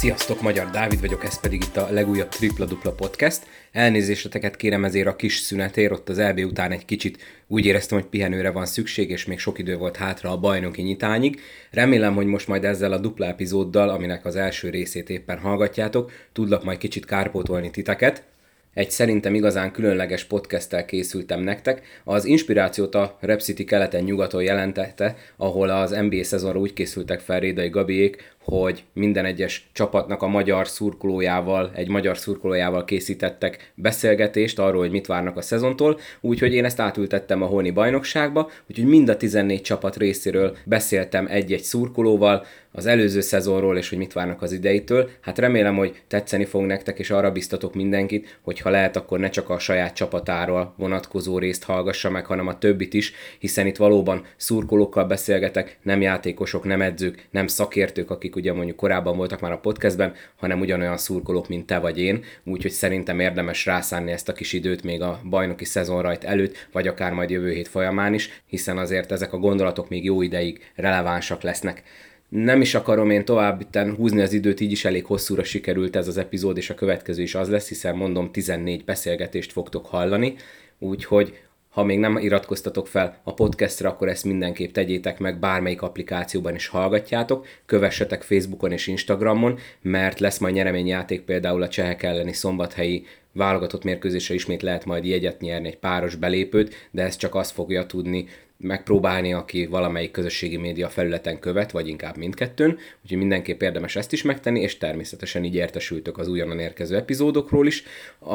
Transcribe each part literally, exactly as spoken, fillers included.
Sziasztok, Magyar Dávid vagyok, ez pedig itt a legújabb Tripla Dupla Podcast. Elnézéseteket kérem ezért a kis szünetért, ott az é bé után egy kicsit úgy éreztem, hogy pihenőre van szükség, és még sok idő volt hátra a bajnoki nyitányig. Remélem, hogy most majd ezzel a dupla epizóddal, aminek az első részét éppen hallgatjátok, tudlak majd kicsit kárpótolni titeket. Egy szerintem igazán különleges podcasttel készültem nektek. Az inspirációt a Rep City keleten-nyugaton jelentette, ahol az en bé á szezonra úgy készültek fel Rédai Gabiék, hogy minden egyes csapatnak a magyar szurkolójával, egy magyar szurkolójával készítettek beszélgetést arról, hogy mit várnak a szezontól, úgyhogy én ezt átültettem a holni bajnokságba, úgyhogy mind a tizennégy csapat részéről beszéltem egy-egy szurkolóval, az előző szezonról, és hogy mit várnak az idejétől. Hát remélem, hogy tetszeni fog nektek, és arra biztatok mindenkit, hogy ha lehet, akkor ne csak a saját csapatáról vonatkozó részt hallgassa meg, hanem a többit is, hiszen itt valóban szurkolókkal beszélgetek, nem játékosok, nem edzők, nem szakértők, akik ugye mondjuk korábban voltak már a podcastben, hanem ugyanolyan szurkolók, mint te vagy én, úgyhogy szerintem érdemes rászánni ezt a kis időt még a bajnoki szezonrajt előtt, vagy akár majd jövő hét folyamán is, hiszen azért ezek a gondolatok még jó ideig relevánsak lesznek. Nem is akarom én tovább itten húzni az időt, így is elég hosszúra sikerült ez az epizód, és a következő is az lesz, hiszen mondom, tizennégy beszélgetést fogtok hallani, úgyhogy ha még nem iratkoztatok fel a podcastra, akkor ezt mindenképp tegyétek meg, bármelyik applikációban is hallgatjátok, kövessetek Facebookon és Instagramon, mert lesz majd nyereményjáték, például a csehek elleni szombathelyi válogatott mérkőzésre ismét lehet majd jegyet nyerni, egy páros belépőt, de ezt csak azt fogja tudni megpróbálni, aki valamelyik közösségi média felületen követ, vagy inkább mindkettőn, úgyhogy mindenképp érdemes ezt is megtenni, és természetesen így értesültök az újonnan érkező epizódokról is,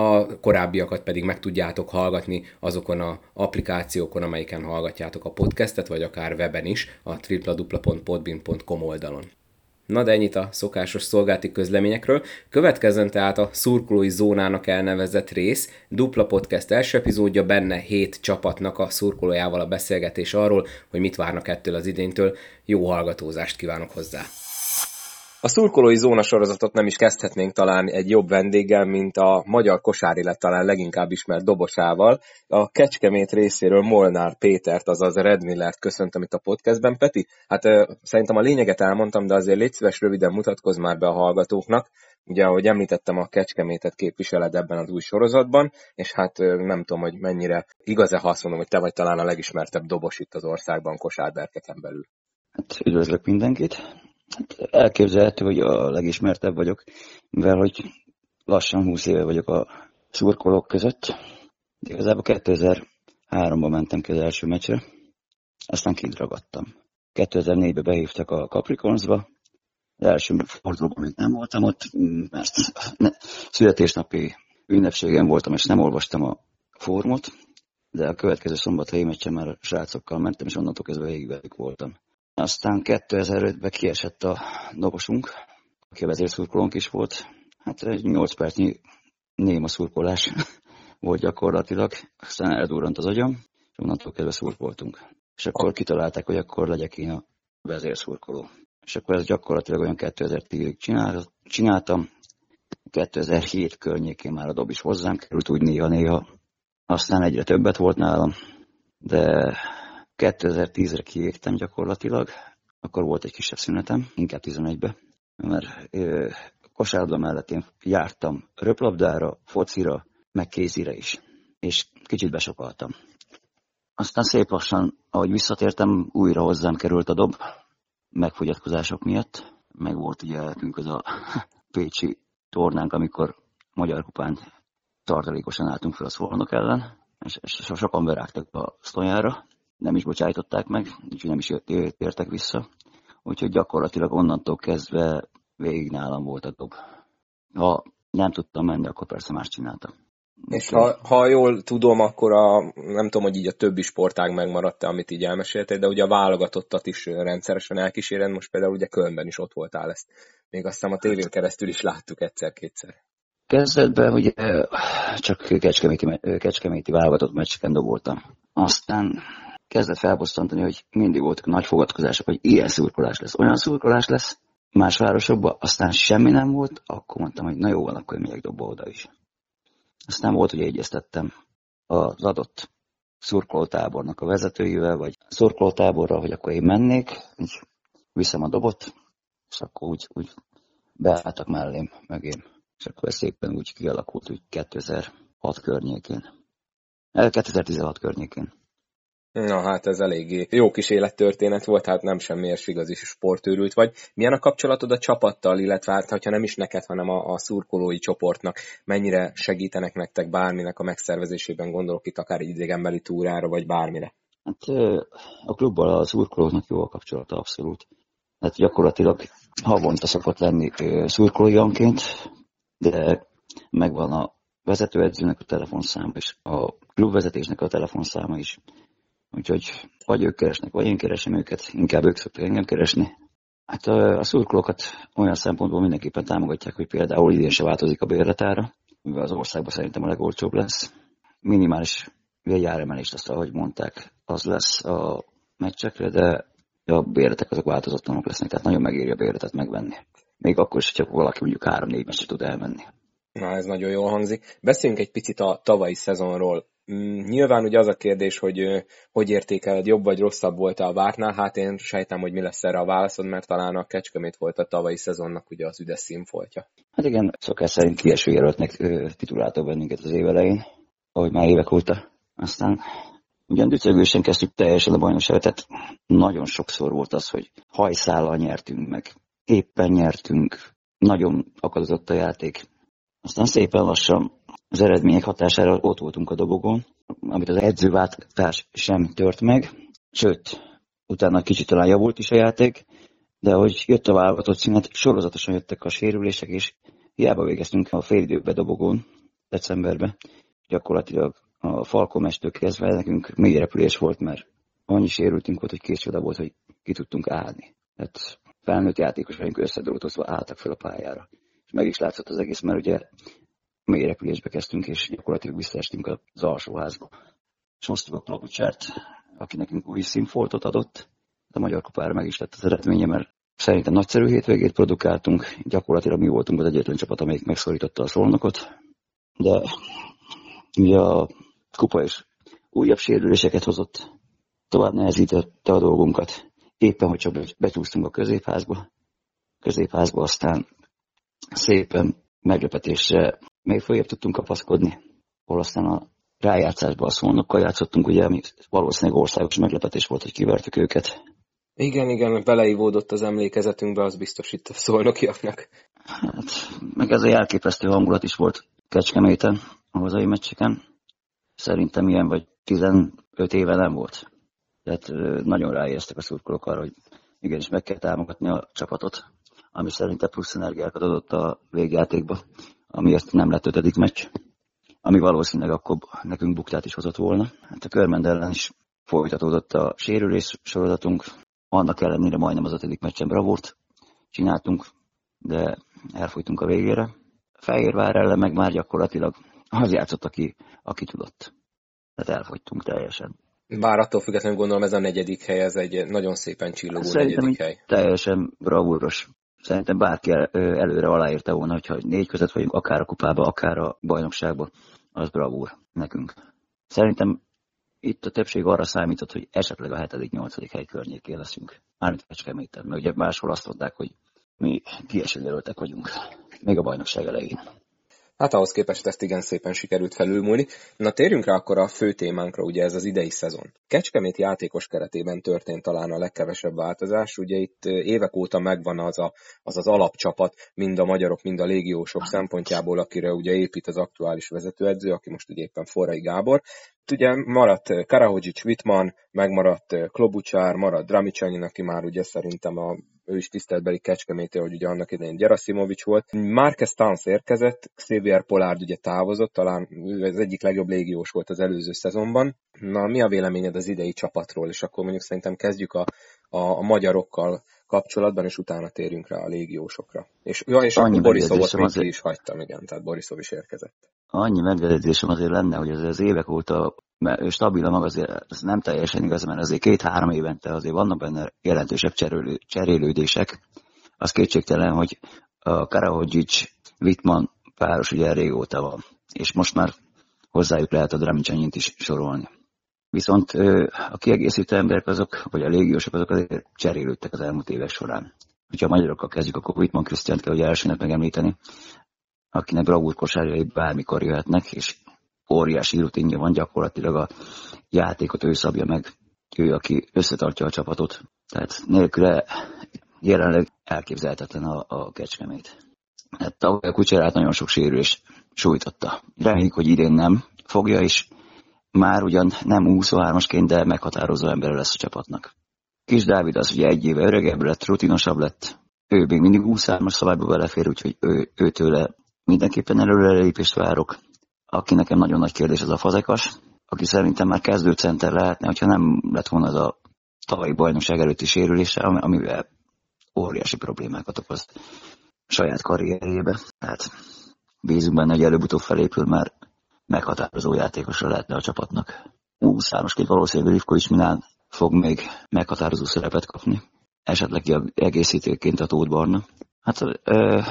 a korábbiakat pedig meg tudjátok hallgatni azokon az applikációkon, amelyiken hallgatjátok a podcastet, vagy akár weben is, a tripladupla pont podbean pont com oldalon. Na de ennyit a szokásos szolgálati közleményekről. Következzen tehát a szurkolói zónának elnevezett rész, dupla podcast első epizódja, benne hét csapatnak a szurkolójával a beszélgetés arról, hogy mit várnak ettől az idénytől. Jó hallgatózást kívánok hozzá! A szurkolói zóna sorozatot nem is kezdhetnénk talán egy jobb vendéggel, mint a magyar kosárélet talán leginkább ismert dobosával. A Kecskemét részéről Molnár Pétert, azaz Red Millert köszöntöm itt a podcastben. Peti, hát ö, szerintem a lényeget elmondtam, de azért légy szíves, röviden mutatkozz már be a hallgatóknak. Ugye, ahogy említettem, a Kecskemétet képviseled ebben az új sorozatban, és hát ö, nem tudom, hogy mennyire igaz-e, ha azt mondom, hogy te vagy talán a legismertebb dobos itt az országban kosárberkeken belül. Hát üdvözlök mindenkit! Hát elképzelhető, hogy a legismertebb vagyok, mivel hogy lassan húsz éve vagyok a szurkolók között. Igazából kétezer-háromban mentem ki az első meccsre, aztán kint ragadtam. kétezer-négyben behívtak a Capricornsba, az első fordulóban még nem voltam ott, mert születésnapi ünnepségen voltam, és nem olvastam a fórumot, de a következő szombathelyi meccsen már a srácokkal mentem, és onnantól kezdve végig velük voltam. Aztán kétezer-ötben kiesett a dobosunk, aki a vezérszurkolónk is volt. Hát egy nyolc percnyi néma szurkolás volt gyakorlatilag. Aztán eldurrant az agyam, és onnantól kezdve szurkoltunk. És akkor kitalálták, hogy akkor legyek én a vezérszurkoló. És akkor ez gyakorlatilag olyan kétezer-tízig csináltam. kétezer-hét környékén már a dob is hozzám került, úgy néha-néha. Aztán egyre többet volt nálam, de kétezer-tízre kiégtem gyakorlatilag, akkor volt egy kisebb szünetem, inkább tizenegybe, mert ö, kosárlabda mellett én jártam röplabdára, focira, meg kézire is, és kicsit besokaltam. Aztán szép lassan, ahogy visszatértem, újra hozzám került a dob, megfogyatkozások miatt, meg volt ugye nekünk az a pécsi tornánk, amikor Magyar Kupán tartalékosan álltunk fel a Szolnok ellen, és, és sokan berágtak a sztonyára, nem is bocsájtották meg, úgyhogy nem is értek vissza. Úgyhogy gyakorlatilag onnantól kezdve végig nálam volt a dob. Ha nem tudtam menni, akkor persze más csináltam. És ha, ha jól tudom, akkor a, nem tudom, hogy így a többi sportág megmaradt, amit így elmeséltél, de ugye a válogatottat is rendszeresen elkíséred, most például ugye Kölnben is ott voltál ezt. Még aztán a tévén keresztül is láttuk egyszer-kétszer. Kezdetben ugye csak kecskeméti, kecskeméti válogatott meccseken doboltam. Aztán kezdett felbosszantani, hogy mindig voltak nagy fogadkozások, hogy ilyen szurkolás lesz, olyan szurkolás lesz más városokban, aztán semmi nem volt, akkor mondtam, hogy na jó van, akkor megyek dobba oda is. Aztán volt, hogy egyeztettem az adott szurkolótábornak a vezetőivel, vagy szurkolótáborra, hogy akkor én mennék, így viszem a dobot, és akkor úgy, úgy beálltak mellém, mögém, és akkor szépen úgy kialakult, hogy kétezer-hat környékén. kétezer-tizenhat környékén. Na hát ez eléggé jó kis élettörténet volt, hát nem semmiért igazi sportőrült vagy. Milyen a kapcsolatod a csapattal, illetve hát, ha nem is neked, hanem a, a szurkolói csoportnak, mennyire segítenek nektek bárminek a megszervezésében, gondolok itt akár egy idegenbeli túrára, vagy bármire? Hát a klubban a szurkolóknak jó a kapcsolata, abszolút. Hát gyakorlatilag havonta szokott lenni szurkolójanként, de megvan a vezetőedzőnek a telefonszáma is, a klubvezetésnek a telefonszáma is. Úgyhogy vagy ők keresnek, vagy én keresem őket, inkább ők szoktak engem keresni. Hát a, a szurkolókat olyan szempontból mindenképpen támogatják, hogy például idén se változik a bérletára, mivel az országban szerintem a legolcsóbb lesz. Minimális jegyáremelést, azt ahogy mondták, az lesz a meccsekre, de a bérletek azok változatlanok lesznek, tehát nagyon megéri a bérletet megvenni. Még akkor is, hogyha valaki mondjuk három-négy meccset tud elmenni. Na, ez nagyon jól hangzik. Beszéljünk egy picit a tavalyi szezonról. Nyilván ugye az a kérdés, hogy hogy értékeled, jobb vagy rosszabb volt a vártnál, hát én sejtem, hogy mi lesz erre a válaszod, mert talán a Kecskemét volt a tavalyi szezonnak ugye az üdes színfoltja. Hát igen, szokás szerint kieső jelöltnek tituláltak bennünket az év elején, ahogy már évek óta. Aztán ugyan dücögősen kezdtük teljesen a bajnokságot, tehát nagyon sokszor volt az, hogy hajszállal nyertünk meg, éppen nyertünk, nagyon akadozott a játék. Aztán szépen lassan az eredmények hatására ott voltunk a dobogón, amit az edzőváltás sem tört meg, sőt, utána kicsit talán javult is a játék, de ahogy jött a válogatott szünet, sorozatosan jöttek a sérülések, és hiába végeztünk a félidőbe dobogón decemberben. Gyakorlatilag a Falkomestől kezdve nekünk mély repülés volt, mert annyi sérültünk volt, hogy kész csoda volt, hogy ki tudtunk állni. Tehát felnőtt játékosaink összedolgozva álltak fel a pályára. És meg is látszott az egész, mert ugye mély repülésbe kezdtünk, és gyakorlatilag visszaestünk az alsóházba. És hoztuk a Klobucsárt, aki nekünk új színfoltot adott. A Magyar Kupára meg is lett az eredménye, mert szerintem nagyszerű hétvégét produkáltunk. Gyakorlatilag mi voltunk az egyetlen csapat, amelyik megszorította a Szolnokot. De ugye a kupa is újabb sérüléseket hozott, tovább nehezítette a dolgunkat. Éppen, hogy csak becsúsztunk a középházba. Középházba aztán szépen meglepetésre még följebb tudtunk kapaszkodni, hol aztán a rájátszásban a Szolnokkal játszottunk, ugye, ami valószínűleg országos meglepetés volt, hogy kivertük őket. Igen, igen, beleívódott az emlékezetünkbe, az biztos itt a szolnokiaknak. Hát, meg ez a elképesztő hangulat is volt Kecskeméten, a hazai meccseken. Szerintem ilyen vagy tizenöt éve nem volt. Tehát nagyon ráéreztek a szurkolók arra, hogy igenis meg kell támogatni a csapatot, ami szerintem plusz energiákat adott a végjátékba, amiért nem lett ötödik meccs, ami valószínűleg akkor nekünk buktát is hozott volna. Hát a Körmend ellen is folytatódott a sérülés sorozatunk, annak ellenére majdnem az ötödik meccsen bravúrt csináltunk, de elfújtunk a végére. Fehérvár ellen meg már gyakorlatilag az játszott, aki, aki tudott. Tehát elfogytunk teljesen. Bár attól függetlenül gondolom ez a negyedik hely, ez egy nagyon szépen csillogó Szerintem negyedik hely. Teljesen bravúros. Szerintem bárki előre aláírta volna, hogyha négy között vagyunk, akár a kupába, akár a bajnokságba, az bravúr nekünk. Szerintem itt a többség arra számított, hogy esetleg a hetedik-nyolcadik hely környékén leszünk. Mármint Kecskeméten, mert ugye máshol azt mondták, hogy mi kieső jelöltek vagyunk, még a bajnokság elején. Hát ahhoz képest ezt igen szépen sikerült felülmúlni. Na térjünk rá akkor a fő témánkra, ugye ez az idei szezon. Kecskemét játékos keretében történt talán a legkevesebb változás, ugye itt évek óta megvan az a, az, az alapcsapat, mind a magyarok, mind a légiósok szempontjából, akire ugye épít az aktuális vezetőedző, aki most ugye éppen Forrai Gábor. Ugye maradt Karahodzsics, Wittmann, megmaradt Klobuchar, maradt Dramicsanyin, aki már ugye szerintem a ő is tiszteletbeli Kecskemétől, hogy ugye annak idején Gerasimovics volt. Márquez Tansz érkezett, Xavier Pollard ugye távozott, talán ő az egyik legjobb légiós volt az előző szezonban. Na, mi a véleményed az idei csapatról? És akkor mondjuk szerintem kezdjük a, a, a magyarokkal kapcsolatban, és utána térjünk rá a légiósokra. És, ja, és akkor Borisovot még ki is hagytam, igen, tehát Borisov is érkezett. Annyi megjegyzésem azért lenne, hogy az, az évek óta mert stabil maga, azért ez nem teljesen igaz, mert azért két-három évente azért vannak benne jelentősebb cserélő, cserélődések. Az kétségtelen, hogy a Karahodzsics, Wittmann páros ugye régóta van, és most már hozzájuk lehet a Dramicsanyin is sorolni. Viszont a kiegészítő emberek azok, vagy a légiósok azok azért cserélődtek az elmúlt évek során. hogyha a magyarokkal kezdjük, akkor Wittmann Krisztiánt kell ugye elsőnek megemlíteni, akinek bravúr kosárjai bármikor jöhetnek, és óriási rutinja van, gyakorlatilag a játékot ő szabja meg, ő, aki összetartja a csapatot. Tehát nélküle jelenleg elképzelhetetlen a, a Kecskemét. Hát tavaly a Kucserát nagyon sok sérülés sújtotta. Reméljük, hogy idén nem fogja, és már ugyan nem huszonhármasként, de meghatározó ember lesz a csapatnak. Kis Dávid az ugye egy éve öregebb lett, rutinosabb lett. Ő még mindig huszonhármas szabályba belefér, úgyhogy ő, őtőle mindenképpen előrelépést várok. Aki nekem nagyon nagy kérdés, az a Fazekas, aki szerintem már kezdőcenter lehetne, hogyha nem lett volna az a tavalyi bajnokság előtti sérülése, amivel óriási problémákat okoz saját karrierjébe. Tehát bízunk benne, hogy előbb-utóbb felépül, már meghatározó játékosra lehetne a csapatnak. huszonhármasként valószínűleg Rivko Isminál fog még meghatározó szerepet kapni. Esetleg egészítőként a Tóth Barna. Hát ö,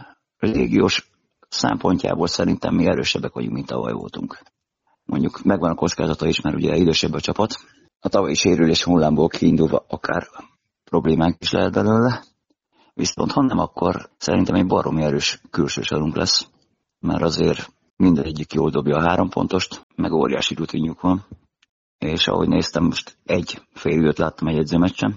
légiós szempontjából szerintem mi erősebbek vagyunk, mint tavaly voltunk. Mondjuk megvan a kockázata is, mert ugye idősebb a csapat. A tavalyi sérülés hullámból kiindulva akár problémánk is lehet belőle. Viszont ha nem, akkor szerintem egy baromi erős külső sorunk lesz. Mert azért mindegyik jól dobja a három pontost, meg óriási rutinjuk van. És ahogy néztem, most egy fél időt láttam egy edzőmeccsen.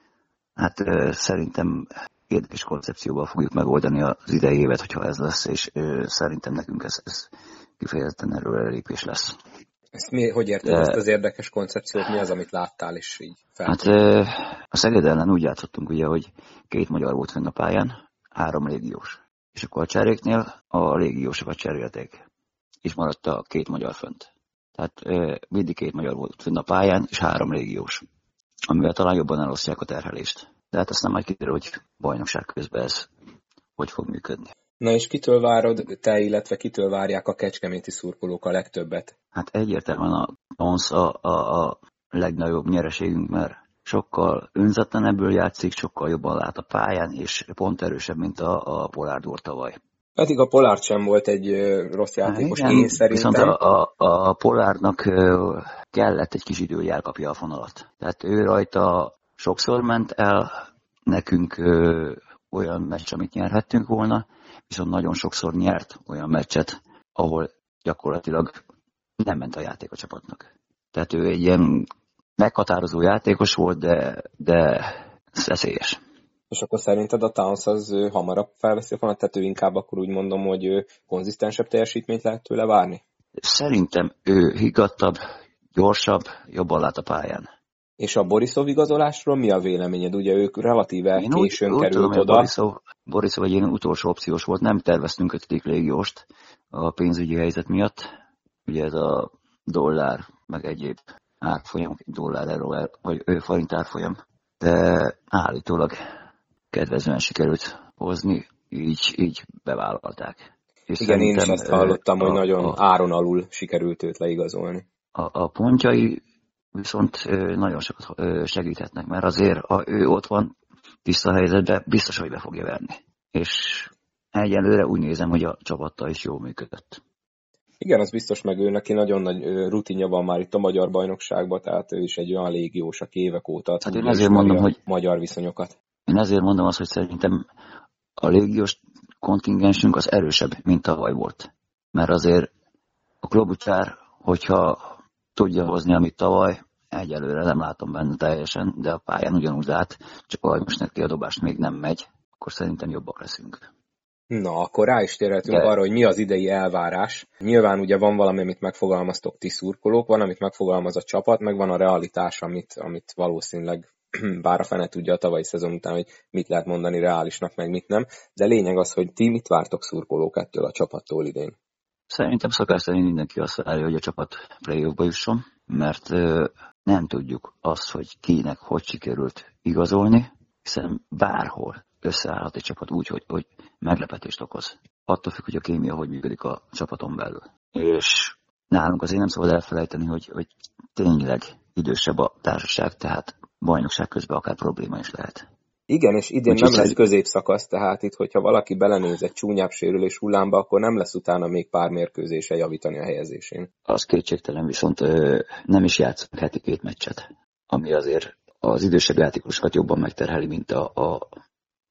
Hát ö, szerintem érdekes koncepcióval fogjuk megoldani az idei évet, hogyha ez lesz, és ö, szerintem nekünk ez, ez kifejezetten előrelépés lesz. Ezt mi, hogy érted, De, ezt az érdekes koncepciót, mi az, amit láttál is így fel? Hát ö, a Szeged ellen úgy játszottunk ugye, hogy két magyar volt fenn a pályán, három légiós. És akkor a cseréknél a légiósokat cserélték, és maradt a két magyar fönt. Tehát ö, mindig két magyar volt fenn a pályán, és három légiós, amivel talán jobban elosztják a terhelést. De hát aztán majd kiderül, hogy bajnokság közben ez hogy fog működni. Na és kitől várod te, illetve kitől várják a kecskeméti szurkolók a legtöbbet? Hát egyértelműen a Tons a, a, a legnagyobb nyereségünk, mert sokkal önzetlenebből játszik, sokkal jobban lát a pályán, és pont erősebb, mint a, a Polárd volt tavaly. Pedig a Polárd sem volt egy ö, rossz játékos, igen, én szerintem. Viszont a, a, a Polárdnak ö, kellett egy kis idő, hogy elkapja a fonalat. Tehát ő rajta sokszor ment el, nekünk ö, olyan meccs, amit nyerhettünk volna, viszont nagyon sokszor nyert olyan meccset, ahol gyakorlatilag nem ment a játék a csapatnak. Tehát ő egy ilyen meghatározó játékos volt, de, de veszélyes. És akkor szerinted a Towns az ő, hamarabb felveszi a fonat, tehát ő inkább akkor úgy mondom, hogy ő konzisztensebb teljesítményt lehet tőle várni? Szerintem ő higgadtabb, gyorsabb, jobban lát a pályán. És a Borisov igazolásról mi a véleményed? Ugye ők relatíve én későn úgy, került úgy tudom, oda. Borisov, Borisov egy ilyen utolsó opciós volt, nem terveztünk ötödik légióst a pénzügyi helyzet miatt. Ugye ez a dollár, meg egyéb árfolyam, dollár, euró, vagy ő forint árfolyam. De állítólag kedvezően sikerült hozni, így, így bevállalták. És igen, én is ezt hallottam, a, hogy nagyon a, áron alul sikerült őt leigazolni. A, a pontjai viszont nagyon sokat segíthetnek, mert azért, ha ő ott van tiszta helyzetben, biztos, hogy be fogja verni. És egyelőre úgy nézem, hogy a csapattal is jól működött. Igen, az biztos, meg ő neki nagyon nagy rutinja van már itt a magyar bajnokságban, tehát ő is egy olyan légiós, aki évek óta hát én ezért mondom, hogy magyar viszonyokat. Én ezért mondom azt, hogy szerintem a légiós kontingensünk az erősebb, mint tavaly volt. Mert azért a Klobuchar, hogyha tudja hozni, amit tavaly, egyelőre nem látom benne teljesen, de a pályán ugyanúgy lát, csak ahogy most neki a dobás még nem megy, akkor szerintem jobbak leszünk. Na, akkor rá is térhetünk de... arra, hogy mi az idei elvárás. Nyilván ugye van valami, amit megfogalmaztok ti szurkolók, van, amit megfogalmaz a csapat, meg van a realitás, amit, amit valószínűleg bár a fene tudja a tavalyi szezon után, hogy mit lehet mondani reálisnak, meg mit nem. De lényeg az, hogy ti mit vártok szurkolók ettől a csapattól idén? Szerintem szokás szerint mindenki azt várja, hogy a csapat play-offba jusson, mert ö, nem tudjuk azt, hogy kinek hogy sikerült igazolni, hiszen bárhol összeállhat egy csapat úgy, hogy, hogy meglepetést okoz. Attól függ, hogy a kémia hogy működik a csapaton belül. És nálunk azért nem szabad elfelejteni, hogy, hogy tényleg idősebb a társaság, tehát bajnokság közben akár probléma is lehet. Igen, és idén nem lesz középszakasz, tehát itt, hogyha valaki belenéz egy csúnyább sérülés hullámba, akkor nem lesz utána még pár mérkőzése javítani a helyezésén. Az kétségtelen, viszont ö, nem is játszunk heti két meccset, ami azért az idősebb játékosokat jobban megterheli, mint a, a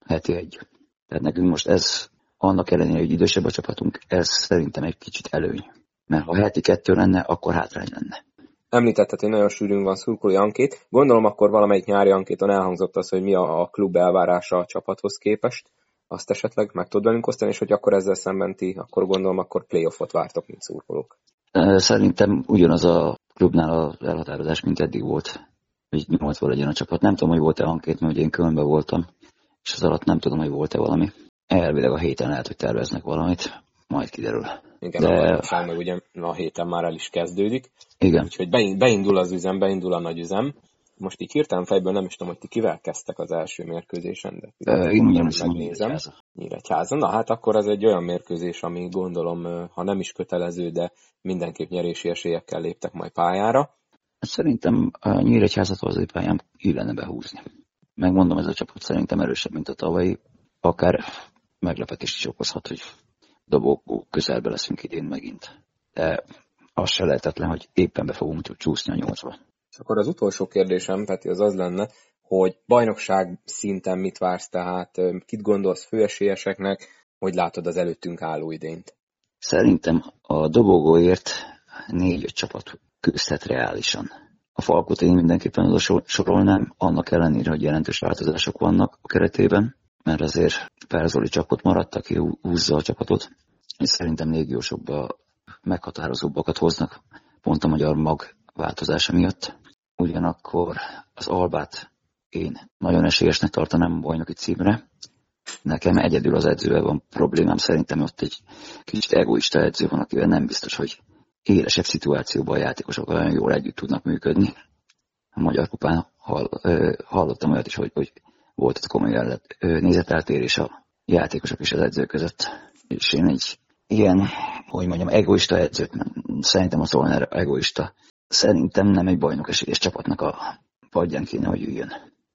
heti egy. Tehát nekünk most ez, annak ellenére, hogy idősebb a csapatunk, ez szerintem egy kicsit előny. Mert ha heti kettő lenne, akkor hátrány lenne. Említetted, hogy nagyon sűrűn van szurkolói ankét. Gondolom akkor valamelyik nyári ankéton elhangzott az, hogy mi a klub elvárása a csapathoz képest. Azt esetleg meg tudod velünk osztani, és hogy akkor ezzel szemben ti, akkor gondolom, akkor playoffot vártok, mint szurkolók. Szerintem ugyanaz a klubnál az elhatározás, mint eddig volt, hogy nyolcból legyen a csapat. Nem tudom, hogy volt-e ankét, mert ugye én Kölnben voltam, és az alatt nem tudom, hogy volt-e valami. Elvileg a héten lehet, hogy terveznek valamit, majd kiderül. Igen, de... a bajnokság meg ugye a héten már el is kezdődik. Igen. Úgyhogy beindul az üzem, beindul a nagy üzem. Most így hirtelen fejből nem is tudom, hogy ti kivel kezdtek az első mérkőzésen, de uh, én ugyan megnézem. Nyíregyházon. Na hát akkor ez egy olyan mérkőzés, ami gondolom, ha nem is kötelező, de mindenképp nyerési esélyekkel léptek majd pályára. Szerintem a Nyíregyházat az pályán illene behúzni. Megmondom, ez a csapat szerintem erősebb, mint a tavalyi. Akár meglepetést is okozhat, hogy dobók közelbe leszünk idén megint. De az se lehetetlen, hogy éppen be fogunk csúszni a nyolcba. És akkor az utolsó kérdésem, Peti, az az lenne, hogy bajnokság szinten mit vársz, tehát kit gondolsz főesélyeseknek, hogy látod az előttünk álló idényt? Szerintem a dobogóért négy-öt csapat küzdhet reálisan. A Falkot én mindenképpen oda sorolnám, annak ellenére, hogy jelentős változások vannak a keretében, mert azért Perzoli csapot maradt, aki húzza a csapatot, és szerintem légiósok meghatározóbbakat hoznak, pont a magyar mag változása miatt. Ugyanakkor az Albát én nagyon esélyesnek tartanám a bajnoki címre. Nekem egyedül az edzővel van problémám, szerintem ott egy kicsit egoista edző van, akivel nem biztos, hogy élesebb szituációban a játékosok olyan jól együtt tudnak működni. A Magyar Kupán hall, ö, hallottam olyat is, hogy, hogy volt ott komoly nézeteltérés a játékosok és az edző között. És én egy ilyen, hogy mondjam, egoista edzőt, szerintem a Szolnár egoista. Szerintem nem egy bajnok esélyes csapatnak a padján kéne, hogy üljön.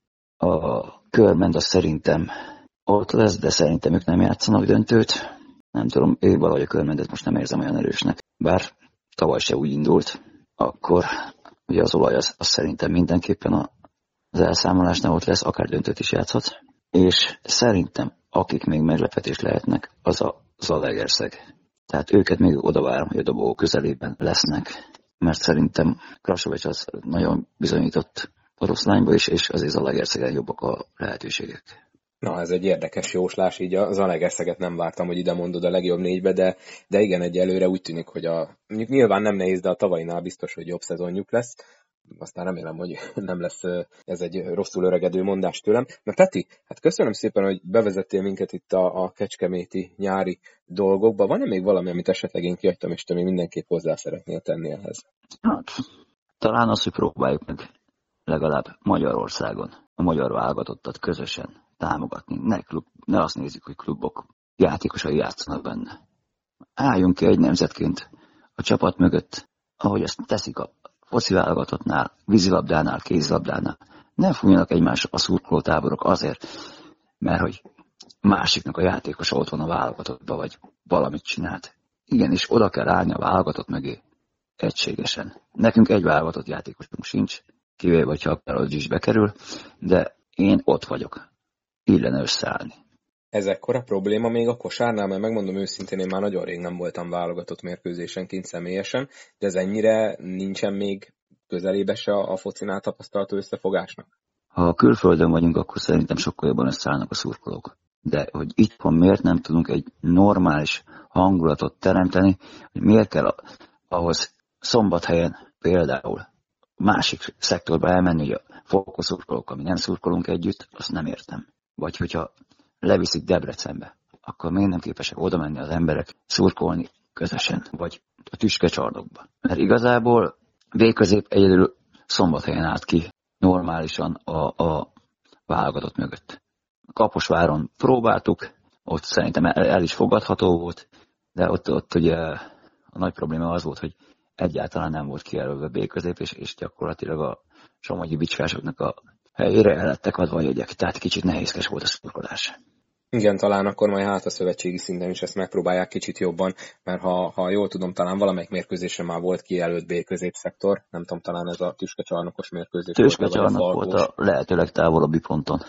A Körmend az szerintem ott lesz, de szerintem ők nem játszanak döntőt. Nem tudom, én valahogy a Körmendet most nem érzem olyan erősnek. Bár tavaly se úgy indult, akkor ugye az olaj az, az szerintem mindenképpen a, az elszámolásnál ott lesz, akár döntőt is játszhat. És szerintem, akik még meglepetés lehetnek, az a Zalaegerszeg. Tehát őket még oda várom, hogy a dobó közelében lesznek. Mert szerintem Krasovics az nagyon bizonyított oroszlányba is, és azért Zalaegerszegen jobbak a lehetőségek. Na, ez egy érdekes jóslás, így a Zalaegerszeget nem vártam, hogy ide mondod a legjobb négybe, de, de igen, egyelőre úgy tűnik, hogy a, mondjuk nyilván nem nehéz, de a tavainál biztos, hogy jobb szezonjuk lesz. Aztán remélem, hogy nem lesz ez egy rosszul öregedő mondás tőlem. Na Peti, hát köszönöm szépen, hogy bevezettél minket itt a, a kecskeméti nyári dolgokba. Van-e még valami, amit esetleg én kihagytam, és te még mindenképp hozzá szeretnél tenni ehhez? Hát, talán azt, hogy próbáljuk meg legalább Magyarországon a magyar válogatottat közösen támogatni. Ne, klub, ne azt nézzük, hogy klubok játékosai játszanak benne. Álljunk ki egy nemzetként a csapat mögött, ahogy ezt teszik a foci válogatottnál, vízilabdánál, kézilabdánál. Ne fújjanak egymásra a szurkolótáborok azért, mert hogy másiknak a játékosa ott van a válogatottban, vagy valamit csinált. Igenis, oda kell állni a válogatott mögé egységesen. Nekünk egy válogatott játékosunk sincs, kivéve, hogyha a Karol is bekerül, de én ott vagyok. Illene összeállni. Ez ekkora probléma még a kosárnál, mert megmondom őszintén, én már nagyon rég nem voltam válogatott mérkőzésenként személyesen, de ez ennyire nincsen még közelébe se a focinál tapasztalható összefogásnak? Ha a külföldön vagyunk, akkor szerintem sokkal jobban összeállnak a szurkolók. De hogy itthon miért nem tudunk egy normális hangulatot teremteni, hogy miért kell ahhoz Szombathelyen például másik szektorba elmenni, hogy a fokoszurkolók, ami nem szurkolunk együtt, azt nem értem. Vagy hogyha leviszik Debrecenbe, akkor miért nem képesek oda menni az emberek szurkolni közösen, vagy a tüskecsarnokba. Mert igazából végközép egyedül Szombathelyen állt ki normálisan a, a válogatott mögött. Kaposváron próbáltuk, ott szerintem el, el is fogadható volt, de ott, ott ugye a nagy probléma az volt, hogy egyáltalán nem volt kijelölve B-közép, és, és gyakorlatilag a somogyi bicskásoknak a helyére el lettek adva a jegyek, tehát kicsit nehézkes volt a szurkolás. Igen, talán akkor majd hát a szövetségi szinten is ezt megpróbálják kicsit jobban, mert ha, ha jól tudom, talán valamelyik mérkőzésen már volt kijelölt B-középszektor, nem tudom, talán ez a tüskecsarnokos mérkőzés. Tüskecsarnok volt a lehetőleg távolabbi ponton.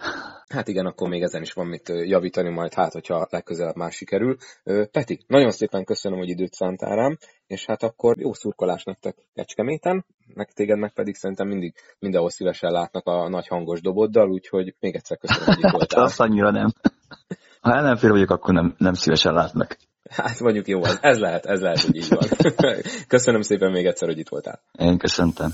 Hát igen, akkor még ezen is van mit javítani, majd hát, hogyha legközelebb már sikerül. Peti, nagyon szépen köszönöm, hogy időt szántál rám, és hát akkor jó szurkolás nektek Kecskeméten, meg téged meg pedig szerintem mindig mindenhol szívesen látnak a nagy hangos doboddal, úgyhogy még egyszer köszönöm, hogy itt voltál. Azt annyira nem. Ha ellenfél vagyok, akkor nem, nem szívesen látnak. Hát mondjuk jó, ez, ez lehet, ez lehet, hogy így van. Köszönöm szépen még egyszer, hogy itt voltál. Én köszöntem.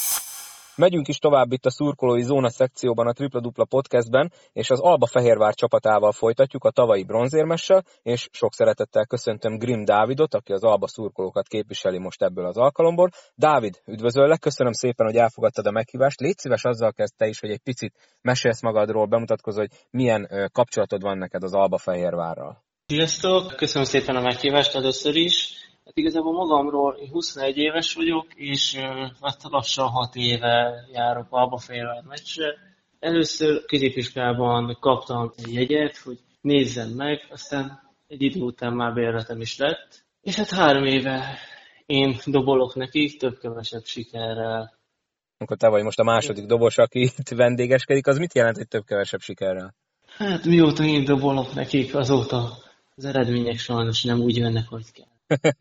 Megyünk is tovább itt a szurkolói zóna szekcióban, a Tripla Dupla podcastben, és az Alba Fehérvár csapatával folytatjuk, a tavalyi bronzérmessel, és sok szeretettel köszöntöm Grimm Dávidot, aki az Alba szurkolókat képviseli most ebből az alkalomból. Dávid, üdvözöllek, köszönöm szépen, hogy elfogadtad a meghívást. Légy szíves, azzal kezd te is, hogy egy picit mesélsz magadról, bemutatkozz, hogy milyen kapcsolatod van neked az Alba Fehérvárral. Sziasztok, köszönöm szépen a meghívást először is. Hát igazából magamról én huszonegy éves vagyok, és hát lassan hat éve járok Alba Fehérvár meccsre. Először középiskolában kaptam egy jegyet, hogy nézzem meg, aztán egy idő után már bérletem is lett. És hát három éve én dobolok nekik, több-kevesebb sikerrel. Akkor te vagy most a második dobos, aki itt vendégeskedik, az mit jelent, hogy több-kevesebb sikerrel? Hát mióta én dobolok nekik, azóta az eredmények sajnos nem úgy jönnek, hogy kell.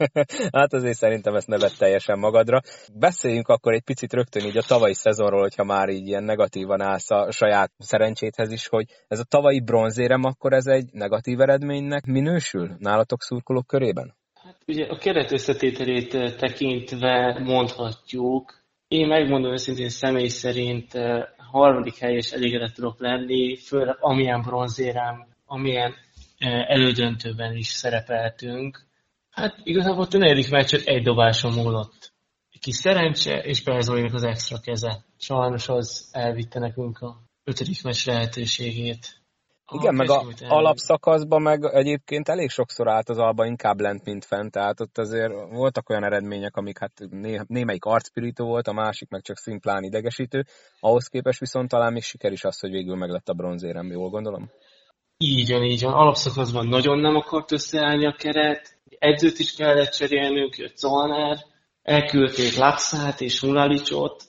Hát azért szerintem ezt ne vedd teljesen magadra. Beszéljünk akkor egy picit rögtön így a tavalyi szezonról, hogyha már így ilyen negatívan állsz a saját szerencséthez is, hogy ez a tavalyi bronzérem, akkor ez egy negatív eredménynek minősül nálatok szurkolók körében? Hát ugye a keret összetételét tekintve mondhatjuk. Én megmondom őszintén személy szerint harmadik helyes elégedett tudok lenni, főleg amilyen bronzérem, amilyen elődöntőben is szerepeltünk. Hát igazából a negyedik meccset egy dobáson múlott. Egy kis szerencse, és Berzolinak az extra keze. Sajnos az elvitte nekünk a ötödik meccs lehetőségét. Igen, meg a alapszakaszban meg egyébként elég sokszor állt az Alba inkább lent, mint fent, tehát ott azért voltak olyan eredmények, amik hát né- némelyik arcpirító volt, a másik meg csak szimplán idegesítő, ahhoz képest viszont talán még siker is az, hogy végül meglett a bronzérem, jól gondolom? Így van, így van. Alapszakaszban nagyon nem akart összeállni a keret, edzőt is kellett cserélnünk, jött Zolnár, elküldték Laxát és Mulalicsot,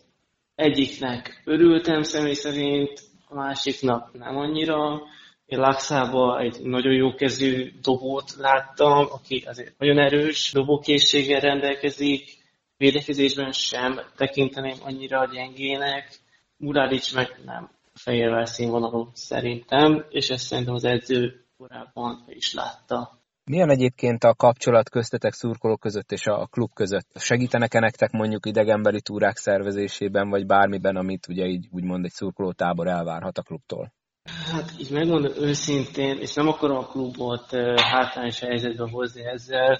egyiknek örültem személy szerint, a másiknak nem annyira. Én Laxában egy nagyon jó kezű dobót láttam, aki azért nagyon erős dobókészséggel rendelkezik, védekezésben sem tekinteném annyira gyengének, Mulalics meg nem Fehérvár színvonalú szerintem, és ezt szerintem az edző korábban is látta. Milyen egyébként a kapcsolat köztetek szurkolók között és a klub között? Segítenek-e nektek mondjuk idegenbeli túrák szervezésében, vagy bármiben, amit ugye így úgymond egy szurkolótábor elvárhat a klubtól? Hát így megmondom őszintén, és nem akarom a klubot hátrányos helyzetbe hozni ezzel,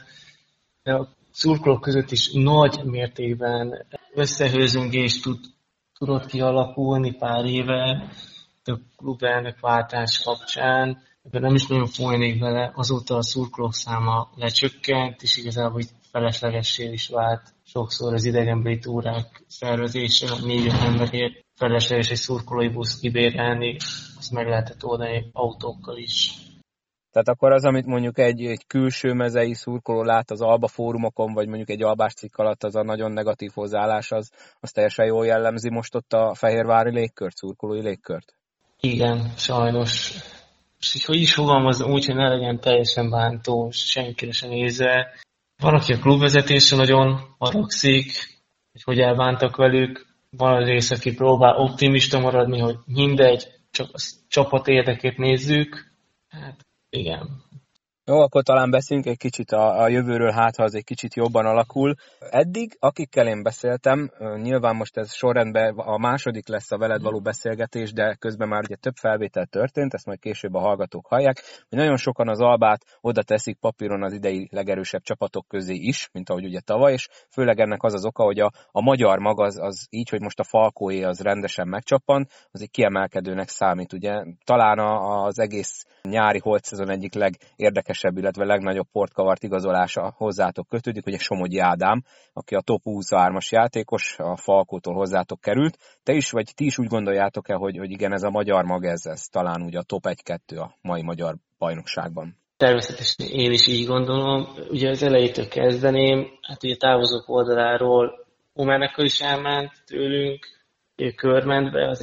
de a szurkolók között is nagy mértékben összehőzöngés tud, tudott kialakulni pár éve a klubelnök váltás kapcsán. Ebben nem is nagyon folynék bele, azóta a szurkolók száma lecsökkent, és igazából itt feleslegessé is vált sokszor az idegenbeli túrák szervezése, négy-öt emberért felesleges egy szurkolói busz kibérelni, azt meg lehetett oldani autókkal is. Tehát akkor az, amit mondjuk egy, egy külső mezei szurkoló lát az Alba fórumokon, vagy mondjuk egy albás cikk alatt, az a nagyon negatív hozzáállás, az, az teljesen jól jellemzi most ott a fehérvári légkört, szurkolói légkört? Igen, sajnos. És hogy is fogalmazom úgy, hogy ne legyen teljesen bántó, senkire sem nézve. Van, aki a klubvezetése nagyon haragszik, hogy hogy elbántak velük. Van az rész, aki próbál optimista maradni, hogy mindegy, csak a csapat érdekét nézzük. Hát igen. Jó, akkor talán beszéljünk egy kicsit a, a jövőről, hát ha az egy kicsit jobban alakul. Eddig, akikkel én beszéltem, nyilván most ez sorrendben a második lesz a veled való beszélgetés, de közben már ugye több felvétel történt, ezt majd később a hallgatók hallják, hogy nagyon sokan az Albát oda teszik papíron az idei legerősebb csapatok közé is, mint ahogy ugye tavaly, és főleg ennek az az oka, hogy a, a magyar mag az, az így, hogy most a Falkóé az rendesen megcsappant, az egy kiemelkedőnek számít, ugye. Talán a, az egész nyári holt szezon egyik legérdekesebb, illetve legnagyobb portkavart igazolása hozzátok kötődik, ugye Somogyi Ádám, aki a top huszonhármas játékos, a Falkótól hozzátok került. Te is, vagy ti is úgy gondoljátok-e, hogy, hogy igen, ez a magyar mag, ez, ez talán ugye a top egy-kettő a mai magyar bajnokságban? Természetesen én is így gondolom. Ugye az elejétől kezdeném, hát ugye távozók oldaláról Omenekkal is elment tőlünk, ő Körmentbe, az egy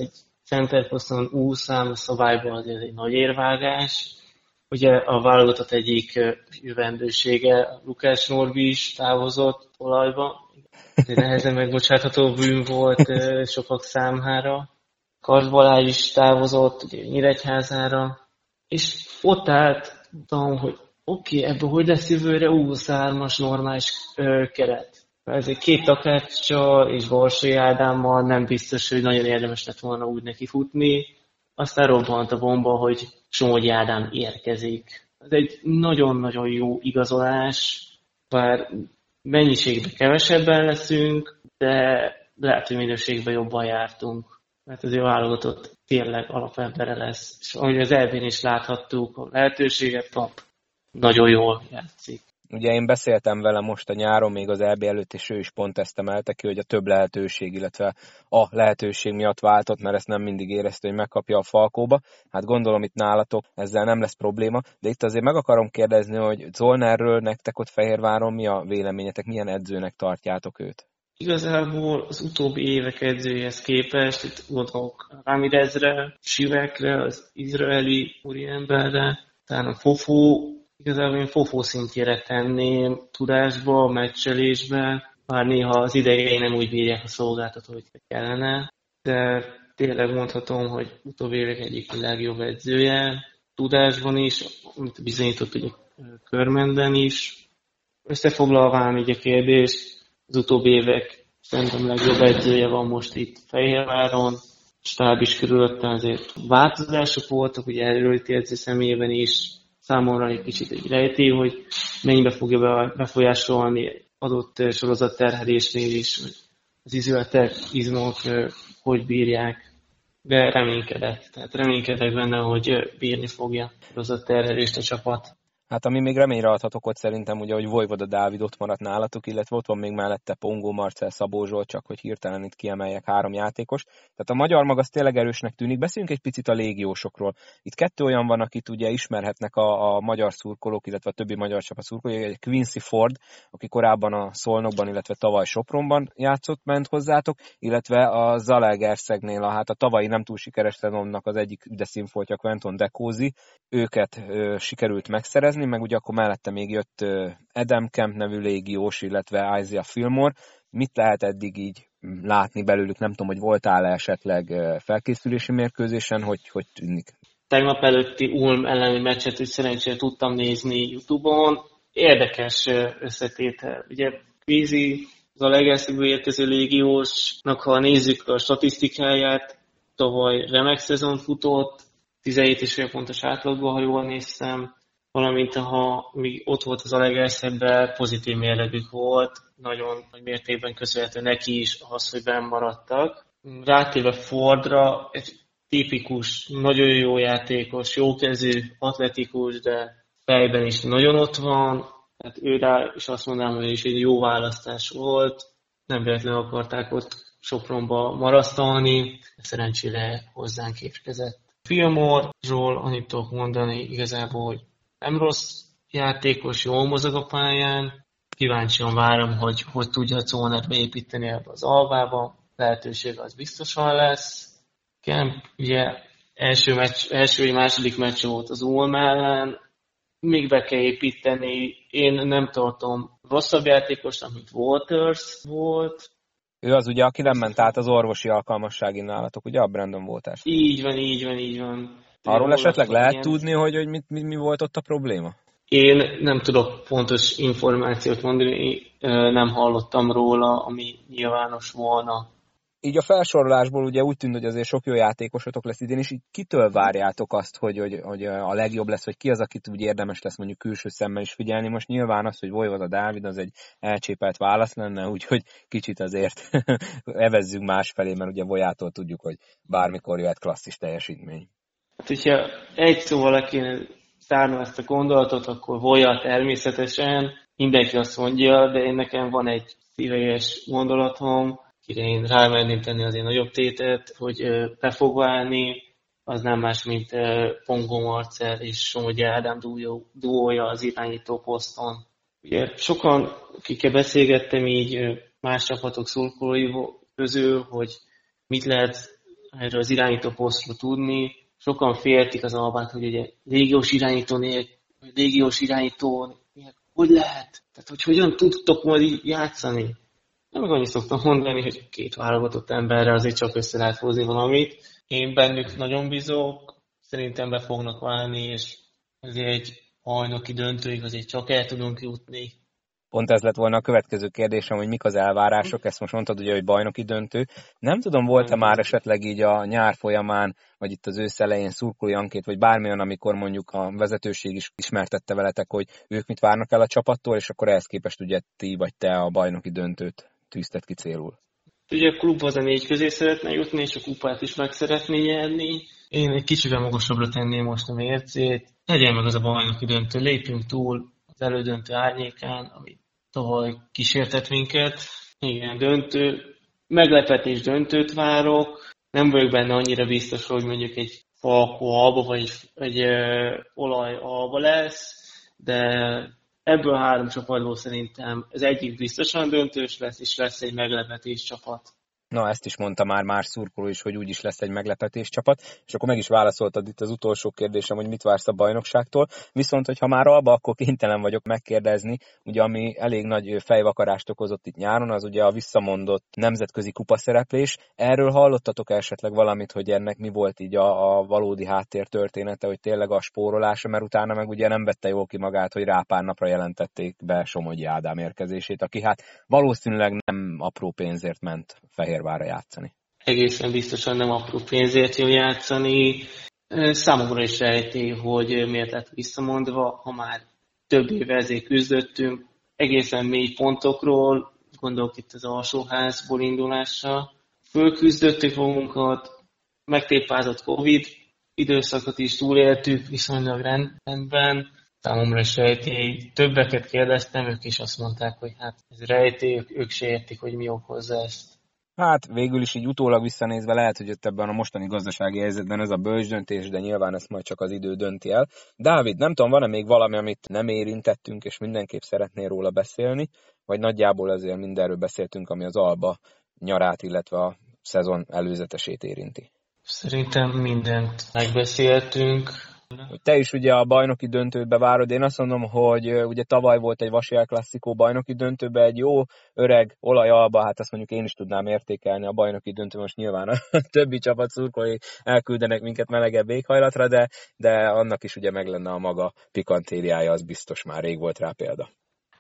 center poszton úszám a szabályban azért egy nagy érvágás. Ugye a válogatott egyik jövendősége, Lukács Norbi is távozott olajba. Ez egy nehezen megbocsátható bűn volt sokak számára. Kard Balázs is távozott, ugye Nyíregyházára. És ott állt, tudom, hogy oké, okay, ebből hogy lesz jövőre U huszonhármas normális ö, keret. Ezért két Takáccsal és Borsai Ádámmal nem biztos, hogy nagyon érdemes lett volna úgy neki futni. Aztán robbant a bomba, hogy Somogyi Ádám érkezik. Ez egy nagyon-nagyon jó igazolás, bár mennyiségben kevesebben leszünk, de lehet, hogy minőségben jobban jártunk. Mert azért válogatott tényleg alapembere lesz. És ahogy az é bén is láthattuk, a lehetőséget kap, nagyon jól játszik. Ugye én beszéltem vele most a nyáron, még az é bé előtt, és ő is pont ezt emelte ki, hogy a több lehetőség, illetve a lehetőség miatt váltott, mert ezt nem mindig érezte, hogy megkapja a Falkóba. Hát gondolom itt nálatok ezzel nem lesz probléma, de itt azért meg akarom kérdezni, hogy Zollnerről nektek ott Fehérváron mi a véleményetek, milyen edzőnek tartjátok őt? Igazából az utóbbi évek edzőjéhez képest, itt gondolok Ramirezre, Sivekre, az izraeli úriemberre, talán a Fofó, igazából én Fofó szintjére tenném tudásba, meccselésbe, bár néha az idejei nem úgy bírják a szolgáltatót, hogy kellene, de tényleg mondhatom, hogy utóbbi évek egyik legjobb edzője, tudásban is, amit bizonyított ugye Körmenben is. Összefoglalván így a kérdést, az utóbbi évek szerintem legjobb edzője van most itt Fehérváron, stáb is körülötte, azért változások voltak, ugye előtti edző személyében is, számomra egy kicsit egy rejtély, hogy mennyibe fogja befolyásolni adott sorozatterhelésnél is, hogy az izületek, izmok hogy bírják, de reménykedek. Tehát reménykedek benne, hogy bírni fogja sorozatterhelést a csapat. Hát ami még reményre adhatok ott szerintem, ugye, hogy Vojvoda Dávid ott maradt nálatok, illetve ott van még mellette Pongó Marcell, Szabó Zsolt, csak hogy hirtelen itt kiemeljek három játékos. Tehát a magyar mag az tényleg erősnek tűnik. Beszéljünk egy picit a légiósokról. Itt kettő olyan van, akit ugye ismerhetnek a, a magyar szurkolók, illetve a többi magyar csapat szurkolók, egy Quincy Ford, aki korábban a Szolnokban, illetve tavaly Sopronban játszott, ment hozzátok, illetve a Zalaegerszegnél, a, hát a tavalyi nem túl sikeres szezonnak az egyik üde színfoltja Quentin Dekózi, őket ö, sikerült megszerezni, meg ugye akkor mellette még jött Adam Kemp nevű légiós, illetve Isaiah Fillmore. Mit lehet eddig így látni belőlük? Nem tudom, hogy voltál-e esetleg felkészülési mérkőzésen, hogy hogy tűnik? Tegnap előtti Ulm elleni meccset, hogy szerencsére tudtam nézni YouTube-on. Érdekes összetétel. Ugye Kvízi, az a legelszéből érkező légiósnak, ha nézzük a statisztikáját, tavaly remek szezon futott, tizenhét és fél pontos átlagban, ha jól néztem, valamint ha még ott volt az Alegerszegben, pozitív mérlegük volt, nagyon nagy mértékben köszönhető neki is az, hogy benn maradtak. Rátéve Fordra, egy tipikus, nagyon jó játékos, jókezű, atletikus, de fejben is nagyon ott van. Hát ő rá is azt mondanám, hogy is egy jó választás volt. Nem véletlenül akarták ott Sopronba marasztalni, szerencsére hozzánk érkezett. Fillmore-ról annyit tudok mondani igazából, hogy nem rossz játékos, jól mozog a pályán. Kíváncsian várom, hogy hogy tudja a Zollnert beépíteni ebbe az alvába. Lehetőség az biztosan lesz. Kemp, ugye első, meccs, első vagy második meccs volt az Ulm ellen. Még be kell építeni. Én nem tartom rosszabb játékosnak, mint Walters volt. Ő az ugye, aki nem ment át az orvosi alkalmasságin nálatok, ugye a Brandon Walters? Így van, így van, így van. Arról esetleg lehet ilyen tudni, hogy, hogy mit, mi, mi volt ott a probléma? Én nem tudok pontos információt mondani, nem hallottam róla, ami nyilvános volna. Így a felsorolásból ugye úgy tűnt, hogy azért sok jó játékosotok lesz idén, és így kitől várjátok azt, hogy, hogy, hogy a legjobb lesz, hogy ki az, akit úgy érdemes lesz mondjuk külső szemmel is figyelni. Most nyilván az, hogy Vojvoda Dávid, az egy elcsépelt válasz lenne, úgyhogy kicsit azért evezzünk másfelé, mert ugye Vojától tudjuk, hogy bármikor jöhet klasszis teljesítmény. Hát, hogyha egy szóval le kéne zárnom ezt a gondolatot, akkor Voja természetesen. Mindenki azt mondja, de én nekem van egy szívélyes gondolatom, kire én rámerném tenni azért nagyobb tétet, hogy be fog válni, az nem más, mint Pongó Marcell és Somogyi Ádám duója az irányító poszton. Ugye sokan, akikkel beszélgettem így más csapatok szurkolói közül, hogy mit lehet erről az irányító posztról tudni. Sokan féltik az Albát, hogy ugye légiós irányító nélkül, légiós irányító hogy lehet? Tehát, hogy hogyan tudtok majd így játszani? Nem meg annyit szoktam mondani, hogy két válogatott emberre azért csak össze lehet hozni valamit. Én bennük nagyon bízok, szerintem be fognak válni, és ezért egy bajnoki döntőig azért csak el tudunk jutni. Pont ez lett volna a következő kérdésem, hogy mik az elvárások, ezt most mondtad ugye, hogy bajnoki döntő. Nem tudom, volt-e már esetleg így a nyár folyamán, vagy itt az ősz elején szurkolói ankét, vagy bármilyen, amikor mondjuk a vezetőség is ismertette veletek, hogy ők mit várnak el a csapattól, és akkor ehhez képest ugye ti vagy te a bajnoki döntőt tűzted ki célul. Ugye a klubhoz a négy közé szeretne jutni, és a kupát is meg szeretné nyerni. Én egy kicsivel magasabbra tenném most a mércét. Legyen meg az a bajnoki döntő, lépjünk túl az elődöntő árnyékán, ami tavaly kísértett minket. Igen, döntő. Meglepetés döntőt várok. Nem vagyok benne annyira biztos, hogy mondjuk egy Falkó alba, vagy egy, egy ö, olaj alba lesz, de ebből a három csapatból szerintem az egyik biztosan döntős lesz, és lesz egy meglepetés csapat. Na, ezt is mondta már más szurkoló is, hogy úgyis lesz egy meglepetés csapat, és akkor meg is válaszoltad itt az utolsó kérdésem, hogy mit vársz a bajnokságtól. Viszont, hogyha már alba, akkor kénytelen vagyok megkérdezni, ugye ami elég nagy fejvakarást okozott itt nyáron, az ugye a visszamondott nemzetközi kupaszereplés. Erről hallottatok esetleg valamit, hogy ennek mi volt így a, a valódi háttér története, hogy tényleg a spórolása, mert utána meg ugye nem vette jól ki magát, hogy rá pár napra jelentették be Somogyi Ádám érkezését, aki hát valószínűleg nem apró pénzért ment Fehérvárra játszani. Egészen biztosan nem apró pénzért jön játszani. Számomra is rejtély, hogy miért lett visszamondva, ha már több éve ezért küzdöttünk, egészen mély pontokról, gondolok itt az alsóházból indulásra. Fölküzdöttük magunkat, megtépázott Covid időszakot is túléltük viszonylag rendben. Számomra is rejtély. Többeket kérdeztem, ők is azt mondták, hogy hát ez rejtély, ők, ők se értik, hogy mi okozza ezt. Hát végül is így utólag visszanézve lehet, hogy ott ebben a mostani gazdasági helyzetben ez a bölcs döntés, de nyilván ezt majd csak az idő dönti el. Dávid, nem tudom, van-e még valami, amit nem érintettünk, és mindenképp szeretnél róla beszélni, vagy nagyjából azért mindenről beszéltünk, ami az Alba nyarát, illetve a szezon előzetesét érinti? Szerintem mindent megbeszéltünk. Hogy te is ugye a bajnoki döntőbe várod, én azt mondom, hogy ugye tavaly volt egy Vasi El Clasico bajnoki döntőbe, egy jó öreg olajalba, hát azt mondjuk én is tudnám értékelni a bajnoki döntő, most nyilván a többi csapat szurkolói elküldenek minket melegebb éghajlatra, de, de annak is ugye meg lenne a maga pikantériája, az biztos, már rég volt rá példa.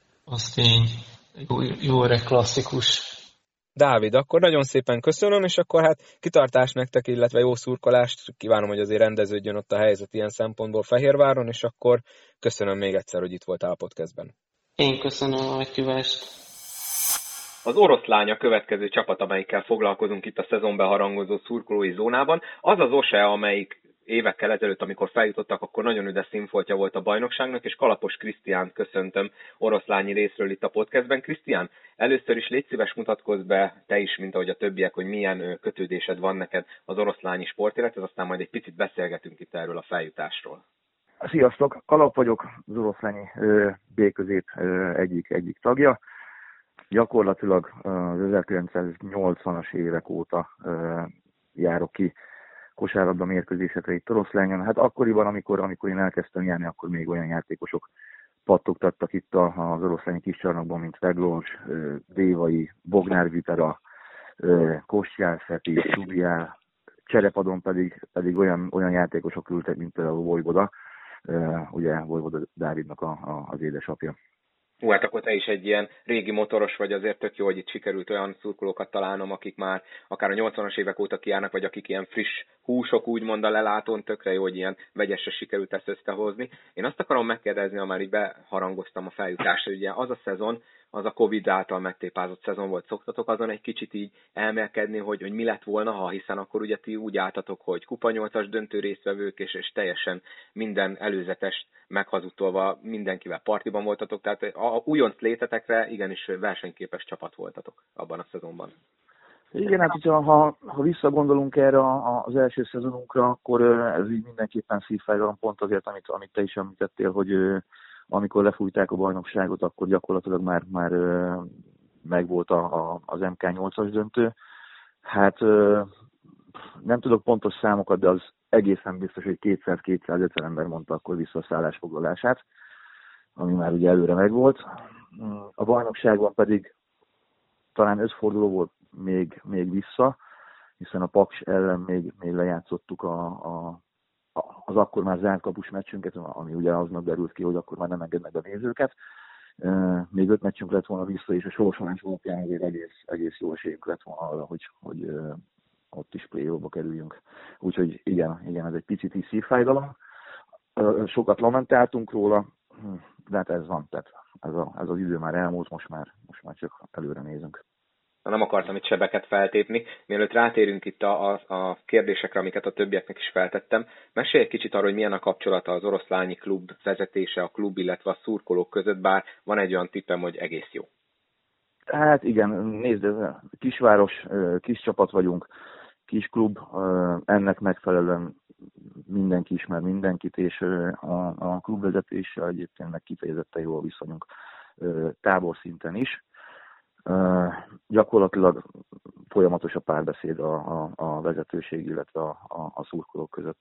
Az tény, jó, jó öreg klasszikus. Dávid, akkor nagyon szépen köszönöm, és akkor hát kitartás nektek, illetve jó szurkolást, kívánom, hogy azért rendeződjön ott a helyzet ilyen szempontból Fehérváron, és akkor köszönöm még egyszer, hogy itt voltál a podcastben. Én köszönöm a meghívást. Az Oroszlány a következő csapat, amelyikkel foglalkozunk itt a szezonbe harangozó szurkolói zónában. Az az Ose, amelyik évekkel ezelőtt, amikor feljutottak, akkor nagyon üdes színfoltja volt a bajnokságnak, és Kalapos Krisztiánt köszöntöm oroszlányi részről itt a podcastben. Krisztián, először is légy szíves, mutatkozz be te is, mint ahogy a többiek, hogy milyen kötődésed van neked az oroszlányi sportélethez, aztán majd egy picit beszélgetünk itt erről a feljutásról. Sziasztok! Kalap vagyok, az oroszlányi B-közép egyik, egyik tagja. Gyakorlatilag az ezerkilencszáznyolcvanas évek óta járok ki kosárlabda mérkőzésekre itt Oroszlányon. Hát akkoriban, amikor, amikor én elkezdtem járni, akkor még olyan játékosok pattogtattak itt az oroszlányi kis csarnokban, mint Veglós, Dévai, Bognár Vipera, Kostyál Szeti, Subjál, cserepadon pedig, pedig olyan, olyan játékosok ültek, mint például Vojvoda, ugye Vojvoda Dávidnak a, a, az édesapja. Hú, hát akkor te is egy ilyen régi motoros vagy, azért tök jó, hogy itt sikerült olyan szurkolókat találnom, akik már akár a nyolcvanas évek óta kijárnak, vagy akik ilyen friss húsok, úgymond a lelátón, tökre jó, hogy ilyen vegyesre sikerült ezt összehozni. Én azt akarom megkérdezni, ha már így beharangoztam a feljutásra, ugye az a szezon, az a Covid által megtépázott szezon volt, szoktatok azon egy kicsit így elmélkedni, hogy, hogy mi lett volna, ha, hiszen akkor ugye ti úgy álltatok, hogy kupa nyolcas döntő résztvevők, és, és teljesen minden előzetest meghazudtolva mindenkivel partiban voltatok, tehát a újonc létetekre igenis versenyképes csapat voltatok abban a szezonban. Igen, hát hogyha, ha, ha visszagondolunk erre az első szezonunkra, akkor ez így mindenképpen szívfájdalom, pont azért, amit, amit te is említettél, hogy amikor lefújták a bajnokságot, akkor gyakorlatilag már, már megvolt a, a, az em ká nyolcas döntő. Hát Nem tudok pontos számokat, de az egészen biztos, hogy kétszáz-kétszázötven ember mondta akkor vissza a szállásfoglalását, ami már ugye előre megvolt. A bajnokságban pedig talán összforduló volt még, még vissza, hiszen a Paks ellen még, még lejátszottuk a, a, az akkor már zárt kapus meccsünket, ami ugye aznap derült ki, hogy akkor már nem engednek a nézőket. Még öt meccsünk lett volna vissza, és a sorsolás alapján azért egész, egész jó esélyünk lett volna arra, hogy, hogy ott is play-offba kerüljünk. Úgyhogy igen, igen, ez egy picit is szívfájdalom. Sokat lamentáltunk róla, de hát ez van, tehát ez, a, ez az idő már elmúlt, most már, most már csak előre nézünk. Nem akartam itt sebeket feltépni. Mielőtt rátérünk itt a, a, a kérdésekre, amiket a többieknek is feltettem, mesélj egy kicsit arról, hogy milyen a kapcsolata az Oroszlányi klub vezetése, a klub, illetve a szurkolók között, bár van egy olyan tippem, hogy egész jó. Hát igen, nézd, kisváros, kis csapat vagyunk, kis klub, ennek megfelelően mindenki ismer mindenkit, és a, a klubvezetéssel egyébként meg kifejezetten jó a viszonyunk táborszinten is. Uh, gyakorlatilag folyamatos a párbeszéd a, a, a vezetőség, illetve a, a, a szurkolók között.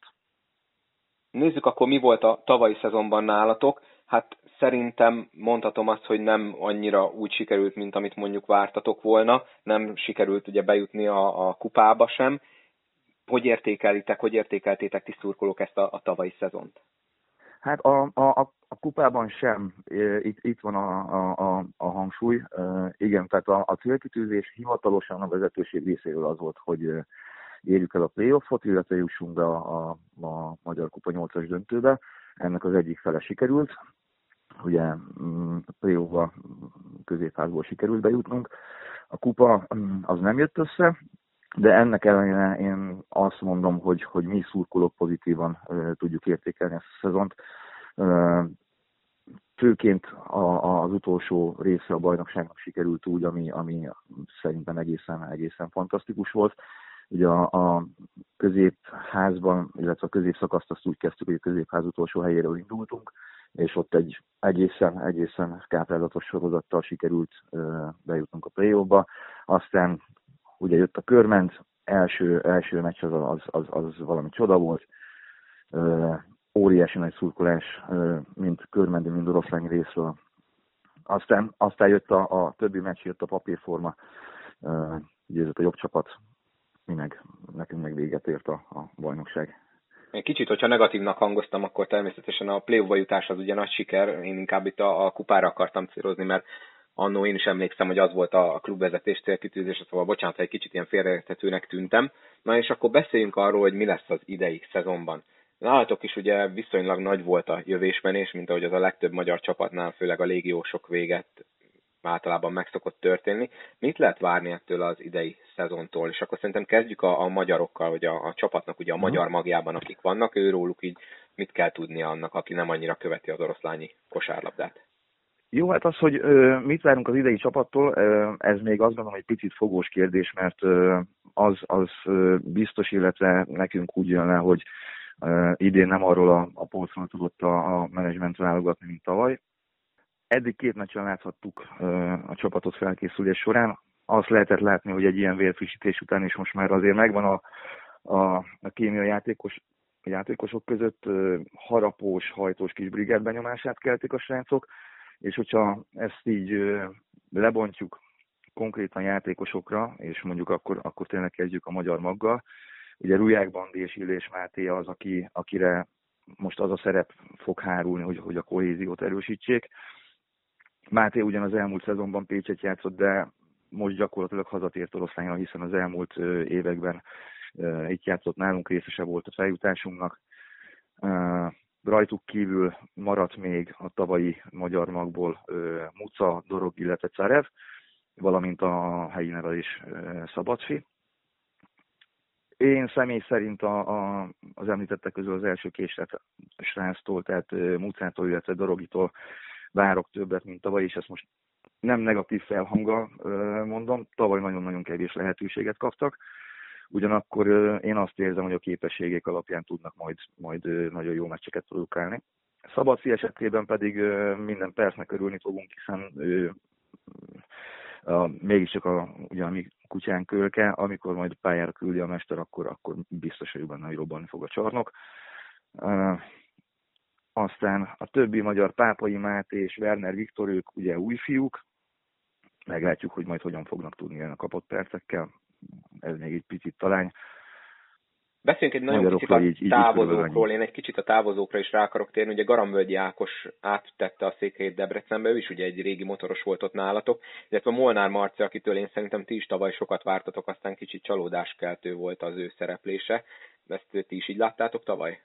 Nézzük akkor, mi volt a tavalyi szezonban nálatok. Hát szerintem mondhatom azt, hogy nem annyira úgy sikerült, mint amit mondjuk vártatok volna. Nem sikerült ugye bejutni a, a kupába sem. Hogy értékelitek, hogy értékeltétek ti szurkolók ezt a, a tavalyi szezont? Hát a, a, a kupában sem, itt, itt van a, a, a hangsúly. Igen, tehát a, a célkitűzés hivatalosan a vezetőség részéről az volt, hogy érjük el a playoffot, illetve jussunk be a, a, a Magyar Kupa nyolcas döntőbe. Ennek az egyik fele sikerült. Ugye a playoffba középházból sikerült bejutnunk. A kupa az nem jött össze, de ennek ellenére én azt mondom, hogy, hogy mi szurkolók pozitívan uh, tudjuk értékelni ezt a szezont. Uh, főként a, az utolsó része a bajnokságnak sikerült úgy, ami, ami szerintem egészen, egészen fantasztikus volt. Ugye a, a középházban, illetve a középszakaszt azt úgy kezdtük, hogy a középház utolsó helyéről indultunk, és ott egy egészen, egészen káprázatos sorozattal sikerült uh, bejutnunk a play-offba. Aztán ugye jött a körment, első, első meccs az, az, az, az valami csoda volt. Uh, óriási nagy szurkolás, uh, mind körmendi, mind oroszlányi részről. Aztán, aztán jött a, a többi meccs, jött a papírforma, uh, győzött a jobb csapat, mi meg, nekünk meg véget ért a, a bajnokság. Kicsit, hogyha negatívnak hangoztam, akkor természetesen a play-offba jutás az ugye nagy siker, én inkább itt a, a kupára akartam célozni, mert annó én is emlékszem, hogy az volt a klubvezetés célkitűzése, szóval bocsánat, ha egy kicsit ilyen félreérthetőnek tűntem. Na és akkor beszéljünk arról, hogy mi lesz az idei szezonban. Nálatok is ugye viszonylag nagy volt a jövésmenés, mint ahogy az a legtöbb magyar csapatnál, főleg a légiósok véget általában meg szokott történni. Mit lehet várni ettől az idei szezontól? És akkor szerintem kezdjük a, a magyarokkal, hogy a, a csapatnak ugye a magyar magjában, akik vannak, őróluk így mit kell tudnia annak, aki nem annyira követi az oroszlányi kosárlabdát? Jó, hát az, hogy ö, mit várunk az idei csapattól, ö, ez még azt gondolom egy picit fogós kérdés, mert ö, az, az ö, biztos, illetve nekünk úgy jön le, hogy ö, idén nem arról a, a polcról tudott a, a menedzsment válogatni, mint tavaly. Eddig két meccsen láthattuk ö, a csapatot felkészülés során. Azt lehetett látni, hogy egy ilyen vérfrissítés után is most már azért megvan a, a, a kémia játékos, játékosok között, ö, harapós, hajtós kis brigád benyomását keltik a srácok, és hogyha ezt így ö, lebontjuk konkrétan játékosokra, és mondjuk akkor, akkor tényleg kezdjük a magyar maggal. Ugye Ruják Bandi és Illés Máté az, aki, akire most az a szerep fog hárulni, hogy, hogy a kohéziót erősítsék. Máté ugyan az elmúlt szezonban Pécset játszott, de most gyakorlatilag hazatért Oroszlányra, hiszen az elmúlt ö, években ö, itt játszott nálunk, részese volt a feljutásunknak. Ö, rajtuk kívül maradt még a tavalyi magyar magból ö, Muca, Dorog, illetve Carev, valamint a helyi neve is ö, Szabadfi. Én személy szerint a, a, az említettek közül az első késlet sráctól, tehát ö, Mucától, illetve Dorogitól várok többet, mint tavaly, és ezt most nem negatív felhanggal ö, mondom, tavaly nagyon-nagyon kevés lehetőséget kaptak. Ugyanakkor ö, én azt érzem, hogy a képességek alapján tudnak majd, majd ö, nagyon jó meccseket produkálni. Szabadfi esetében pedig ö, minden percnek örülni fogunk, hiszen ö, a, mégiscsak a, ugye a mi kutyán Kölke, amikor majd pályára küldi a mester, akkor, akkor biztos vagyok benne, hogy robbanni fog a csarnok. Uh, aztán a többi magyar, Pápai Máté és Werner Viktor, ők ugye új fiúk, meglátjuk, hogy majd hogyan fognak tudni ilyen a kapott percekkel, ez még egy picit talány. Beszéljünk egy nagyon Magyarokról picit a így- így távozókról, én egy kicsit a távozókra is rá akarok térni, ugye Garambölgyi Ákos áttette a székhelyét Debrecenbe, ő is ugye egy régi motoros volt ott nálatok, illetve Molnár Marci, akitől én szerintem ti is tavaly sokat vártatok, aztán kicsit csalódáskeltő volt az ő szereplése, ezt ti is így láttátok tavaly?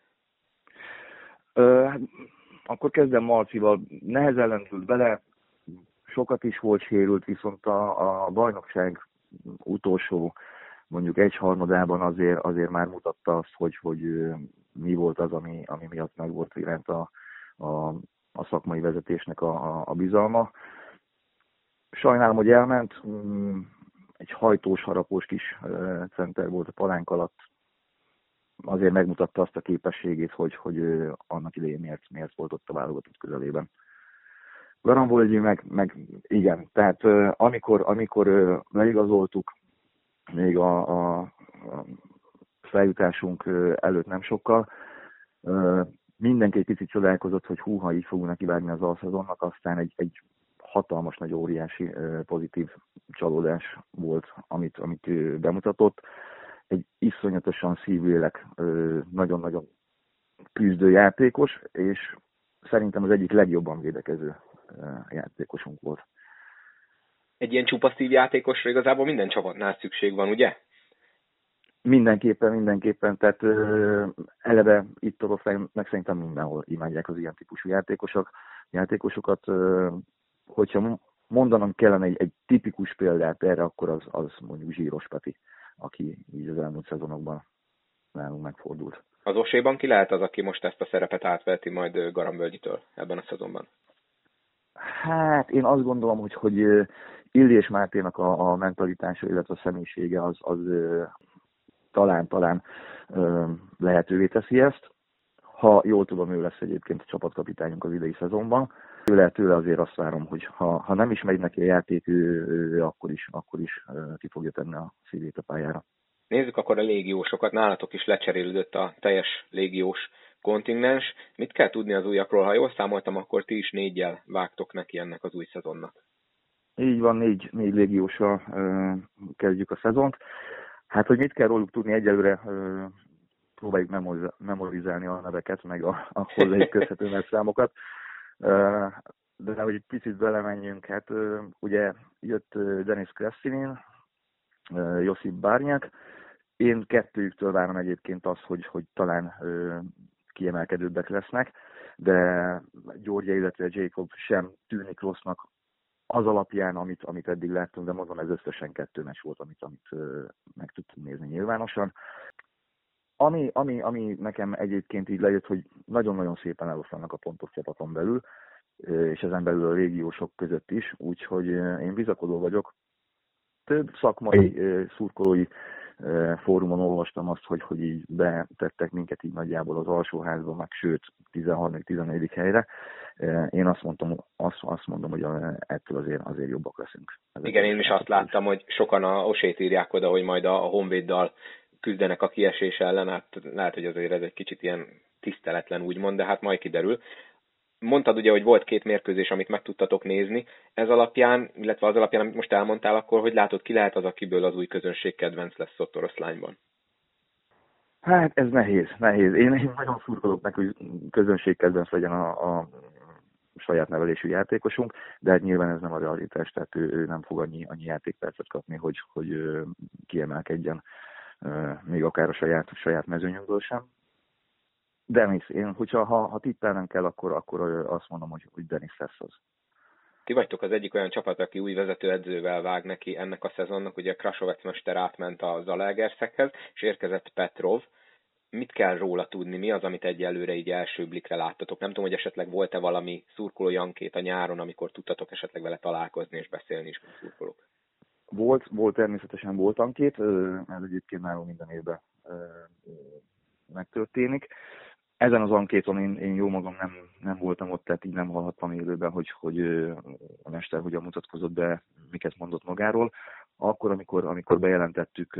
Ö, hát, akkor kezdem Marcival, nehezen lendült bele, sokat is volt sérült, viszont a, a bajnokság utolsó mondjuk egyharmadában azért, azért már mutatta azt, hogy, hogy ö, mi volt az, ami, ami miatt meg volt iránt a, a, a szakmai vezetésnek a, a, a bizalma. Sajnálom, hogy elment, egy hajtós, harapós kis ö, center volt a palánk alatt, azért megmutatta azt a képességét, hogy, hogy ö, annak idején miért, miért volt ott a válogatott közelében. Garambölgyi meg, meg igen, tehát ö, amikor, amikor ö, leigazoltuk, még a, a, a feljutásunk előtt nem sokkal, mindenki egy picit csodálkozott, hogy húha, így fogunk nekivágni az alszezonnak, aztán egy, egy hatalmas, nagy, óriási pozitív csalódás volt, amit, amit ő bemutatott. Egy iszonyatosan szívlélek, nagyon-nagyon küzdő játékos, és szerintem az egyik legjobban védekező játékosunk volt. Egy ilyen csupa szívjátékosra igazából minden csapatnál szükség van, ugye? Mindenképpen, mindenképpen, tehát ö, eleve itt Oroszlán, meg szerintem mindenhol imádják az ilyen típusú játékosok, játékosokat. Ö, hogyha mondanom kellene egy, egy tipikus példát erre, akkor az, az mondjuk Zsíros Peti, aki így az elmúlt szezonokban nálunk megfordult. Az Oséban ki lehet az, aki most ezt a szerepet átveheti majd Garambölgyitől ebben a szezonban? Hát én azt gondolom, hogy, hogy Illés Máténak a, a mentalitása, illetve a személyisége az, az talán, talán lehetővé teszi ezt. Ha jól tudom, ő lesz egyébként a csapatkapitányunk az idei szezonban. Tőle, tőle azért azt várom, hogy ha, ha nem is megy neki a játék, ő, ő akkor is, akkor is ki fogja tenni a szívét a pályára. Nézzük akkor a légiósokat. Nálatok is lecserélődött a teljes légiós kontingens. Mit kell tudni az újakról? Ha jól számoltam, akkor ti is négyel vágtok neki ennek az új szezonnak. Így van, négy, négy légióssal uh, kezdjük a szezont. Hát, hogy mit kell róluk tudni, egyelőre uh, próbáljuk memorizálni a neveket, meg a, a hozzájuk köthető számokat. Uh, de hogy egy picit belemenjünk, hát uh, ugye jött uh, Denis Kressinin, uh, Josip Bárnyak. Én kettőjüktől várom egyébként azt, hogy, hogy talán uh, kiemelkedőbbek lesznek, de György, illetve Jacob sem tűnik rossznak az alapján, amit, amit eddig láttunk, de mondom, ez összesen kettő meccs volt, amit, amit uh, meg tudtunk nézni nyilvánosan. Ami, ami, ami nekem egyébként így lejött, hogy nagyon-nagyon szépen eloszlanak a pontok csapaton belül, és ezen belül a régiósok között is, úgyhogy én bizakodó vagyok. Több szakmai szurkolói fórumon olvastam azt, hogy, hogy így betettek minket így nagyjából az alsóházba, meg sőt tizenharmadik-tizennegyedik helyre. Én azt mondtam, azt, azt mondom, hogy ettől azért, azért jobbak leszünk. Igen, én is azt láttam, hogy sokan a Osét írják oda, hogy majd a Honvéddal küzdenek a kiesés ellen, hát lehet, hogy azért ez egy kicsit ilyen tiszteletlen úgymond, de hát majd kiderül. Mondtad ugye, hogy volt két mérkőzés, amit meg tudtatok nézni. Ez alapján, illetve az alapján, amit most elmondtál, akkor hogy látod, ki lehet az, akiből az új közönség kedvenc lesz ott Oroszlányban? Hát ez nehéz, nehéz. Én, én nagyon szurkolok meg, hogy közönség kedvenc legyen a, a saját nevelésű játékosunk, de hát nyilván ez nem a realitás, tehát ő, ő nem fog annyi, annyi játékpercet kapni, hogy, hogy kiemelkedjen, még akár a saját, a saját mezőnyünkből sem. Denis, én, hogyha ha, ha tippelnem kell, akkor, akkor azt mondom, hogy, hogy Denis lesz az. Ti vagytok az egyik olyan csapat, aki új vezetőedzővel vág neki ennek a szezonnak. Ugye Krasovec mester átment a Zalaegerszeghez, és érkezett Petrov. Mit kell róla tudni? Mi az, amit egyelőre így első blikre láttatok? Nem tudom, hogy esetleg volt-e valami szurkolói ankét a nyáron, amikor tudtatok esetleg vele találkozni és beszélni is, mint szurkolók? Volt, volt természetesen volt ankét, ez egyébként nálunk minden évben megtörténik. Ezen az ankéton én, én jó magam nem, nem voltam ott, tehát így nem hallhattam élőben, hogy, hogy a mester hogyan mutatkozott be, miket mondott magáról. akkor, amikor, amikor bejelentettük,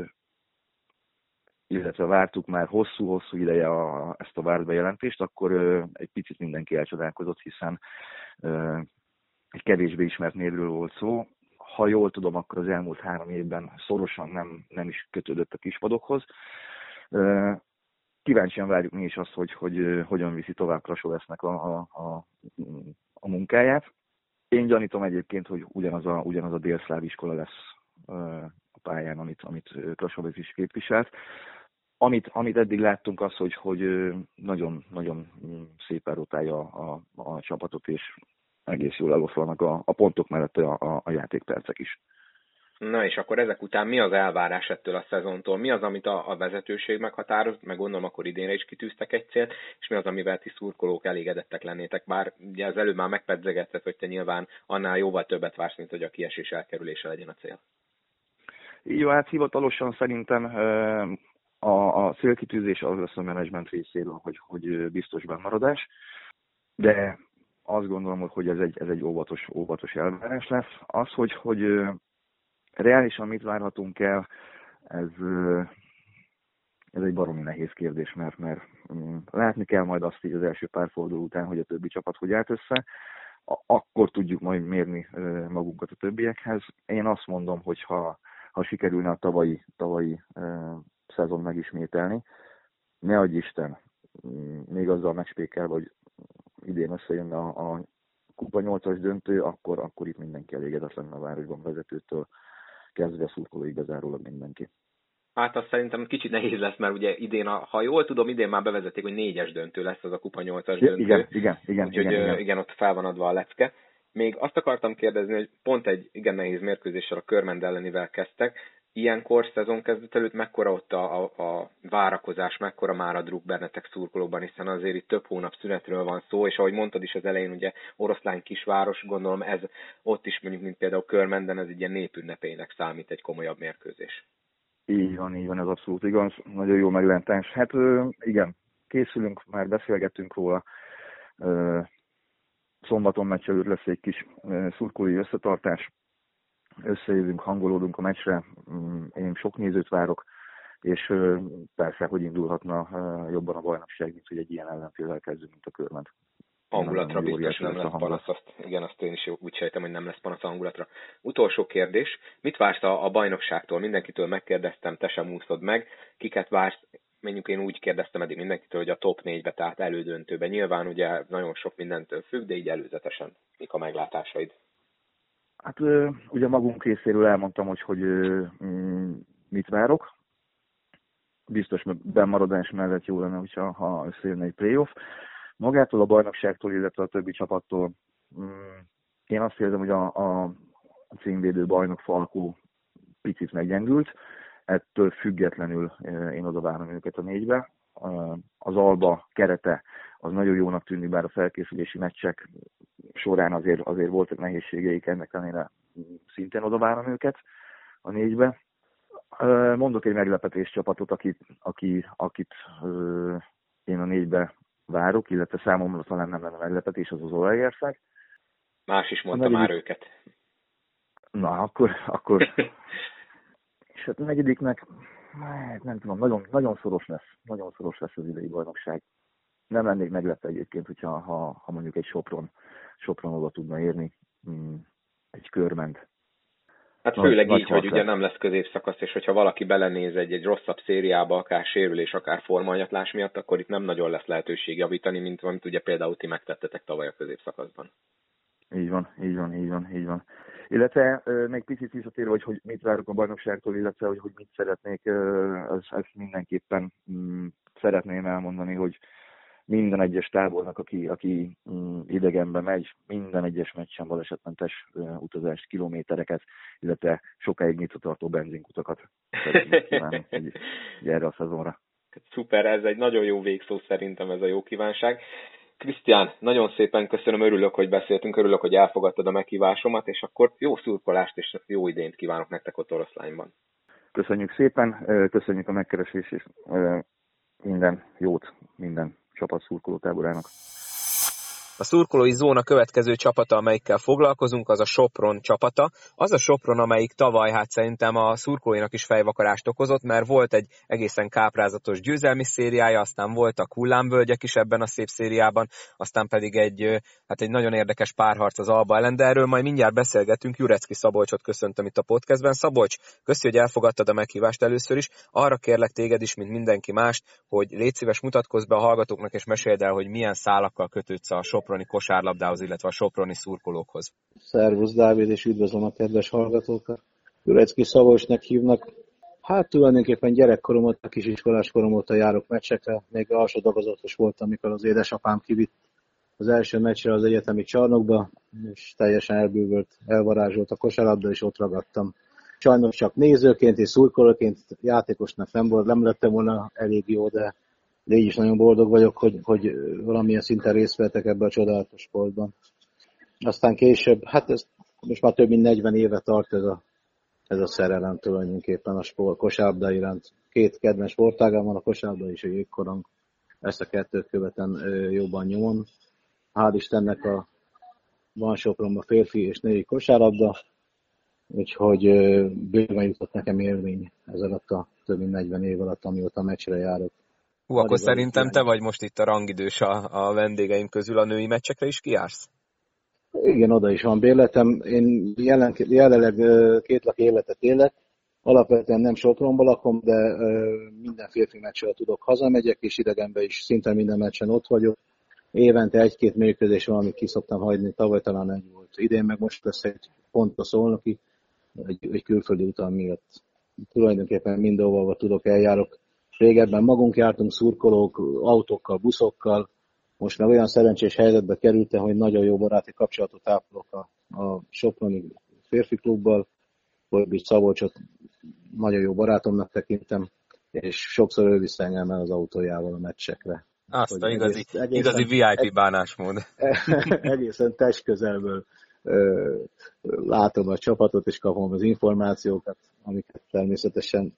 illetve vártuk már hosszú-hosszú ideje a, ezt a várt bejelentést, akkor egy picit mindenki elcsodálkozott, hiszen egy kevésbé ismert névről volt szó. Ha jól tudom, akkor az elmúlt három évben szorosan nem, nem is kötődött a kispadokhoz. Kíváncsian várjuk mi is azt, hogy, hogy hogyan viszi tovább Krasowiecnek a, a, a, a munkáját. Én gyanítom egyébként, hogy ugyanaz a, ugyanaz a délszláv iskola lesz a pályán, amit, amit Krasowiec is képviselt. Amit, amit eddig láttunk az, hogy, hogy nagyon, nagyon szépen rotálja a, a, a csapatot, és egész jól eloszlanak a, a pontok mellett a, a, a játékpercek is. Na és akkor ezek után mi az elvárás ettől a szezontól? Mi az, amit a, a vezetőség meghatározott, meg gondolom akkor idénre is kitűztek egy célt, és mi az, amivel ti szurkolók elégedettek lennétek? Bár ugye az előbb már megpedzegetted, hogy te nyilván annál jóval többet vársz, mint hogy a kiesés elkerülése legyen a cél. Jó, hát hivatalosan szerintem a, a célkitűzés az lesz a menedzsment részéről, hogy, hogy biztos bennmaradás, de azt gondolom, hogy ez egy, ez egy óvatos, óvatos elvárás lesz. Az, hogy, hogy reálisan mit várhatunk el, ez, ez egy baromi nehéz kérdés, mert, mert látni kell majd azt így az első pár forduló után, hogy a többi csapat hogy állt össze, akkor tudjuk majd mérni magunkat a többiekhez. Én azt mondom, hogy ha, ha sikerülne a tavalyi, tavalyi szezon megismételni, ne adj Isten, még azzal megspékelve, hogy idén összejön a, a kupa nyolcas döntő, akkor, akkor itt mindenki elégedett lenne a városban, vezetőtől kezdve szurkolóig bezárólag mindenki. Hát azt szerintem kicsit nehéz lesz, mert ugye idén, a, ha jól tudom, idén már bevezették, hogy négyes döntő lesz az a kupa nyolcas döntő. Igen, igen, igen. Úgyhogy igen, igen. igen, ott fel van adva a lecke. Még azt akartam kérdezni, hogy pont egy igen nehéz mérkőzéssel, a Körmend ellenivel kezdtek. Ilyenkor szezon kezdet előtt mekkora ott a, a, a várakozás, mekkora már a druk bennetek szurkolóban, hiszen azért itt több hónap szünetről van szó, és ahogy mondtad is az elején, ugye oroszlány kisváros, gondolom ez ott is mondjuk, mint például Körmenden, ez egy ilyen népünnepének számít egy komolyabb mérkőzés. Így van, így van, ez abszolút igaz. Nagyon jó meglátás. Hát igen, készülünk, már beszélgettünk róla. Szombaton meccs előtt lesz egy kis szurkolói összetartás. Összejövünk, hangolódunk a meccsre. Én sok nézőt várok, és persze, hogy indulhatna jobban a bajnokság, mint hogy egy ilyen ellenféllel kezdünk, mint a Körmend. Hangulatra biztos nem lesz panasz, azt, igen, azt én is úgy sejtem, hogy nem lesz panasz a hangulatra. Utolsó kérdés, mit vársz a, a bajnokságtól? Mindenkitől megkérdeztem, te sem úszod meg. Kiket vársz? Mondjuk én úgy kérdeztem eddig mindenkitől, hogy a top négybe, tehát elődöntőbe. Nyilván ugye nagyon sok mindentől függ, de így előzetesen mik a meglátásaid? Hát ugye magunk részéről elmondtam, hogy, hogy mit várok. Biztos bennmaradás mellett jó lenne, hogyha, ha összejönne egy playoff. Magától a bajnokságtól, illetve a többi csapattól én azt érzem, hogy a, a címvédő bajnok Falkó picit meggyengült. Ettől függetlenül én oda várom őket a négybe. Az Alba kerete az nagyon jónak tűnik, bár a felkészülési meccsek során azért, azért voltak nehézségeik, ennek ellenére szintén oda várom őket a négybe. Mondok egy meglepetés csapatot, akit, aki, akit én a négybe várok, illetve számomra talán nem lenne meglepetés, az az Zalaegerszeg. Más is mondta negyedik... már őket. Na, akkor... akkor... És hát a negyediknek, nem tudom, nagyon, nagyon szoros lesz. Nagyon szoros lesz az idei bajnokság. Nem lennék meglepve egyébként, hogyha ha, ha mondjuk egy Sopron, Sopron oda tudna érni, egy Körmend. Hát főleg nagy, így, nagy hogy ugye nem lesz középszakasz, és hogyha valaki belenéz egy, egy rosszabb szériába, akár sérülés, akár formaanyatlás miatt, akkor itt nem nagyon lesz lehetőség javítani, mint amit ugye például ti megtettetek tavaly a középszakaszban. Így van, így van, így van, így van. Illetve még picit visszatérve, hogy, hogy mit várok a bajnokságtól, illetve hogy, hogy mit szeretnék, ezt az mindenképpen mm, szeretném elmondani, hogy minden egyes tábornak, aki, aki mm, idegenbe megy, minden egyes meccsen balesetmentes uh, utazást, kilométereket, illetve sokáig nyitva tartó benzinkutakat kívánok erre a szezonra. Szuper, ez egy nagyon jó végszó szerintem, ez a jó kívánság. Krisztián, nagyon szépen köszönöm, örülök, hogy beszéltünk, örülök, hogy elfogadtad a meghívásomat, és akkor jó szurkolást és jó idényt kívánok nektek ott Oroszlányban. Köszönjük szépen, köszönjük a megkeresést, és minden jót minden csapat szurkoló táborának. A szurkolói zóna következő csapata, amelyikkel foglalkozunk, az a Sopron csapata. Az a Sopron, amelyik tavaly hát szerintem a szurkolóinak is fejvakarást okozott, mert volt egy egészen káprázatos győzelmi szériája, aztán voltak hullámvölgyek is ebben a szép szériában, aztán pedig egy, hát egy nagyon érdekes párharc az Alba ellen, de erről majd mindjárt beszélgetünk. Jurecki Szabolcsot köszöntöm itt a podcastben. Szabolcs, köszi, hogy elfogadtad a meghívást először is. Arra kérlek téged is, mint mindenki mást, hogy légy szíves, mutatkozz be a hallgatóknak, és meséld el, hogy milyen szálakkal kötődsz a soproni kosárlabdához, illetve a soproni szurkolókhoz. Szervusz Dávid, és üdvözlöm a kedves hallgatókat. Jurecki Szabolcsnak hívnak. Hát tulajdonképpen gyerekkorom óta, kisiskolás korom óta járok meccsekre. Még alsó tagozatos voltam, amikor az édesapám kivitt az első meccsre az egyetemi csarnokba, és teljesen elbűvölt, elvarázsolt a kosárlabda, és ott ragadtam. Sajnos csak nézőként és szurkolóként, játékosnak nem volt, nem lettem volna elég jó, de de így is nagyon boldog vagyok, hogy, hogy valamilyen szinten részt vettek ebbe a csodálatos sportban. Aztán később, hát ez most már több mint negyven éve tart ez a, ez a szerelem tulajdonképpen a sport, kosárlabda iránt. Két kedvenc sportágam van, a kosárlabda és a jégkorong. Ezt a kettőt követem jobban nyomon. Hál' Istennek a van Sopronban férfi és női kosárlabda, úgyhogy bőven jutott nekem élmény ez alatt a több mint negyven év alatt, amióta meccsre járok. Hú, akkor szerintem te vagy most itt a rangidős a, a vendégeim közül, a női meccsekre is kijársz? Igen, oda is van bérletem. Én jelen, jelenleg két laki életet élek. Alapvetően nem Sopronban lakom, de minden férfi meccsre tudok, hazamegyek, és idegenben is szinte minden meccsen ott vagyok. Évente egy-két mérkőzés van, amit ki szoktam hagyni, tavaly talán egy volt. Idén meg most lesz egy pont a Szolnoki, egy, egy külföldi utam miatt. Tulajdonképpen mindenhova tudok, eljárok. Régebben magunk jártunk, szurkolók, autókkal, buszokkal. Most meg olyan szerencsés helyzetbe kerültem, hogy nagyon jó baráti kapcsolatot ápolok a, a Soproni férfi klubbal. Bojbics Szabolcsot nagyon jó barátomnak tekintem, és sokszor ő visz engem el az autójával a meccsekre. Azt a igazi, egész, egészen, igazi vé i pé bánásmód. Egészen testközelből ö, látom a csapatot, és kapom az információkat, amiket természetesen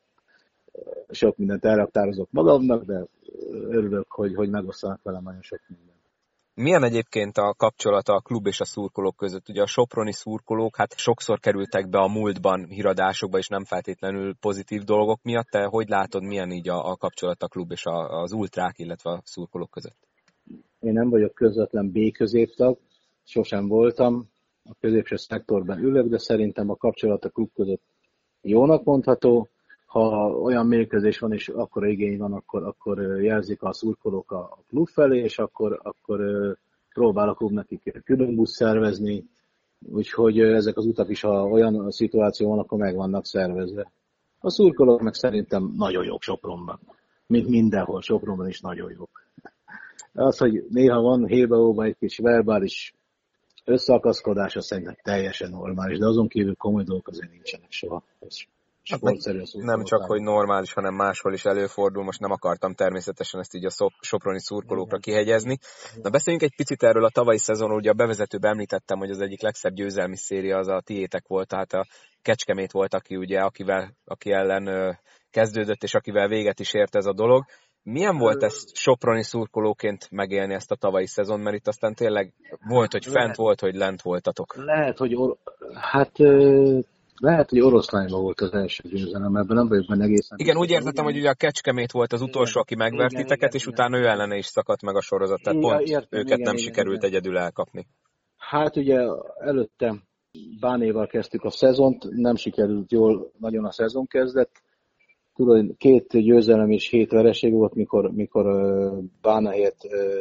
sok mindent elraktározok magamnak, de örülök, hogy, hogy megosztanak velem nagyon sok mindent. Milyen egyébként a kapcsolata a klub és a szurkolók között? Ugye a soproni szurkolók hát sokszor kerültek be a múltban híradásokba, és nem feltétlenül pozitív dolgok miatt. Te hogy látod, milyen így a, a kapcsolat a klub és a, az ultrák, illetve a szurkolók között? Én nem vagyok közvetlen B-középtag, sosem voltam. A középső szektorban ülök, de szerintem a kapcsolat a klub között jónak mondható. Ha olyan mérkőzés van, és akkor igény van, akkor, akkor jelzik a szurkolók a klub felé, és akkor, akkor próbál a klub nekik külön busz szervezni, úgyhogy ezek az utak is, ha olyan szituáció van, akkor meg vannak szervezve. A szurkolók meg szerintem nagyon jók Sopronban, mint mindenhol, Sopronban is nagyon jók. Az, hogy néha van hébe-óban egy kis verbális összeakaszkodás, az szerintem teljesen normális, de azon kívül komoly dolgok azért nincsenek soha. Hát nem csak, hogy normális, hanem máshol is előfordul. Most nem akartam természetesen ezt így a soproni szurkolókra kihegyezni. Na beszéljünk egy picit erről a tavalyi szezonról. Ugye a bevezetőben említettem, hogy az egyik legszebb győzelmi széria az a tiétek volt, tehát a Kecskemét volt, aki ugye, akivel, aki ellen ö, kezdődött, és akivel véget is ért ez a dolog. Milyen volt ezt soproni szurkolóként megélni ezt a tavalyi szezon, mert itt aztán tényleg volt, hogy fent lehet, volt, hogy lent voltatok. Lehet, hogy or... hát... Lehet, hogy Oroszlányban volt az első győzelem, ebben nem vagyok benne egészen. Igen, úgy értettem, hogy ugye a Kecskemét volt az utolsó, aki megvert titeket, és utána ő ellene is szakadt meg a sorozat, tehát igen, pont értem, őket igen, nem igen, sikerült igen. egyedül elkapni. Hát ugye előtte Bánéval kezdtük a szezont, nem sikerült jól nagyon a szezon kezdet. Tudod, két győzelem és hét vereség volt, mikor, mikor Bánáért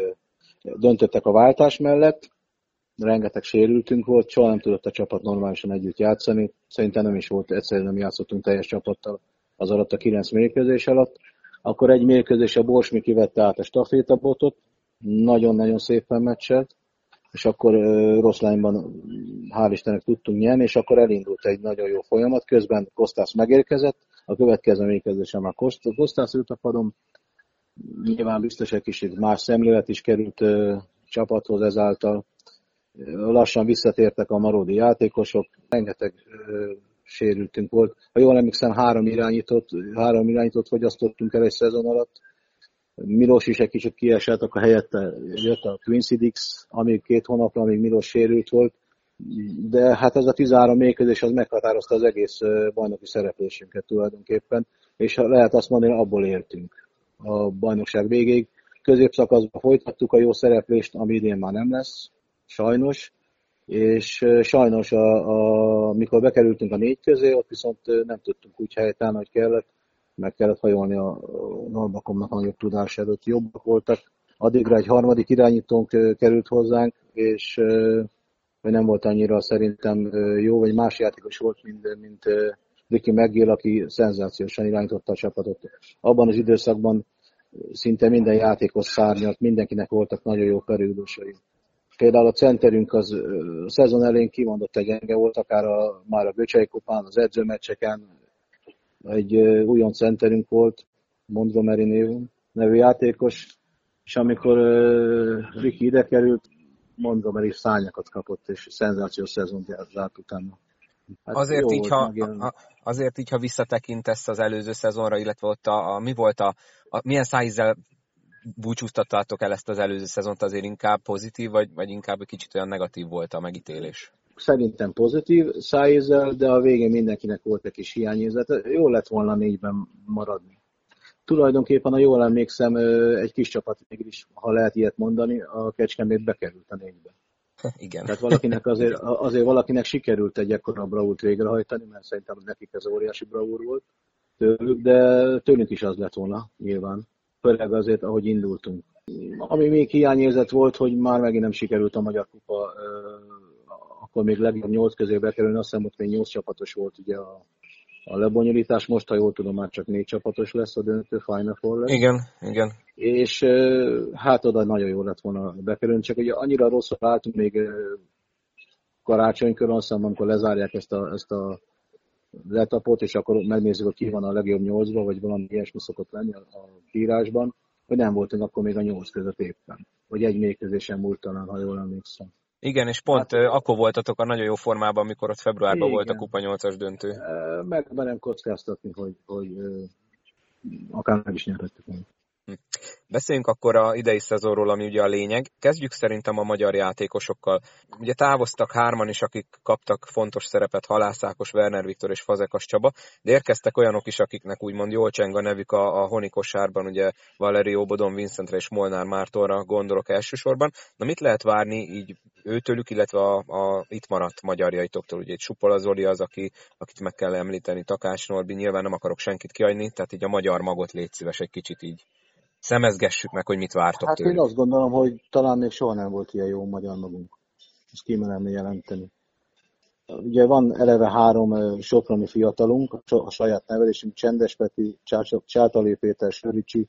döntöttek a váltás mellett. Rengeteg sérültünk volt, soha nem tudott a csapat normálisan együtt játszani. Szerintem nem is volt, egyszerűen nem játszottunk teljes csapattal az alatt a kilenc mérkőzés alatt. Akkor egy mérkőzés a Borsmi kivette át a stafétabotot, nagyon-nagyon szépen meccselt, és akkor Rosszlányban hál' Istennek tudtunk nyerni, és akkor elindult egy nagyon jó folyamat. Közben Kostász megérkezett, a következő mérkőzésen már Kostász ült a padon. Nyilván biztos egy kicsit más szemlélet is került csapathoz ezáltal. Lassan visszatértek a marodi játékosok, rengeteg ö, sérültünk volt. Ha jól emlékszem, három irányított, három irányított fogyasztottunk el egy szezon alatt. Milos is egy kicsit kiesett, akkor helyette jött a Twin Cities, amíg két hónapra, amíg Milos sérült volt, de hát ez a tizenhárom mérkőzés az meghatározta az egész bajnoki szereplésünket tulajdonképpen, és lehet azt mondani, abból éltünk a bajnokság végéig. Középszakaszban folytattuk a jó szereplést, ami idén már nem lesz, sajnos, és sajnos, a, a, mikor bekerültünk a négy közé, ott viszont nem tudtunk úgy helytállni, hogy kellett, meg kellett hajolni a Norbakomnak a nagyobb tudás előtt. Jobbak voltak, addigra egy harmadik irányítónk került hozzánk, és vagy nem volt annyira szerintem jó, vagy más játékos volt, mint, mint Ricky McGill, aki szenzációsan irányította a csapatot. Abban az időszakban szinte minden játékos szárnyalt, mindenkinek voltak nagyon jó periódusai. Például a centerünk az a szezon elején kimondott egy gyenge volt, akár a, már a Böcsei kupán, az edzőmeccseken egy újon centerünk volt, Montgomery névű, nevű játékos, és amikor uh, Ricky ide került, Montgomery szárnyakat kapott, és szenzációs szezont zárt utána. Hát azért, így, ha, a, azért így, ha visszatekintesz az előző szezonra, illetve ott a, a mi volt a, a milyen szájízzel búcsúztattátok el ezt az előző szezont, azért inkább pozitív, vagy, vagy inkább egy kicsit olyan negatív volt a megítélés? Szerintem pozitív szájízzel, de a végén mindenkinek volt egy kis hiányérzet. Jól lett volna négyben maradni. Tulajdonképpen, ha jól emlékszem, egy kis csapat mégis, ha lehet ilyet mondani, a Kecskemét bekerült a négybe. Igen. Tehát valakinek azért, azért valakinek sikerült egy ekkora bravúrt végrehajtani, mert szerintem nekik ez óriási bravúr volt tőlük, de tőlünk is az lett volna nyilván. Főleg azért, ahogy indultunk. Ami még hiányérzet volt, hogy már megint nem sikerült a Magyar Kupa, akkor még legjobb nyolc közé bekerülni, azt hiszem, ott még nyolc csapatos volt ugye a, a lebonyolítás, most, ha jól tudom, már csak négy csapatos lesz a döntő, Final Four lesz. Igen, igen. És hát oda nagyon jó lett volna bekerülni, csak ugye annyira rosszul álltunk még karácsonykor, azt hiszem, amikor lezárják ezt a, ezt a letapot, és akkor megnézzük, hogy ki van a legjobb nyolcban, vagy valami ilyesmi szokott lenni a, a írásban, hogy nem voltunk akkor még a nyolc között éppen. Vagy egy mérkőzésen múlt talán, ha jól emlékszem. Igen, és pont hát, akkor voltatok a nagyon jó formában, amikor ott februárban igen. Volt a Kupa nyolcas döntő. Meg merem kockáztatni, hogy, hogy akár meg is nyerhettük meg. Hm. Beszéljünk akkor a idei szezonról, ami ugye a lényeg. Kezdjük szerintem a magyar játékosokkal. Ugye távoztak hárman is, akik kaptak fontos szerepet, Halász Ákos, Werner Viktor és Fazekas Csaba, de érkeztek olyanok is, akiknek úgymond jól cseng a nevük a, a honi kosárban, ugye Valerio Bodon Vincentre és Molnár Mártonra gondolok elsősorban. Na mit lehet várni így őtőlük, illetve a, a itt maradt magyarjaitoktól? Ugye egy Supola Zoli az, aki, akit meg kell említeni, Takács Norbi, nyilván nem akarok senkit kiadni, tehát így a magyar magot légy szíves egy kicsit így szemezgessük meg, hogy mit vártok hát tőlük. Én azt gondolom, hogy talán még soha nem volt ilyen jó magyar magunk. Ezt kimerem jelenteni. Ugye van eleve három soproni fiatalunk, a saját nevelésünk, Csendes Peti, Csátalé Péter, Söricsi.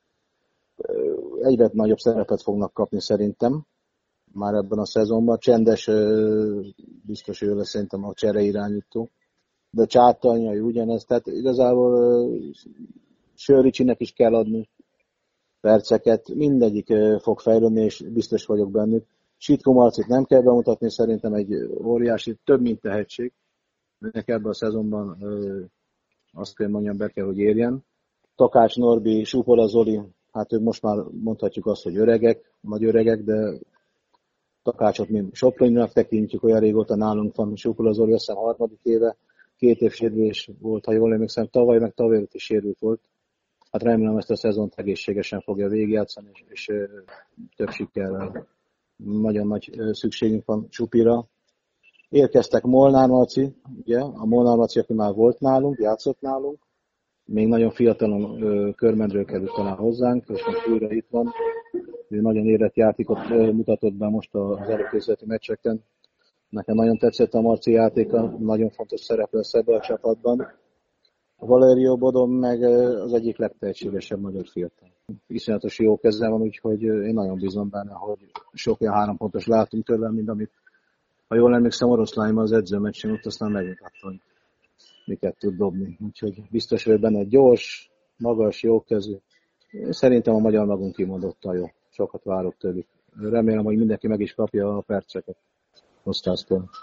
Egyre nagyobb szerepet fognak kapni szerintem már ebben a szezonban. Csendes biztos ő lesz szerintem a csere irányító. De Csátanyai ugyanez, tehát igazából Söricsinek is kell adni perceket, mindegyik fog fejlődni, és biztos vagyok bennük. Sitko Marcit nem kell bemutatni, szerintem egy óriási, több mint tehetség. Ennek ebben a szezonban azt kell mondjam, be kell, hogy érjen. Takács Norbi, Supola Zoli, hát ők most már mondhatjuk azt, hogy öregek, nagy öregek, de Takácsot mi Soproninak tekintjük, olyan régóta nálunk van. Supola Zoli azt hiszem harmadik éve, két év sérülés volt, ha jól emlékszem, tavaly meg tavaly előtt is sérült volt. Hát remélem ezt a szezont egészségesen fogja végigjátszani, és, és több sikerrel. Nagyon nagy szükségünk van Csupira. Érkeztek Molnár Marci, ugye, a Molnár Marci, aki már volt nálunk, játszott nálunk. Még nagyon fiatalon körmendről került talán hozzánk, és most újra itt van. Ő nagyon érett játékot mutatott be most az előkészületi meccseken. Nekem nagyon tetszett a Marci játéka, nagyon fontos szerep lesz ebben a csapatban. A Valerio Bodon meg az egyik legtehetségesebb magyar fiatal. Iszonyatos jó kezem van, úgyhogy én nagyon bízom benne, hogy sok olyan három pontos látunk tőle, mint amit, ha jól emlékszem, Oroszlányban az edzőmeccsen ott aztán megmutatta, hogy miket tud dobni. Úgyhogy biztos vagyok benne, gyors, magas, jó kezű. Szerintem a magyar magunk kimondottan jó. Sokat várok tőlük. Remélem, hogy mindenki meg is kapja a perceket. Osztásztól.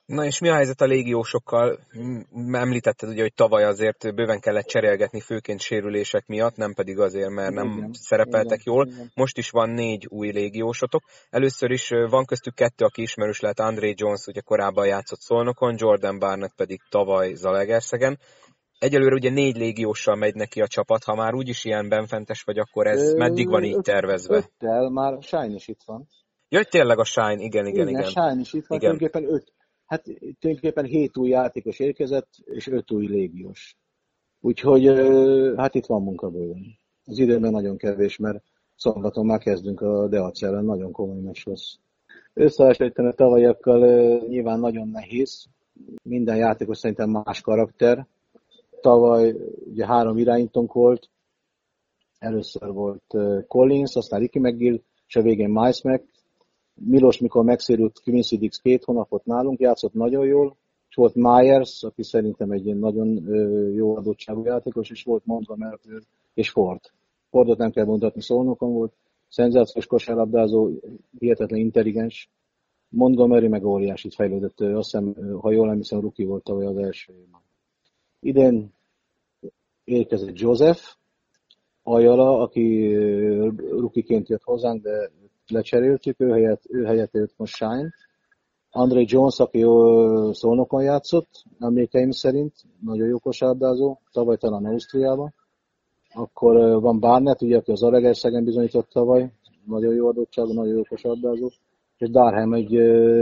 Na és mi a helyzet a légiósokkal? Említetted ugye, hogy tavaly azért bőven kellett cserélgetni, főként sérülések miatt, nem pedig azért, mert nem Igen, szerepeltek igen, jól. igen. Most is van négy új légiósotok. Először is van köztük kettő, aki ismerős lehet, André Jones, ugye korábban játszott Szolnokon, Jordan Barnett pedig tavaly Zalaegerszegen. Egyelőre ugye négy légióssal megy neki a csapat, ha már úgyis ilyen benfentes vagy, akkor ez Ö, meddig van így öt, tervezve? öttel már Shine is itt van. Jaj, tényleg a Shine, igen, igen, Igen, igen. Shine is itt van, Igen. tulajdonképpen öt, hát tulajdonképpen hét új játékos érkezett, és öt új légiós. Úgyhogy hát itt van munka bőven. Az időben nagyon kevés, mert szombaton már kezdünk a Deac ellen, nagyon komoly meccs lesz. Összehasonlítani a tavalyakkal nyilván nagyon nehéz. Minden játékos szerintem más karakter. Tavaly ugye három irányítónk volt. Először volt Collins, aztán Ricky McGill, és a végén Miles Mack. Milos, mikor megszérült, Quincy Dix két hónapot nálunk, játszott nagyon jól, és volt Myers, aki szerintem egy nagyon jó adottságú játékos, és volt Montgomery és Ford. Fordot nem kell mondhatni, Szolnokon volt, szenzációs kosárlabdázó, hihetetlen intelligens. Montgomery meg óriásit fejlődött, azt hiszem, ha jól emlékszem, rookie volt tavaly az első évben. Idén érkezett Joseph Ajala, aki rukiként jött hozzánk, de lecseréltük, ő helyett, ő helyett jött most Shine. André Jones, aki Szolnokon játszott, emlékeim szerint, nagyon jó kosárlabdázó, tavaly talán Ausztriában. Akkor van Barnett, ugye, aki az Zalaegerszegen bizonyított tavaly, nagyon jó adottságú, nagyon jó kosárlabdázó. És Darham egy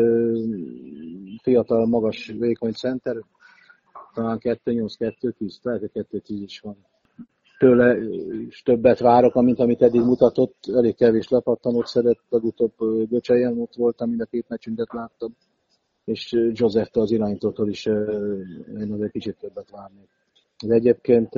fiatal, magas, vékony center, talán kettő nyolc kettő tíz, lehet, hogy kettő tíz is van. Tőle is többet várok, mint amit eddig mutatott, elég kevés lepattanót szedett, legutóbb Göcselyen ott voltam, mind a két meccsünket láttam, és Joseph-től az irányítótól is én azért kicsit többet várnék. De egyébként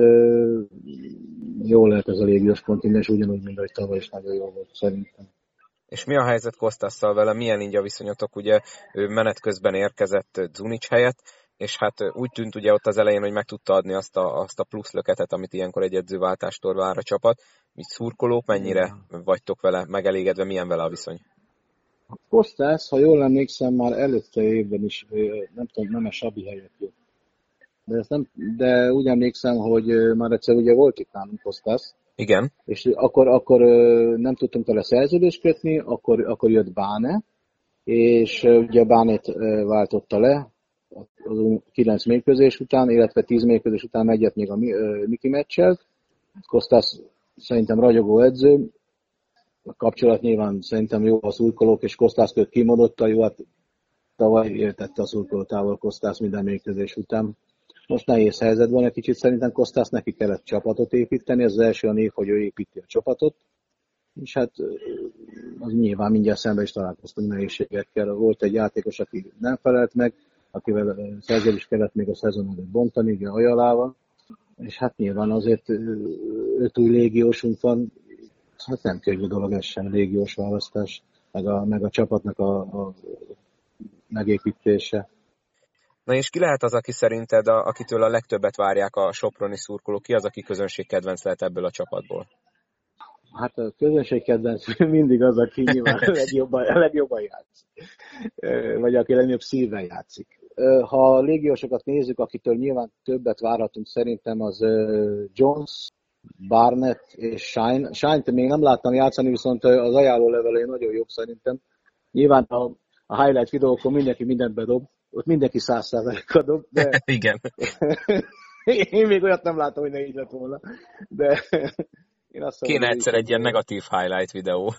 jól lehet ez a légiós kontinens, ugyanúgy, mint ahogy tavaly is nagyon jó volt szerintem. És mi a helyzet Kostasszal vele? Milyen így a viszonyatok? Ugye ő menet közben érkezett Zunic helyett, és hát úgy tűnt ugye ott az elején, hogy meg tudta adni azt a, azt a plusz löketet, amit ilyenkor egy edzőváltástól vár a csapat. Mi szurkolók, mennyire vagytok vele megelégedve, milyen vele a viszony? Kostász, ha jól emlékszem, már előtte évben is, nem tudom, nem a Sabi helyett jött. De, ezt nem, de úgy emlékszem, hogy már egyszer ugye volt itt nálunk Kostász. Igen. És akkor, akkor nem tudtunk vele szerződést kötni, akkor, akkor jött Báne, és ugye Bánét váltotta le az kilenc mérkőzés után, illetve tíz mérkőzés után egyet még a Miki meccselt. Kostász szerintem ragyogó edző, a kapcsolat nyilván szerintem jó a szurkolók, és Kostász köt kimondottan, jó, hát tavaly értette a szurkolótával Kostász minden mérkőzés után. Most nehéz helyzetben egy kicsit, szerintem Kostász neki kellett csapatot építeni, ez az első a név, hogy ő építi a csapatot, és hát az nyilván mindjárt szemben is találkoztunk nehézségekkel. Volt egy játékos, aki nem felelt meg, akivel szerződést kellett még a szezon előtt bontani, ugye Ajalával, és hát nyilván azért öt új légiósunk van, hát nem könnyű dolog ez sem, légiós választás, meg a, meg a csapatnak a, a megépítése. Na és ki lehet az, aki szerinted, a, akitől a legtöbbet várják a soproni szurkolók? Ki az, aki közönségkedvenc lehet ebből a csapatból? Hát a közönségkedvenc mindig az, aki nyilván a legjobban, a legjobban játszik. Vagy aki legnagyobb szívvel játszik. Ha a légiósokat nézzük, akitől nyilván többet várhatunk, szerintem az Jones, Barnett és Shine. Shine-t még nem láttam játszani, viszont az ajánló levelei nagyon jobb szerintem. Nyilván a, a highlight videókon mindenki mindent bedob, ott mindenki száz százalékot dob, de... Igen. Én még olyat nem látom, hogy ne így lett volna, de... Én azt Kéne mondom, egyszer egy ilyen negatív highlight videó.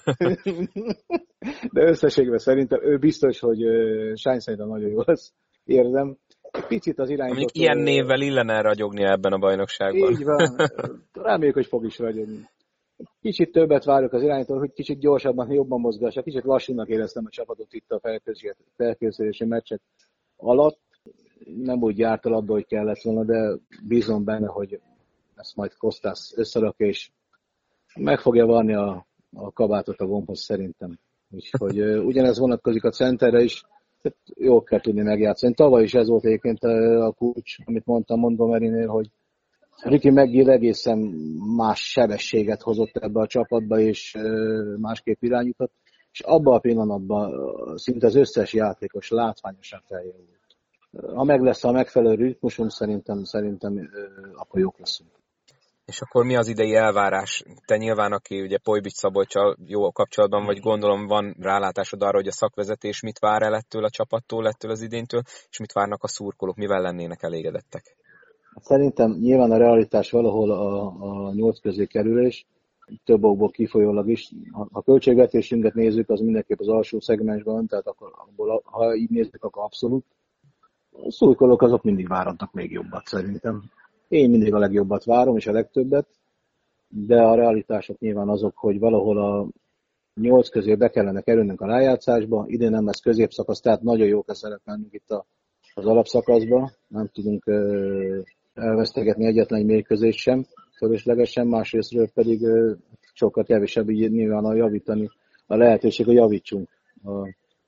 De összességben szerintem ő biztos, hogy Shine szerintem nagyon jó lesz, érzem. Picit az irányított... Mondjuk ilyen névvel illene ragyognia ebben a bajnokságban. Így van. Reméljük, hogy fog is ragyogni. Kicsit többet várok az irányítól, hogy kicsit gyorsabban, jobban mozgassa. Kicsit lassúnak éreztem a csapatot itt a felkészülési meccsek alatt. Nem úgy járt a labda, hogy kellett volna, de bízom benne, hogy ezt majd Kostász összerakja, és meg fogja varni a, a kabátot a gombhoz szerintem. Úgyhogy ugyanez vonatkozik a centerre is, tehát jól kell tudni megjátszani. Tavaly is ez volt egyébként a kulcs, amit mondtam Montgomerynél, hogy Ricky McGill egészen más sebességet hozott ebbe a csapatba, és másképp irányított, és abban a pillanatban szinte az összes játékos látványosan feljavult. ha meg lesz a megfelelő ritmusunk, szerintem, szerintem akkor jók leszünk. És akkor mi az idei elvárás? Te nyilván, aki ugye Pojbics Szabolccsal jó kapcsolatban vagy, gondolom van rálátásod arra, hogy a szakvezetés mit vár el ettől a csapattól, ettől az idénytől, és mit várnak a szurkolók, mivel lennének elégedettek? Szerintem nyilván a realitás valahol a, a nyolc közé kerülés, több okból kifolyólag is. Ha a költségvetésünket nézzük, az mindenképp az alsó szegmensben, tehát akkor, abból, ha így nézzük, akkor abszolút. A szurkolók azok mindig várhatnak még jobbat szerintem. Én mindig a legjobbat várom, és a legtöbbet, de a realitások nyilván azok, hogy valahol a nyolc közé be kellene kerülnünk a rájátszásba, idén nem lesz középszakasz, tehát nagyon jók lesz szerepelnünk itt a, az alapszakaszba, nem tudunk ö, elvesztegetni egyetlen mérkőzést sem, fölöslegesen, másrésztről pedig ö, sokkal kevésebb így nyilván a javítani, a lehetőség, hogy javítsunk. A,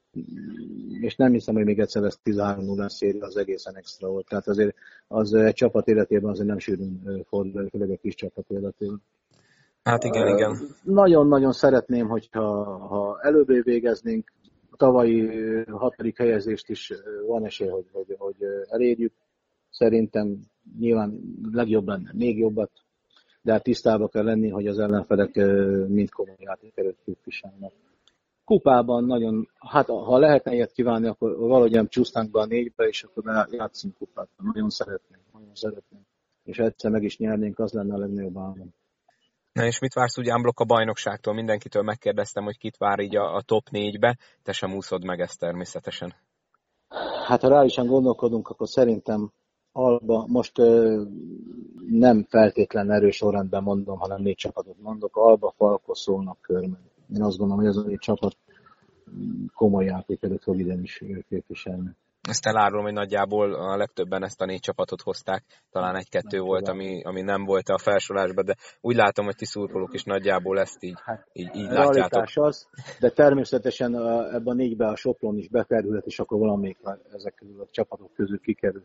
és nem hiszem, hogy még egyszer lesz tizenhárom nulla széria, az egészen extra volt. Tehát azért az egy csapat életében azért nem sűrűn fordul, főleg egy kis csapat életében. Hát igen, igen. Nagyon-nagyon szeretném, hogyha ha előbbé végeznénk, a tavalyi hatodik helyezést is van esély, hogy, hogy, hogy elérjük. Szerintem nyilván legjobb lenne, még jobbat, de hát tisztában kell lenni, hogy az ellenfelek mind komoly játékerőt képviselnek. Kupában nagyon, hát ha lehetne ilyet kívánni, akkor valahogyan csúsztánk be a négybe, és akkor játszunk kupát. Nagyon szeretném, nagyon szeretném. És egyszer meg is nyernénk, az lenne a legnagyobb állam. Na és mit vársz úgy unblock a bajnokságtól? Mindenkitől megkérdeztem, hogy kit vár így a, a top négybe. Te sem úszod meg ezt természetesen. Hát ha reálisan gondolkodunk, akkor szerintem Alba, most ö, nem feltétlen erős sorrendben mondom, hanem négy csapatot mondok. Alba, Falko, Szolnok, Körmen. Én azt gondolom, hogy ez a négy csapat komoly játékelőt fog idén is képviselni. Ezt elárulom, hogy nagyjából a legtöbben ezt a négy csapatot hozták. Talán egy-kettő nem volt, ami, ami nem volt a felsorolásban, de úgy látom, hogy ti szurkolók is nagyjából ezt így, hát, így, így látjátok. Az, de természetesen ebben a négyben a Sopron is bekerülhet, és akkor valamelyik ezek közül a csapatok közül kikerül.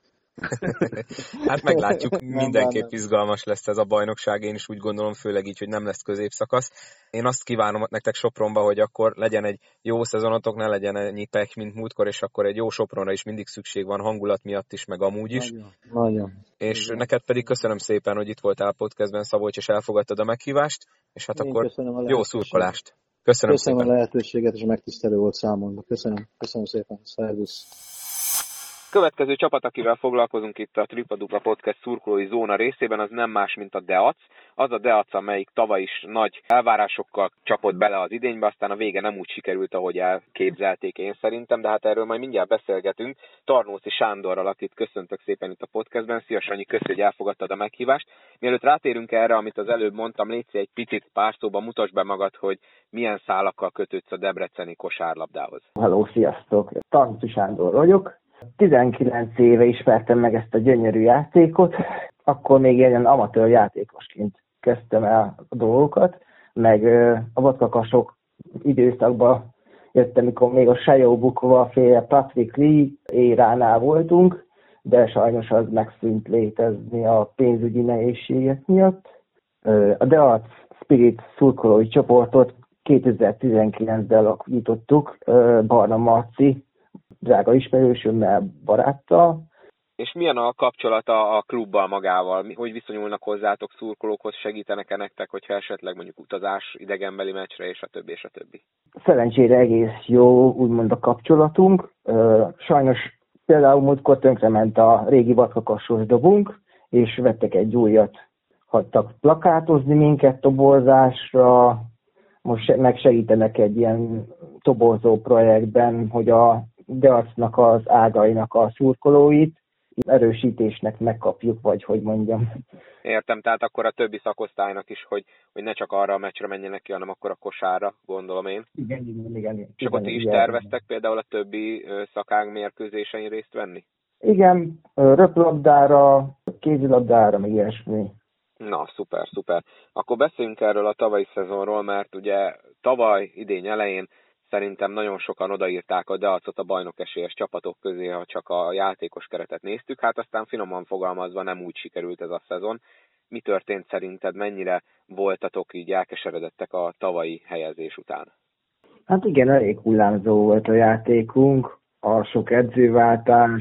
Hát meglátjuk, mindenképp izgalmas lesz ez a bajnokság, én is úgy gondolom, főleg így, hogy nem lesz középszakasz. Én azt kívánom nektek Sopronba, hogy akkor legyen egy jó szezonotok, ne legyen ennyi pek, mint múltkor, és akkor egy jó Sopronra is mindig szükség van, hangulat miatt is, meg amúgy is. Nagyon, nagyon. És nagyon. Neked pedig köszönöm szépen, hogy itt voltál a podcastben, Szabolcs, és elfogadtad a meghívást, és hát Én akkor jó szurkolást. Köszönöm, köszönöm szépen. a lehetőséget, és megtisztelő volt számomra. Köszönöm, köszönöm szépen. Szervusz. Következő csapat, akivel foglalkozunk itt a Tripla Dupla Podcast szurkolói zóna részében, az nem más, mint a Deac. Az a Deac, amelyik tavaly is nagy elvárásokkal csapott bele az idénybe, aztán a vége nem úgy sikerült, ahogy elképzelték én szerintem, de hát erről majd mindjárt beszélgetünk. Tarnóci Sándorral, akit köszöntök szépen itt a podcastben. Szia Sanyi, köszi, hogy elfogadtad a meghívást. Mielőtt rátérünk erre, amit az előbb mondtam, légy egy picit pár szóban mutasd be magad, hogy milyen szálakkal kötődsz a debreceni kosárlabdához. Hello, sziasztok! Tarnóci Sándor vagyok. tizenkilenc éve ismertem meg ezt a gyönyörű játékot, akkor még ilyen amatőr játékosként kezdtem el a dolgokat, meg a vadkakasok időszakban jöttem, mikor még a Sajó Bukova féle Patrick Lee éránál voltunk, de sajnos az megszűnt létezni a pénzügyi nehézségek miatt. A Deac Spirit szurkolói csoportot kétezer-tizenkilencben alakítottuk Barna Marci drága ismerősömmel, baráttal. És milyen a kapcsolata a klubbal magával? Hogy viszonyulnak hozzátok szurkolókhoz, segítenek-e nektek, hogyha esetleg mondjuk utazás idegenbeli meccsre, és a többi, és a többi? Szerencsére egész jó, úgymond a kapcsolatunk. Sajnos például múltkor tönkrement a régi vadkakasos dobunk, és vettek egy újat, hagytak plakátozni minket toborzásra, most megsegítenek egy ilyen toborzó projektben, hogy a Deacnak az ágainak a szurkolóit erősítésnek megkapjuk, vagy hogy mondjam. Értem, tehát akkor a többi szakosztálynak is, hogy, hogy ne csak arra a meccsre menjenek ki, hanem akkor a kosárra, gondolom én. Igen, igen, igen. És igen, akkor ti is igen, terveztek például a többi szakág mérkőzésein részt venni? Igen, röplabdára, kézilabdára, meg ilyesmi. Na, szuper, szuper. Akkor beszéljünk erről a tavalyi szezonról, mert ugye tavaly, idény elején szerintem nagyon sokan odaírták a Deacot a bajnokesélyes csapatok közé, ha csak a játékos keretet néztük, hát aztán finoman fogalmazva nem úgy sikerült ez a szezon. Mi történt szerinted, mennyire voltatok így elkeseredettek a tavalyi helyezés után? Hát igen, elég hullámzó volt a játékunk. a sok edzőváltás,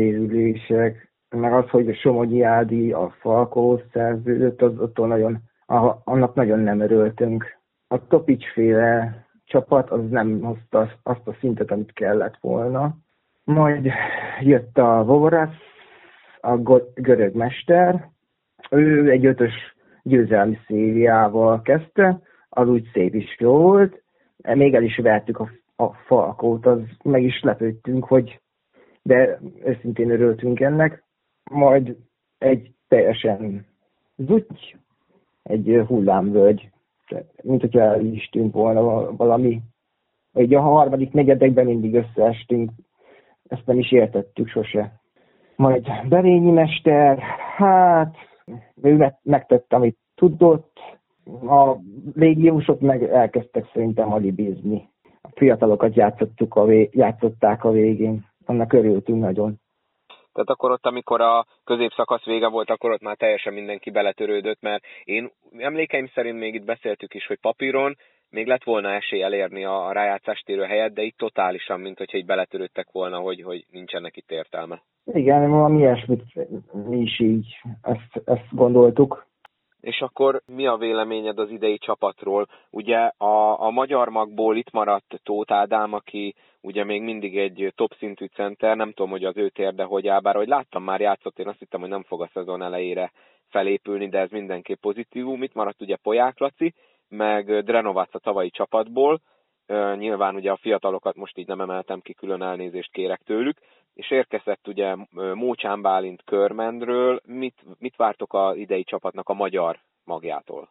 sérülések, meg az, hogy a Somogyi Ádi a Falkóhoz szerződött, az attól nagyon, annak nagyon nem örültünk. A Topics-féle csapat az nem hozta azt a szintet, amit kellett volna. Majd jött a Vovorasz, a görög mester. Ő egy ötös győzelmi szériával kezdte, az úgy szép is jó volt. Még el is vertük a, a Falkót, az meg is lepődtünk, hogy de őszintén örültünk ennek. Majd egy teljesen zutty, egy hullámvölgy, mint hogyha el is tűnt volna valami. Ugye a harmadik negyedekben mindig összeestünk, ezt nem is értettük sose. Majd Berényi mester, hát ő megtette, amit tudott. A légiósok meg elkezdtek szerintem alibizni. A fiatalokat játszottuk a vé- játszották a végén. Annak örültünk nagyon. Tehát akkor ott, amikor a középszakasz vége volt, akkor ott már teljesen mindenki beletörődött, mert én emlékeim szerint még itt beszéltük is, hogy papíron még lett volna esély elérni a rájátszástérő helyet, de itt totálisan, mint hogyha így beletörődtek volna, hogy, hogy nincsenek itt értelme. Igen, valami ilyesmit mi is így ezt, ezt gondoltuk. És akkor mi a véleményed az idei csapatról? Ugye a, a magyar magból itt maradt Tóth Ádám, aki ugye még mindig egy top szintű center, nem tudom, hogy az ő térde hogy áll, bár hogy láttam már játszott, én azt hittem, hogy nem fog a szezon elejére felépülni, de ez mindenképp pozitívum. Itt maradt ugye Poják Laci, meg Drenovac a tavalyi csapatból, nyilván ugye a fiatalokat most így nem emeltem ki, külön elnézést kérek tőlük, és érkezett ugye Mócsán Bálint Körmendről. Mit, mit vártok az idei csapatnak a magyar magjától?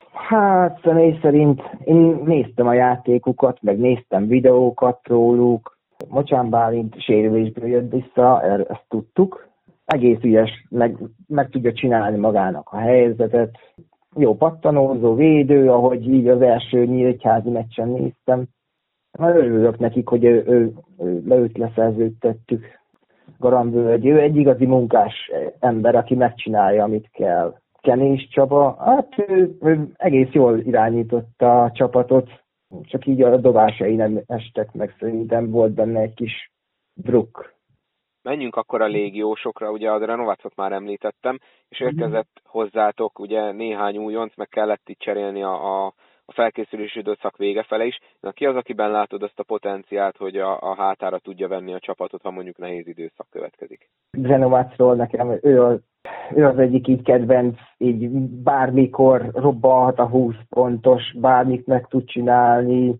Hát személy szerint én néztem a játékukat, meg néztem videókat róluk. Mocsán Bálint sérülésből jött vissza, ezt tudtuk. Egész ügyes, meg, meg tudja csinálni magának a helyzetet. Jó pattanózó, védő, ahogy így az első nyíregyházi meccsen néztem. Már örülök nekik, hogy ő, ő, ő, őt leszerződtettük. Garambölgy, ő egy igazi munkás ember, aki megcsinálja, amit kell. Kenés Csaba, hát ő, ő egész jól irányította a csapatot, csak így a dobásai nem estek meg, szerintem volt benne egy kis druk. Menjünk akkor a légiósokra, ugye a Drenovacot már említettem, és érkezett hozzátok ugye néhány újonc, meg kellett itt cserélni a, a, a felkészülési időszak vége fele is. Na, ki az, akiben látod azt a potenciált, hogy a, a hátára tudja venni a csapatot, ha mondjuk nehéz időszak következik? Drenovacról nekem ő az, ő az egyik így kedvenc, így bármikor robbanhat a húsz pontos, bármit meg tud csinálni.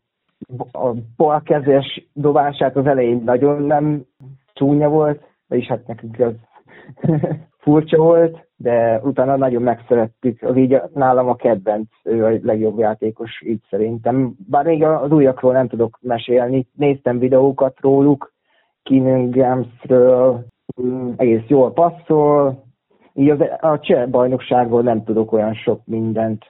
A balkezes dobását az elején nagyon nem csúnya volt, vagyis hát nekünk az furcsa volt, de utána nagyon megszerettük. Az így nálam a kedvenc, ő a legjobb játékos, így szerintem. Bár még az újakról nem tudok mesélni. Néztem videókat róluk, Kinninghamsről, egész jól passzol. Így az, a cseh bajnokságról nem tudok olyan sok mindent.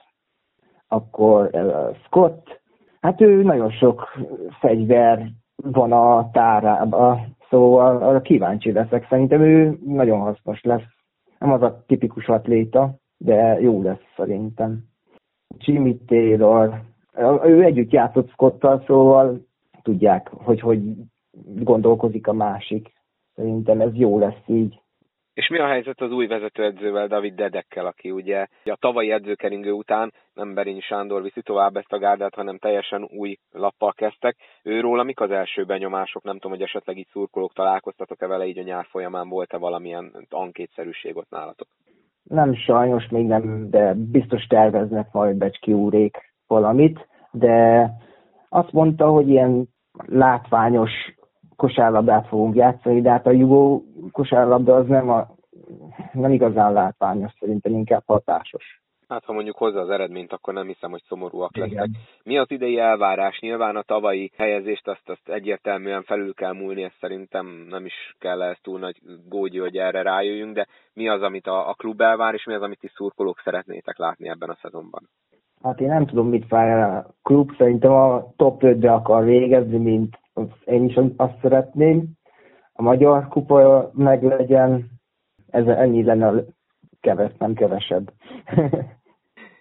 Akkor uh, Scott, hát ő nagyon sok fegyver van a tárában, szóval arra kíváncsi leszek. Szerintem ő nagyon hasznos lesz. Nem az a tipikus atléta, de jó lesz szerintem. Jimmy Taylor, ő együtt játszott Scottal, szóval tudják, hogy hogy gondolkozik a másik. Szerintem ez jó lesz így. És mi a helyzet az új vezetőedzővel, David Dedekkel, aki ugye a tavalyi edzőkeringő után nem Berényi Sándor viszi tovább ezt a gárdát, hanem teljesen új lappal kezdtek. Őróla mik az első benyomások? Nem tudom, hogy esetleg így szurkolók találkoztatok-e vele, így a nyár folyamán volt-e valamilyen ankétszerűség ott nálatok? Nem, sajnos még nem, de biztos terveznek majd Becski úrék valamit, de azt mondta, hogy ilyen látványos kosárlabdát fogunk játszani, de hát a jugó kosárlabda az nem, a, nem igazán látványos, szerintem inkább hatásos. Hát ha mondjuk hozzá az eredményt, akkor nem hiszem, hogy szomorúak lesznek. Igen. Mi az idei elvárás? Nyilván a tavalyi helyezést azt, azt egyértelműen felül kell múlni, ezt szerintem nem is kell ez túl nagy gógyi, hogy erre rájöjjünk, de mi az, amit a, a klub elvár, és mi az, amit ti szurkolók szeretnétek látni ebben a szezonban? Hát én nem tudom, mit vár a klub, szerintem a top ötbe akar végezni, mint én is azt szeretném. A magyar kupa meg legyen, ez ennyi lenne a keves, nem kevesebb.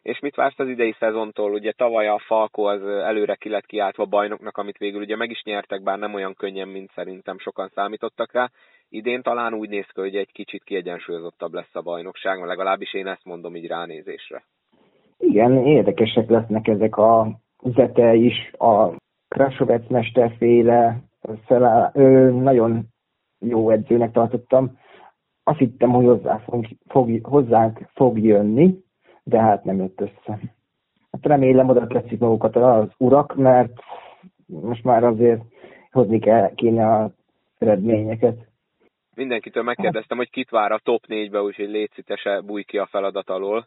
És mit vársz az idei szezontól? Ugye tavaly a Falco az előre ki lett kiáltva bajnoknak, amit végül ugye meg is nyertek, bár nem olyan könnyen, mint szerintem sokan számítottak rá. Idén talán úgy néz ki, hogy egy kicsit kiegyensúlyozottabb lesz a bajnokság, mert legalábbis én ezt mondom így ránézésre. Igen, érdekesek lesznek ezek a Zete is, a Krasovec mesterféle, ő nagyon jó edzőnek tartottam. Azt hittem, hogy hozzá fog, fog, hozzánk fog jönni, de hát nem jött össze. Hát remélem oda teszik magukat az urak, mert most már azért hozni kell, kéne az eredményeket. Mindenkitől megkérdeztem, hogy kit vár a top négybe, úgyhogy légy te se bújj ki a feladat alól.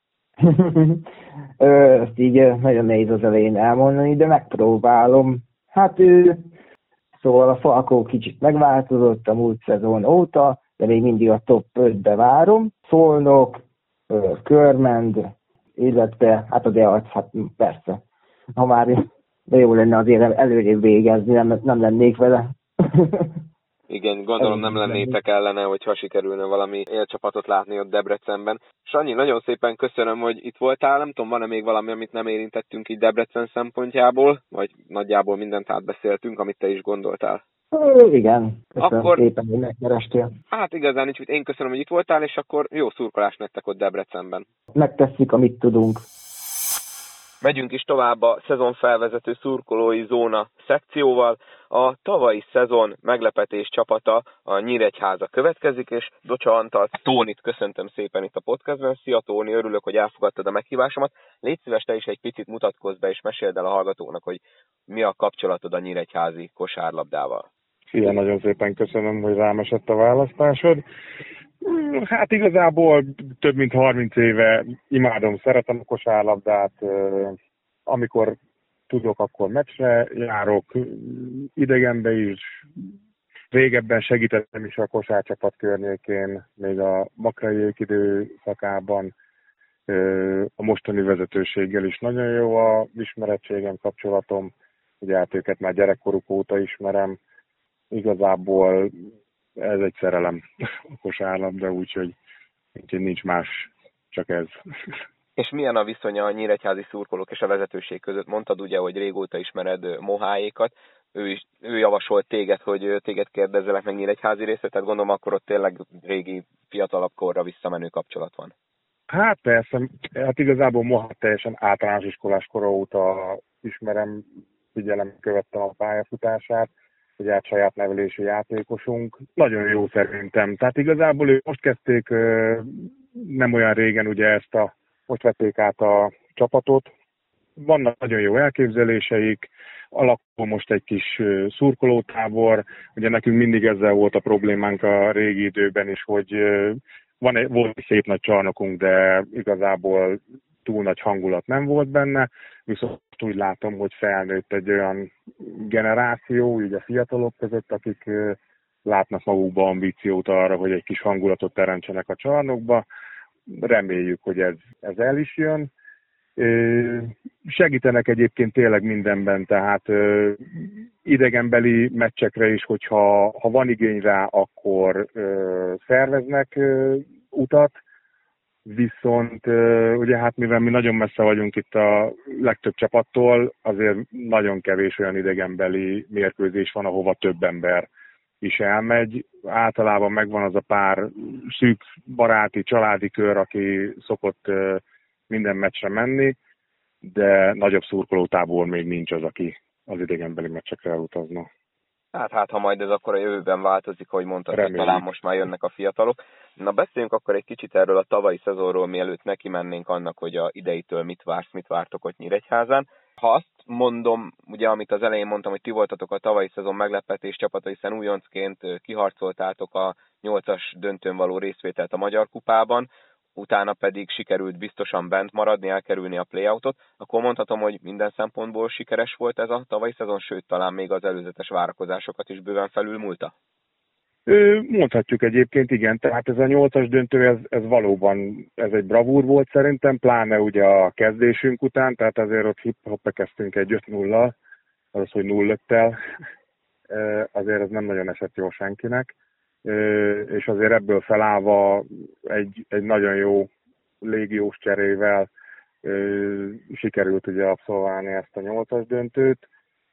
Ezt így nagyon nehéz az elején elmondani, de megpróbálom. Hát ő, szóval a Falco kicsit megváltozott a múlt szezon óta, de még mindig a top ötbe várom. Szolnok, Körmend, illetve hát a Deac, hát persze. Ha már de jó lenne azért előrébb végezni, nem, nem lennék vele. Igen, gondolom nem lennétek ellene, hogyha sikerülne valami élcsapatot látni ott Debrecenben. Sanyi, nagyon szépen köszönöm, hogy itt voltál. Nem tudom, van-e még valami, amit nem érintettünk így Debrecen szempontjából, vagy nagyjából mindent átbeszéltünk, amit te is gondoltál? Ö, igen, köszönöm akkor, szépen, hogy megkerestél. Hát igazán nincs, én köszönöm, hogy itt voltál, és akkor jó szurkolást nektek ott Debrecenben. Megtesszük, amit tudunk. Megyünk is tovább a szezonfelvezető szurkolói zóna szekcióval. A tavalyi szezon meglepetés csapata, a Nyíregyháza következik, és Docsa Antalt, Tónit köszöntöm szépen itt a podcastben. Szia Tóni, örülök, hogy elfogadtad a meghívásomat. Légy szíves, te is egy picit mutatkozz be, és meséld el a hallgatóknak, hogy mi a kapcsolatod a nyíregyházi kosárlabdával. Szia, nagyon szépen köszönöm, hogy rám esett a választásod. Hát igazából több mint harminc éve imádom, szeretem a kosárlabdát. Amikor tudok, akkor meccsre járok, idegenbe is. Régebben segítettem is a kosárcsapat környékén, még a Makraiék időszakában. A mostani vezetőséggel is nagyon jó a ismerettségem, kapcsolatom. Ugye hát őket már gyerekkoruk óta ismerem. Igazából ez egy szerelem a kosárlabda, úgyhogy, úgyhogy nincs más, csak ez. És milyen a viszonya a nyíregyházi szurkolók és a vezetőség között? Mondtad ugye, hogy régóta ismered Moháékat, ő, is, ő javasolt téged, hogy téged kérdezzelek meg nyíregyházi részét, tehát gondolom akkor ott tényleg régi, fiatalabb korra visszamenő kapcsolat van. Hát persze, hát igazából Mohát teljesen általános iskolás kora óta ismerem, figyelem, követtem a pályafutását, hogy át saját nevelési játékosunk. Nagyon jó szerintem. Tehát igazából ők most kezdték nem olyan régen ugye ezt a, most vették át a csapatot. Vannak nagyon jó elképzeléseik, alakul most egy kis szurkolótábor. Ugye nekünk mindig ezzel volt a problémánk a régi időben is, hogy van egy, volt egy szép nagy csarnokunk, de igazából túl nagy hangulat nem volt benne, viszont úgy látom, hogy felnőtt egy olyan generáció, úgy a fiatalok között, akik látnak magukba ambíciót arra, hogy egy kis hangulatot teremtsenek a csarnokba. Reméljük, hogy ez, ez el is jön. Segítenek egyébként tényleg mindenben, tehát idegenbeli meccsekre is, hogyha ha van igény rá, akkor szerveznek utat, viszont ugye hát mivel mi nagyon messze vagyunk itt a legtöbb csapattól, azért nagyon kevés olyan idegenbeli mérkőzés van, ahova több ember is elmegy. Általában megvan az a pár szűk baráti, családi kör, aki szokott minden meccsre menni, de nagyobb szurkolótából még nincs az, aki az idegenbeli meccsekre elutazna. Hát, hát ha majd ez akkor a jövőben változik, ahogy mondtad, Reméljük. hogy talán most már jönnek a fiatalok. Na beszéljünk akkor egy kicsit erről a tavalyi szezonról, mielőtt neki mennénk annak, hogy a ideitől mit vársz, mit vártok ott Nyíregyházán. Ha azt mondom, ugye amit az elején mondtam, hogy ti voltatok a tavalyi szezon meglepetés csapata, hiszen újoncként kiharcoltátok a nyolcas döntőn való részvételt a Magyar Kupában, utána pedig sikerült biztosan bent maradni, elkerülni a playoutot, akkor mondhatom, hogy minden szempontból sikeres volt ez a tavalyi szezon, sőt talán még az előzetes várakozásokat is bőven felülmúlta? Mondhatjuk egyébként, igen, tehát ez a nyolcas döntő, ez, ez valóban ez egy bravúr volt szerintem, pláne ugye a kezdésünk után, tehát azért ott hip-hop kezdtünk egy öt nulla, az, hogy nulla öttel, azért ez nem nagyon esett jól senkinek, és azért ebből felállva egy, egy nagyon jó légiós cserével sikerült ugye abszolválni ezt a nyolcas döntőt.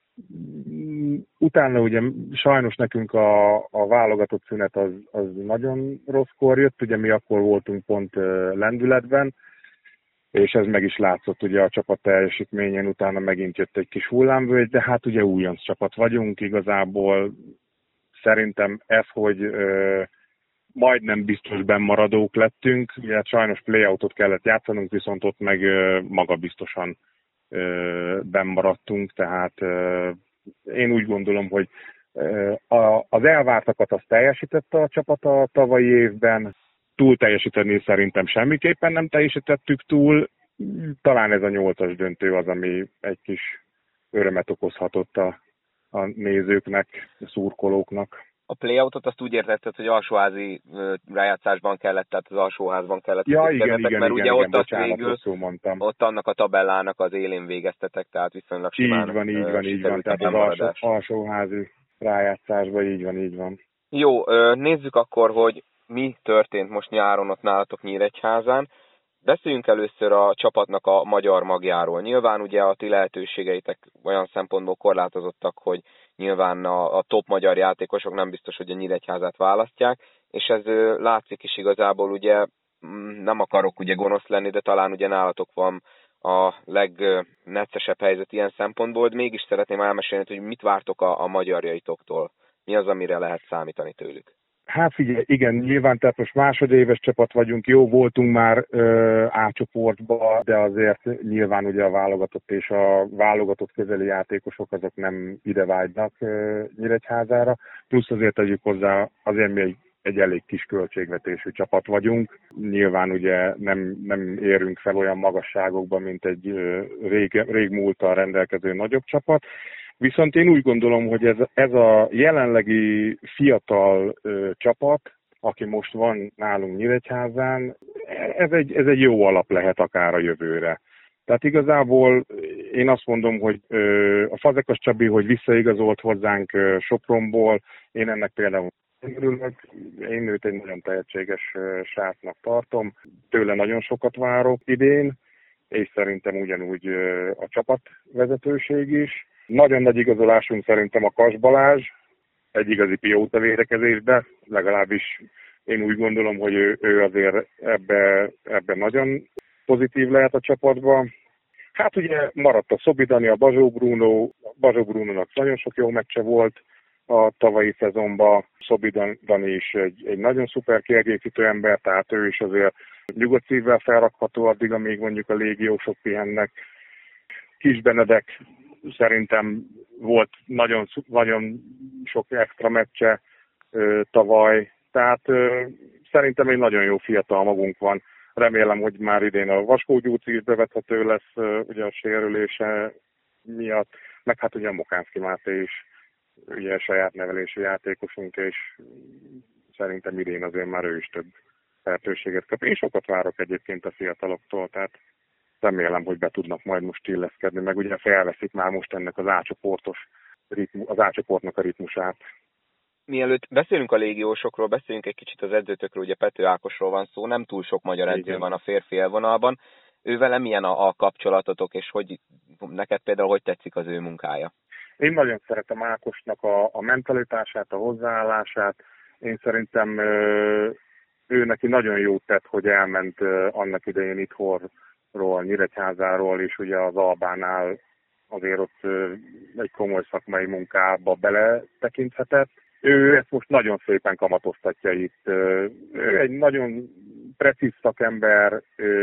Utána ugye sajnos nekünk a, a válogatott szünet az, az nagyon rosszkor jött, ugye mi akkor voltunk pont lendületben, és ez meg is látszott ugye a csapat teljesítményen, utána megint jött egy kis hullámvölgy, de hát ugye újonc csapat vagyunk, igazából szerintem ez, hogy ö, majdnem biztos bennmaradók lettünk, ugye hát sajnos playoutot kellett játszanunk, viszont ott meg ö, magabiztosan ö, bennmaradtunk, tehát ö, én úgy gondolom, hogy ö, a, az elvártakat azt teljesítette a csapat a tavalyi évben, túl teljesíteni szerintem semmiképpen nem teljesítettük túl. Talán ez a nyolcas döntő az, ami egy kis örömet okozhatott a, a nézőknek, a szurkolóknak. A playoutot azt úgy értetted, hogy alsóházi rájátszásban kellett, tehát az alsóházban kellett. Ja, igen, igen, mert igen, ugye igen, ott bocsánat, végül, mondtam. ott annak a tabellának az élén végeztetek, tehát viszonylag simán. Így van, így van, így van, tehát az alsó, alsóházi rájátszásban így van, így van. Jó, nézzük akkor, hogy mi történt most nyáron ott nálatok Nyíregyházán. Beszéljünk először a csapatnak a magyar magjáról. Nyilván ugye a ti lehetőségeitek olyan szempontból korlátozottak, hogy nyilván a, a top magyar játékosok nem biztos, hogy a Nyíregyházát választják, és ez látszik is igazából, ugye nem akarok ugye gonosz lenni, de talán ugye nálatok van a legneccesebb helyzet ilyen szempontból, de mégis szeretném elmesélni, hogy mit vártok a, a magyarjaitoktól. Mi az, amire lehet számítani tőlük? Hát figyelj, igen, nyilván, tehát most másodéves csapat vagyunk, jó, voltunk már ö, A-csoportba, de azért nyilván ugye a válogatott és a válogatott közeli játékosok azok nem ide vágynak ö, Nyíregyházára, plusz azért tegyük hozzá, azért mi egy, egy elég kis költségvetésű csapat vagyunk. Nyilván ugye nem, nem érünk fel olyan magasságokba, mint egy ö, rég, rég múlttal rendelkező nagyobb csapat. Viszont én úgy gondolom, hogy ez, ez a jelenlegi fiatal ö, csapat, aki most van nálunk Nyíregyházán, ez egy, ez egy jó alap lehet akár a jövőre. Tehát igazából én azt mondom, hogy ö, a Fazekas Csabi, hogy visszaigazolt hozzánk ö, Sopronból, én ennek például örülök. Én őt egy nagyon tehetséges ö, srácnak tartom, tőle nagyon sokat várok idén, és szerintem ugyanúgy ö, a csapatvezetőség is. Nagyon nagy igazolásunk szerintem a Kas Balázs, egy igazi pilóta védekezésbe, legalábbis én úgy gondolom, hogy ő, ő azért ebbe, ebbe nagyon pozitív lehet a csapatban. Hát ugye maradt a Szobi Dani, a Bazsó Bruno, Bazsó Brunónak nagyon sok jó meccse volt a tavalyi szezonban, Szobi Dani is egy, egy nagyon szuper kiegészítő ember, tehát ő is azért nyugodt szívvel felrakható addig, amíg mondjuk a légiósok pihennek. Kis Benedek szerintem volt nagyon, nagyon sok extra meccse ö, tavaly, tehát ö, szerintem egy nagyon jó fiatal magunk van. Remélem, hogy már idén a Vaskó Gyurci is bevethető lesz ö, ugye a sérülése miatt, meg hát ugye a Mokánszki Máté is ugye saját nevelésű játékosunk, és szerintem idén azért már ő is több lehetőséget kap. Én sokat várok egyébként a fiataloktól, tehát remélem, hogy be tudnak majd most illeszkedni, meg ugye felveszik már most ennek az A-csoportos ritmu, az A-csoportnak a ritmusát. Mielőtt beszélünk a légiósokról, beszéljünk egy kicsit az edzőtökről, ugye Pető Ákosról van szó, nem túl sok magyar edző Igen. van a férfi élvonalban. Ővele milyen a, a kapcsolatotok, és hogy neked például hogy tetszik az ő munkája? Én nagyon szeretem Ákosnak a, a mentalitását, a hozzáállását. Én szerintem ő neki nagyon jót tett, hogy elment annak idején itthonról, Nyíregyházáról, és ugye az Albánál azért ott egy komoly szakmai munkába beletekinthetett. Ő ezt most nagyon szépen kamatoztatja itt. Ő egy nagyon precíz szakember,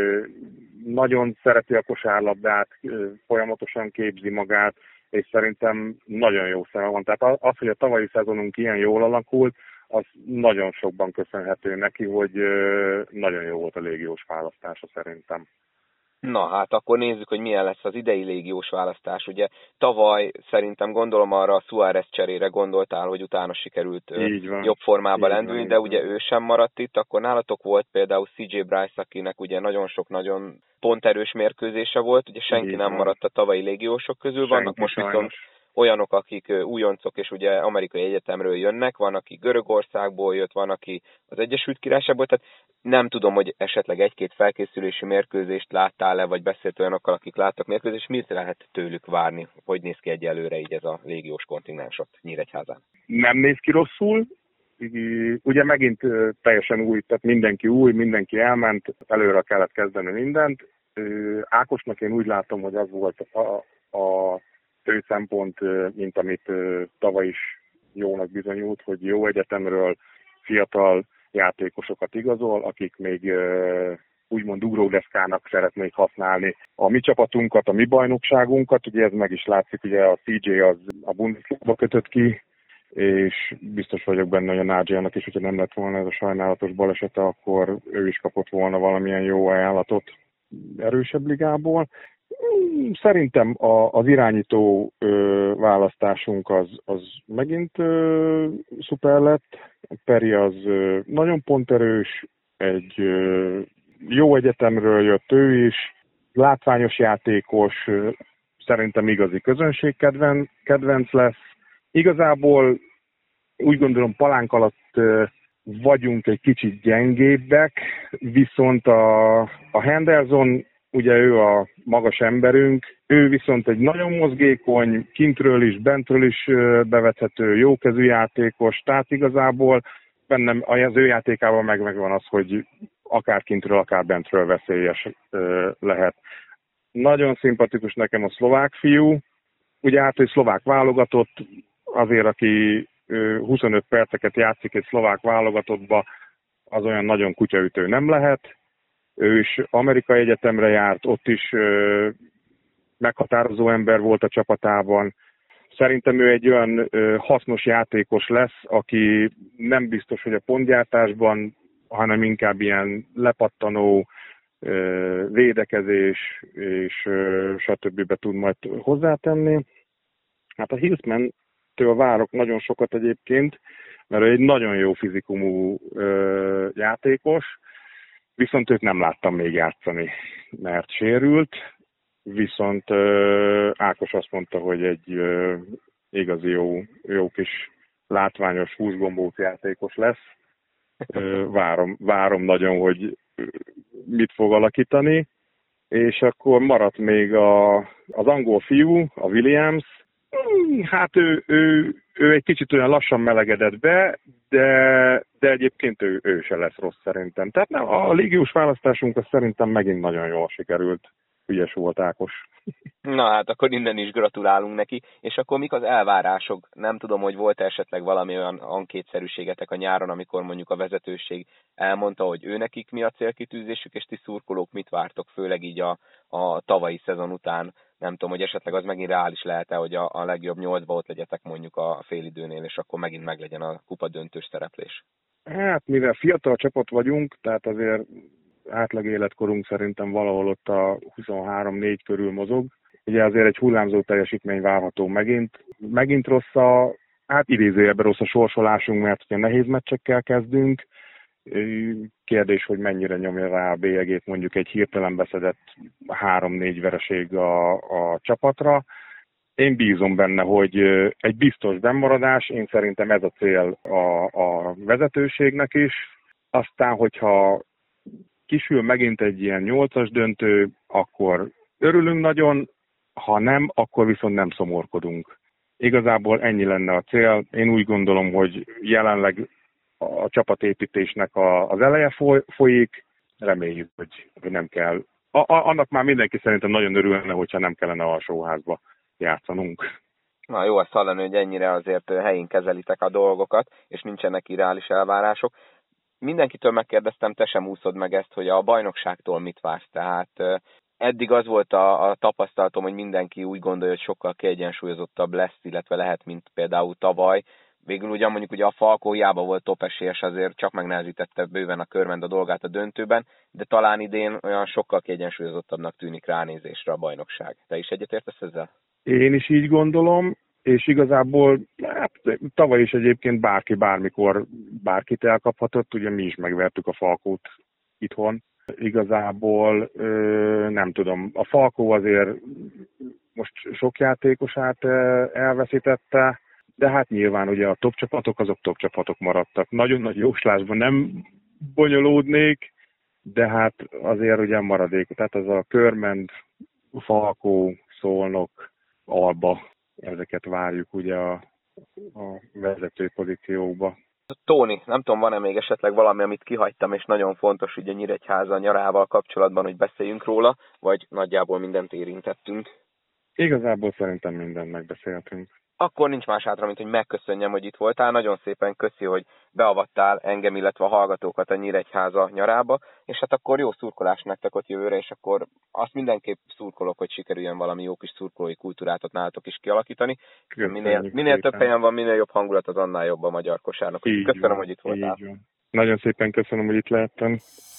nagyon szereti a kosárlabdát, folyamatosan képzi magát, és szerintem nagyon jó szeme van. Tehát az, hogy a tavalyi szezonunk ilyen jól alakult, az nagyon sokban köszönhető neki, hogy nagyon jó volt a légiós választása szerintem. Na hát akkor nézzük, hogy milyen lesz az idei légiós választás. Ugye tavaly szerintem gondolom arra a Suárez cserére gondoltál, hogy utána sikerült jobb formába lendülni, de ugye ő sem maradt itt, akkor nálatok volt például cé jé Bryce, akinek ugye nagyon sok nagyon ponterős mérkőzése volt, ugye senki nem maradt a tavalyi légiósok közül, senki vannak most sajnos. viszont olyanok, akik újoncok, és ugye amerikai egyetemről jönnek, van, aki Görögországból jött, van, aki az Egyesült Királyságból, tehát nem tudom, hogy esetleg egy-két felkészülési mérkőzést láttál-e, vagy beszélt olyanokkal, akik láttak mérkőzést, mit lehet tőlük várni, hogy néz ki egyelőre így ez a légiós kontingens ott Nyíregyházán? Nem néz ki rosszul, ugye megint teljesen új, tehát mindenki új, mindenki elment, előre kellett kezdeni mindent. Ákosnak én úgy látom, hogy az volt a, a fő szempont, mint amit tavaly is jónak bizonyult, hogy jó egyetemről fiatal játékosokat igazol, akik még úgymond ugródeszkának szeretnék használni a mi csapatunkat, a mi bajnokságunkat. Ugye ez meg is látszik, ugye a cé jé az a Bundesliga kötött ki, és biztos vagyok benne, hogy a Nádzsiának is, hogyha nem lett volna ez a sajnálatos balesete, akkor ő is kapott volna valamilyen jó ajánlatot erősebb ligából. Szerintem a, az irányító ö, választásunk az, az megint ö, szuper lett. Peri az ö, nagyon ponterős, egy ö, jó egyetemről jött ő is, látványos játékos, ö, szerintem igazi közönségkedvenc kedvenc lesz. Igazából úgy gondolom palánk alatt ö, vagyunk egy kicsit gyengébbek, viszont a, a Henderson, ugye ő a magas emberünk, ő viszont egy nagyon mozgékony, kintről is, bentről is bevethető, jókezű játékos, tehát igazából bennem az ő játékában meg megvan az, hogy akár kintről, akár bentről veszélyes lehet. Nagyon szimpatikus nekem a szlovák fiú, ugye hát egy szlovák válogatott, azért aki huszonöt perceket játszik egy szlovák válogatottba, az olyan nagyon kutyaütő nem lehet. Ő is amerikai egyetemre járt, ott is ö, meghatározó ember volt a csapatában. Szerintem ő egy olyan ö, hasznos játékos lesz, aki nem biztos, hogy a pontgyártásban, hanem inkább ilyen lepattanó, ö, védekezés és ö, stb. Tud majd hozzátenni. Hát a Hillsman-től várok nagyon sokat egyébként, mert ő egy nagyon jó fizikumú ö, játékos, viszont őt nem láttam még játszani, mert sérült, viszont uh, Ákos azt mondta, hogy egy uh, igazi jó, jó kis látványos húsgombóc játékos lesz. Uh, várom, várom nagyon, hogy mit fog alakítani, és akkor maradt még a, az angol fiú, a Williams. Hát ő, ő, ő egy kicsit olyan lassan melegedett be, de, de egyébként ő, ő se lesz rossz szerintem. Tehát nem, a légiós választásunk az szerintem megint nagyon jól sikerült. Ügyes volt Ákos. Na hát akkor innen is gratulálunk neki. És akkor mik az elvárások? Nem tudom, hogy volt esetleg valami olyan ankétszerűségetek a nyáron, amikor mondjuk a vezetőség elmondta, hogy ő nekik mi a célkitűzésük, és ti szurkolók mit vártok, főleg így a, a tavalyi szezon után. Nem tudom, hogy esetleg az megint reális lehet-e, hogy a, a legjobb nyolcba ott legyetek mondjuk a félidőnél, és akkor megint meglegyen a kupa döntős szereplés. Hát mivel fiatal csapat vagyunk, tehát azért átlag életkorunk szerintem valahol ott a huszonhárom négy körül mozog. Ugye azért egy hullámzó teljesítmény várható megint. Megint rossz a, hát idézőjelben rossz a sorsolásunk, mert ugye nehéz meccsekkel kezdünk. Kérdés, hogy mennyire nyomja rá a bélyegét mondjuk egy hirtelen beszedett három-négy vereség a, a csapatra. Én bízom benne, hogy egy biztos bennmaradás, én szerintem ez a cél a, a vezetőségnek is. Aztán, hogyha kisül megint egy ilyen nyolcas döntő, akkor örülünk nagyon, ha nem, akkor viszont nem szomorkodunk. Igazából ennyi lenne a cél. Én úgy gondolom, hogy jelenleg a csapatépítésnek a, az eleje folyik, reméljük, hogy, hogy nem kell. A, a, annak már mindenki szerintem nagyon örülne, hogyha nem kellene alsóházba játszanunk. Na jó, azt hallani, hogy ennyire azért helyén kezelitek a dolgokat, és nincsenek irreális elvárások. Mindenkitől megkérdeztem, te sem úszod meg ezt, hogy a bajnokságtól mit vársz. Tehát eddig az volt a, a tapasztalatom, hogy mindenki úgy gondolja, hogy sokkal kiegyensúlyozottabb lesz, illetve lehet, mint például tavaly. Végül ugyan mondjuk ugye a Falkó hiába volt top esélyes, azért csak megnehezítette bőven a Körmend a dolgát a döntőben, de talán idén olyan sokkal kiegyensúlyozottabbnak tűnik ránézésre a bajnokság. Te is egyetértesz ezzel? Én is így gondolom, és igazából hát, tavaly is egyébként bárki bármikor bárkit elkaphatott, ugye mi is megvertük a Falkót itthon. Igazából ö, nem tudom, a Falkó azért most sok játékosát elveszítette, de hát nyilván ugye a top csapatok azok top csapatok maradtak. Nagyon nagy jóslásban nem bonyolódnék, de hát azért ugye maradék. Tehát az a Körmend, Falkó, Szolnok, Alba, ezeket várjuk ugye a, a vezető pozíciókba. Tóni, nem tudom, van-e még esetleg valami, amit kihagytam, és nagyon fontos ugye Nyíregyháza nyarával kapcsolatban, hogy beszéljünk róla, vagy nagyjából mindent érintettünk? Igazából szerintem mindent megbeszéltünk. Akkor nincs más hátra, mint hogy megköszönjem, hogy itt voltál. Nagyon szépen köszi, hogy beavattál engem, illetve a hallgatókat a Nyíregyháza nyarába, és hát akkor jó szurkolás nektek ott jövőre, és akkor azt mindenképp szurkolok, hogy sikerüljön valami jó kis szurkolói kultúrát ott nálatok is kialakítani. Minél, minél több helyen van, minél jobb hangulat, az annál jobb a magyar kosárnak. Köszönöm, van, hogy itt voltál. Nagyon szépen köszönöm, hogy itt lehettem.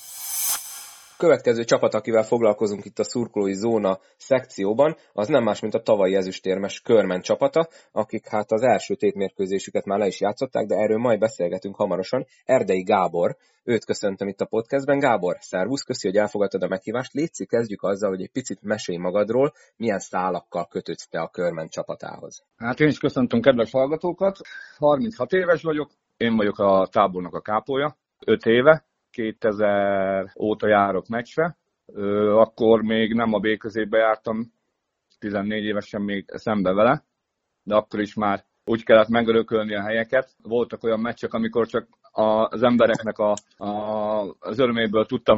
Következő csapat, akivel foglalkozunk itt a szurkolói zóna szekcióban, az nem más, mint a tavalyi ezüstérmes Körmend csapata, akik hát az első tétmérkőzésüket már le is játszották, de erről majd beszélgetünk hamarosan. Erdei Gábor, őt köszöntöm itt a podcastben. Gábor, szervusz, köszi, hogy elfogadtad a meghívást. Létszik, kezdjük azzal, hogy egy picit mesélj magadról, milyen szálakkal kötődsz te a Körmend csapatához. Hát én is köszöntöm kedves hallgatókat, harminchat éves vagyok, én vagyok a tábornak a kápolja, öt éve. kétezer óta járok meccsre, Ö, akkor még nem a B középbe jártam, tizennégy évesen még szembe vele, de akkor is már úgy kellett megörökölni a helyeket. Voltak olyan meccsek, amikor csak az embereknek a, a, az öröméből tudtam,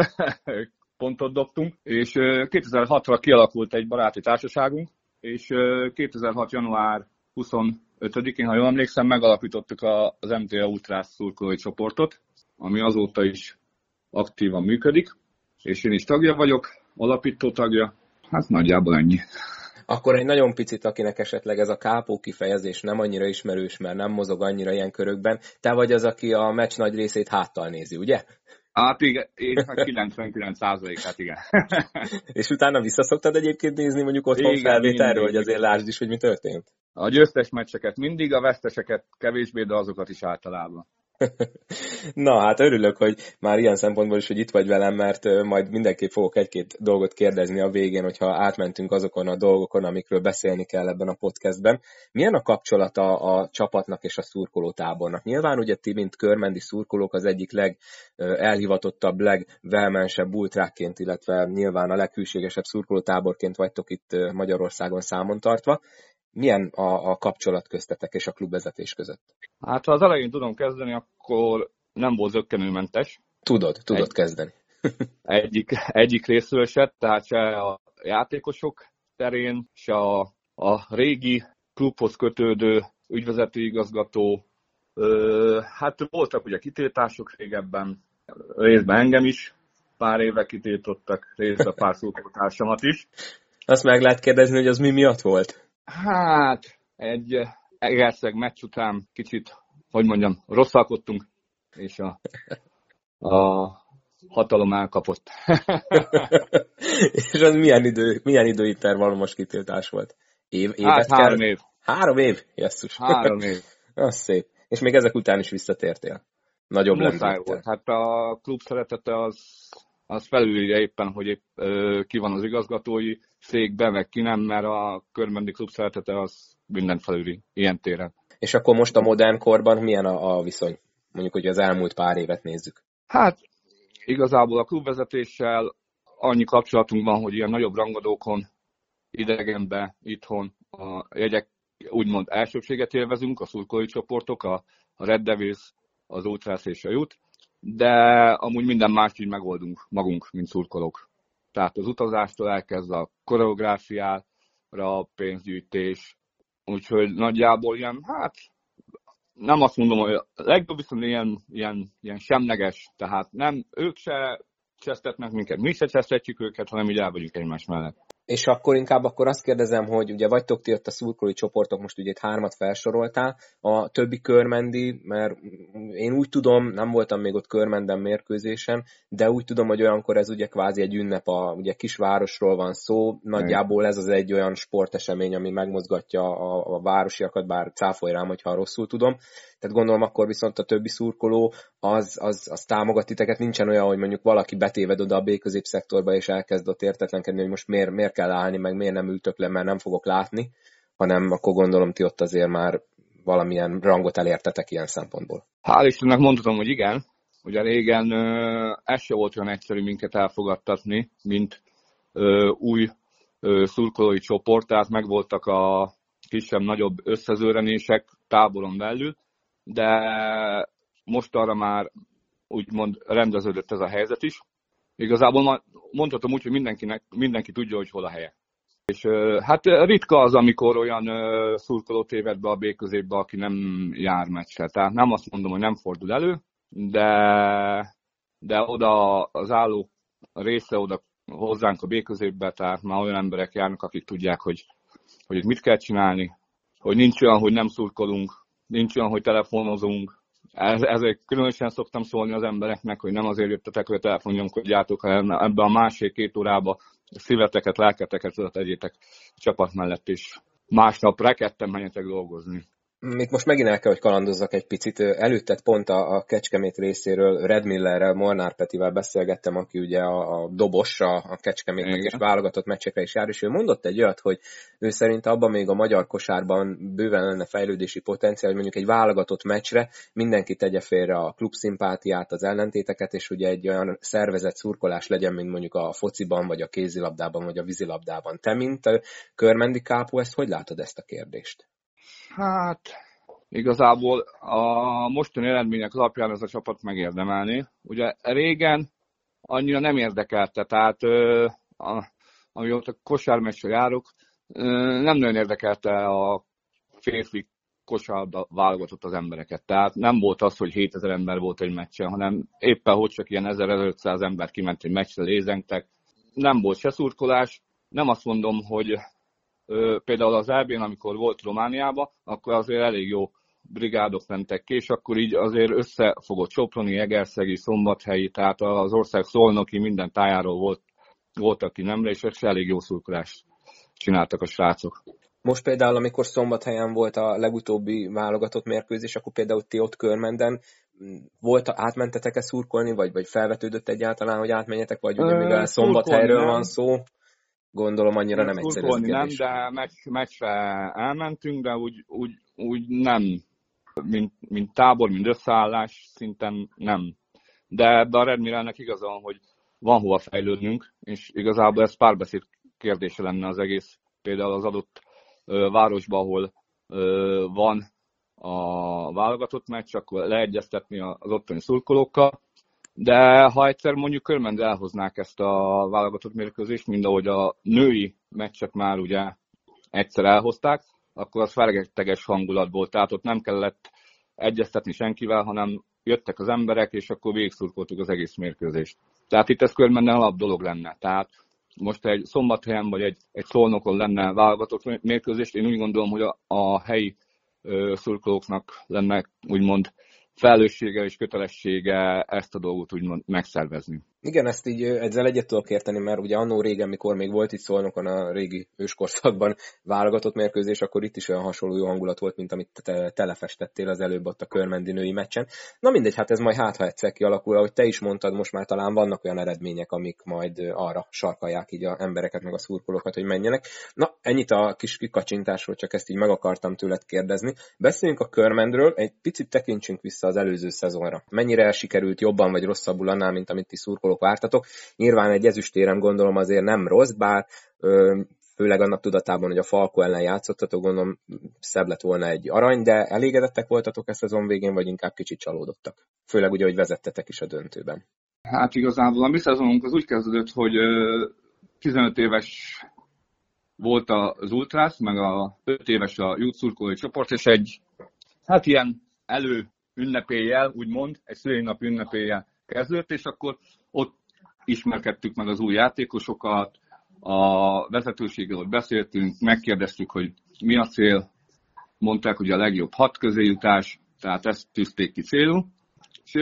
pontot dobtunk, és kétezer-hatra kialakult egy baráti társaságunk, és kétezer-hat. január huszonötödikén, ha jól emlékszem, megalapítottuk az em té á Ultrás szurkolói csoportot, ami azóta is aktívan működik, és én is tagja vagyok, alapító tagja, hát nagyjából ennyi. Akkor egy nagyon picit, akinek esetleg ez a kápó kifejezés nem annyira ismerős, mert nem mozog annyira ilyen körökben, te vagy az, aki a meccs nagy részét háttal nézi, ugye? Hát igen, én kilencvenkilenc százalékát igen. És utána visszaszoktad egyébként nézni mondjuk otthon felvételről, hogy azért lásd is, hogy mi történt? A győztes meccseket mindig, a veszteseket kevésbé, de azokat is általában. Na, hát örülök, hogy már ilyen szempontból is, hogy itt vagy velem, mert majd mindenképp fogok egy-két dolgot kérdezni a végén, hogyha átmentünk azokon a dolgokon, amikről beszélni kell ebben a podcastben. Milyen a kapcsolata a csapatnak és a szurkolótábornak? Nyilván ugye ti, mint körmendi szurkolók, az egyik legelhivatottabb, legvehemensebb ultrákként, illetve nyilván a leghűségesebb szurkolótáborként vagytok itt Magyarországon számon tartva. Milyen a, a kapcsolat köztetek és a klubvezetés között? Hát ha az elején tudom kezdeni, akkor nem volt zökkenőmentes. Tudod, tudod Egy, kezdeni. egyik, egyik részről se, tehát se a játékosok terén, se a, a régi klubhoz kötődő ügyvezető igazgató. Ö, hát voltak ugye kitiltások régebben, részben engem is, pár éve kitiltottak, részben pár szurkolótársamat is. Azt meg lehet kérdezni, hogy az mi miatt volt? Hát, egy Egerszeg meccs után kicsit, hogy mondjam, rosszalkodtunk, és a, a hatalom elkapott. És az milyen, idő, milyen időintervallum most kitiltás volt? Év, évet hát három kell? év. Három év? Jesszus. Három év. Az szép. És még ezek után is visszatértél? Nagyobb Muszáj volt. Hát a klub szeretete az, az felülírja éppen, hogy épp, ö, ki van az igazgatói székben, meg ki nem, mert a körmendi klub szeretete az mindent felüli ilyen téren. És akkor most a modern korban milyen a, a viszony? Mondjuk, hogy az elmúlt pár évet nézzük. Hát igazából a klubvezetéssel annyi kapcsolatunk van, hogy ilyen nagyobb rangadókon, idegenben, itthon a jegyek úgymond elsőbséget élvezünk, a szurkolói csoportok, a, a Red Devils, az Ultras és a Jut, de amúgy minden mást így megoldunk magunk, mint szurkolók. Tehát az utazástól elkezd a koreográfiára, a pénzgyűjtés, úgyhogy nagyjából ilyen, hát nem azt mondom, hogy a legjobb viszont ilyen, ilyen, ilyen semleges, tehát nem, ők se csesztetnek minket, mi se csesztetjük őket, hanem így el vagyunk egymás mellett. És akkor inkább akkor azt kérdezem, hogy ugye vagytok ti ott a szurkolói csoportok, most ugye itt hármat felsoroltál, a többi körmendi, mert én úgy tudom, nem voltam még ott körmenden mérkőzésen, de úgy tudom, hogy olyankor ez ugye kvázi egy ünnep, a ugye kisvárosról van szó, nagyjából ez az egy olyan sportesemény, ami megmozgatja a, a városiakat, bár cáfolj rám, hogyha rosszul tudom. Tehát gondolom akkor viszont a többi szurkoló az, az, az támogat titeket, nincsen olyan, hogy mondjuk valaki betéved oda a B középszektorba és elkezd ott értetlenkedni, hogy most miért, miért kell állni, meg miért nem ültök le, mert nem fogok látni, hanem akkor gondolom ti ott azért már valamilyen rangot elértetek ilyen szempontból. Hál' Istennek mondhatom, hogy igen. Ugye régen ö, ez se volt olyan egyszerű minket elfogadtatni, mint ö, új ö, szurkolói csoport, tehát megvoltak a kisebb-nagyobb összezőrenések táboron belül, de most arra már úgymond rendeződött ez a helyzet is. Igazából mondhatom úgy, hogy mindenkinek, mindenki tudja, hogy hol a helye. És hát ritka az, amikor olyan szurkoló téved be a B középbe, aki nem jár meccsre. Tehát nem azt mondom, hogy nem fordul elő, de, de oda az álló része oda hozzánk a B középbe, tehát már olyan emberek járnak, akik tudják, hogy, hogy itt mit kell csinálni, hogy nincs olyan, hogy nem szurkolunk, nincs olyan, hogy telefonozunk. Ez, ezért különösen szoktam szólni az embereknek, hogy nem azért jöttetek, hogy a telefonnyomkodjátok, hanem ebben a másfél-két órában szíveteket, lelketeket oda tegyétek csapat mellett, és másnap rekedten menjetek dolgozni. Még most megint el kell, hogy kalandozzak egy picit. Előtted pont a, a Kecskemét részéről Red Millerrel, Molnár Petivel beszélgettem, aki ugye a, a dobos, a, a Kecskemétnek és válogatott meccsekre is jár, és ő mondott egy olyat, hogy ő szerint abban még a magyar kosárban bőven lenne fejlődési potenciál, hogy mondjuk egy válogatott meccsre mindenki tegye félre a klubszimpátiát, az ellentéteket, és ugye egy olyan szervezett szurkolás legyen, mint mondjuk a fociban, vagy a kézilabdában, vagy a vízilabdában. Te, mint körmendi kápó, ezt hogy látod ezt a kérdést? Hát, igazából a mostani eredmények alapján ez a csapat megérdemelni. Ugye régen annyira nem érdekelte, tehát a, amióta kosármeccsre járok, nem nagyon érdekelte a férfi kosárba válogatott az embereket. Tehát nem volt az, hogy hétezer ember volt egy meccsen, hanem éppen hogy csak ilyen ezer-ezerötszáz ember kiment egy meccsre, lézengtek. Nem volt se szurkolás, nem azt mondom, hogy például az é bén, amikor volt Romániában, akkor azért elég jó brigádok mentek ki, és akkor így azért összefogott Soproni, Egerszegi, Szombathelyi, tehát az ország szolnoki minden tájáról volt, volt aki nemre, és elég jó szurkolást csináltak a srácok. Most például, amikor Szombathelyen volt a legutóbbi válogatott mérkőzés, akkor például ti ott Körmenden volt, átmentetek-e szurkolni, vagy, vagy felvetődött egyáltalán, hogy átmenjetek, vagy ugye mivel Szombathelyről van szó? Gondolom annyira nem egyszerű ez a kérdés. Nem, de meccs, meccsre elmentünk, de úgy, úgy, úgy nem, mint, mint tábor, mint összeállás szinten nem. De ebbe a Red Millernek igaza van, hogy van hova fejlődnünk, és igazából ez párbeszéd kérdése lenne az egész. Például az adott ö, városban, ahol ö, van a válogatott meccs, akkor leegyeztetni az ottani szurkolókkal. De ha egyszer mondjuk Körmendre elhoznák ezt a válogatott mérkőzést, mind ahogy a női meccset már ugye egyszer elhozták, akkor az fergeteges hangulat volt, tehát ott nem kellett egyeztetni senkivel, hanem jöttek az emberek, és akkor végigszurkoltuk az egész mérkőzést. Tehát itt ez Körmenden alap dolog lenne. Tehát most egy Szombathelyen vagy egy, egy Szolnokon lenne válogatott mérkőzést, én úgy gondolom, hogy a, a helyi ö, szurkolóknak lenne úgymond felelőssége és kötelessége ezt a dolgot úgymond megszervezni. Igen, ezt így ezzel egyet tudok érteni, mert ugye annó régen, mikor még volt itt Szolnokon a régi őskorszakban válogatott mérkőzés, akkor itt is olyan hasonló jó hangulat volt, mint amit te telefestettél az előbb ott a körmendi női meccsen. Na mindegy, hát ez majd hát, ha egyszer kialakul, ahogy te is mondtad, most már talán vannak olyan eredmények, amik majd arra sarkalják így az embereket, meg a szurkolókat, hogy menjenek. Na, ennyit a kis kikacsintásról, csak ezt így meg akartam tőled kérdezni. Beszéljünk a Körmendről, egy picit tekintsünk vissza az előző szezonra. Mennyire sikerült jobban vagy rosszabbul annál, mint amit ti szurkolók vártatok. Nyilván egy ezüstérem gondolom azért nem rossz, bár ö, főleg annak tudatában, hogy a Falko ellen játszottatok, gondolom szebb lett volna egy arany, de elégedettek voltatok ezt a szezon végén, vagy inkább kicsit csalódottak? Főleg ugye, hogy vezettetek is a döntőben. Hát igazából a mi szezonunk az úgy kezdődött, hogy tizenöt éves volt az Ultrász, meg a öt éves a Youth szurkolói csoport, és egy hát ilyen elő ünnepéllyel, úgymond, egy szülinap ünnepéllyel kezdődött, és akkor ott ismerkedtük meg az új játékosokat, a vezetőséggel ott beszéltünk, megkérdeztük, hogy mi a cél, mondták, hogy a legjobb hat közé jutás, tehát ezt tűzték ki célul, és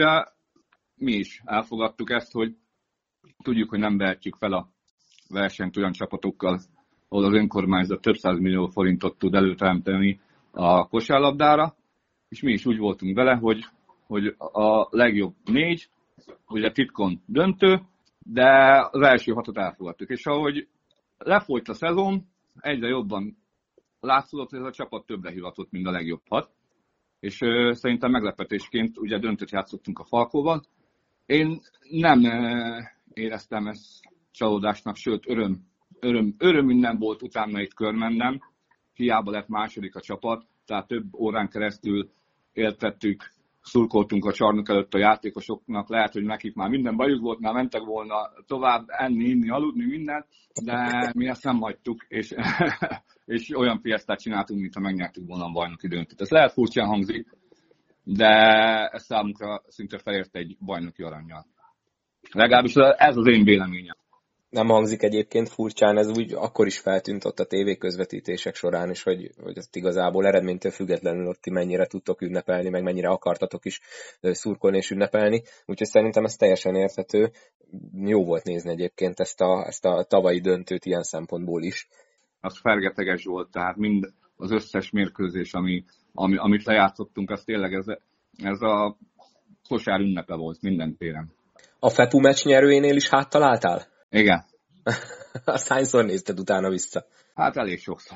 mi is elfogadtuk ezt, hogy tudjuk, hogy nem vehetjük fel a versenyt olyan csapatokkal, ahol az önkormányzat több száz millió forintot tud előteremteni a kosárlabdára, és mi is úgy voltunk vele, hogy, hogy a legjobb négy, ugye titkon döntő, de az első hatot elfogadtuk. És ahogy lefolyt a szezon, egyre jobban látszódott, hogy ez a csapat többre hivatott, mint a legjobb hat. És ö, szerintem meglepetésként ugye döntőt játszottunk a Falkóval. Én nem ö, éreztem ezt csalódásnak, sőt öröm, öröm, öröm minden volt utána itt Körmenden. Hiába lett második a csapat, tehát több órán keresztül éltettük, szurkoltunk a csarnok előtt a játékosoknak, lehet, hogy nekik már minden bajuk volt, már mentek volna tovább enni, inni, aludni, minden, de mi ezt nem hagytuk, és, és olyan fiesztát csináltunk, mintha megnyertük volna a bajnoki döntőt. Ez lehet furcsán hangzik, de ez számunkra szinte felért egy bajnoki arannyal. Legalábbis ez az én véleményem. Nem hangzik egyébként furcsán, ez úgy akkor is feltűnt ott a tévéközvetítések során is, hogy, hogy ezt igazából eredménytől függetlenül ott ti mennyire tudtok ünnepelni, meg mennyire akartatok is szurkolni és ünnepelni. Úgyhogy szerintem ez teljesen érthető. Jó volt nézni egyébként ezt a, ezt a tavalyi döntőt ilyen szempontból is. Az fergeteges volt, tehát mind az összes mérkőzés, ami, ami, amit lejátszottunk, az tényleg ez, ez a kosár ünnepe volt minden téren. A FEPU meccs nyerőjénél is háttaláltál? Igen. Azt hányszor nézted utána vissza? Hát elég sokszor.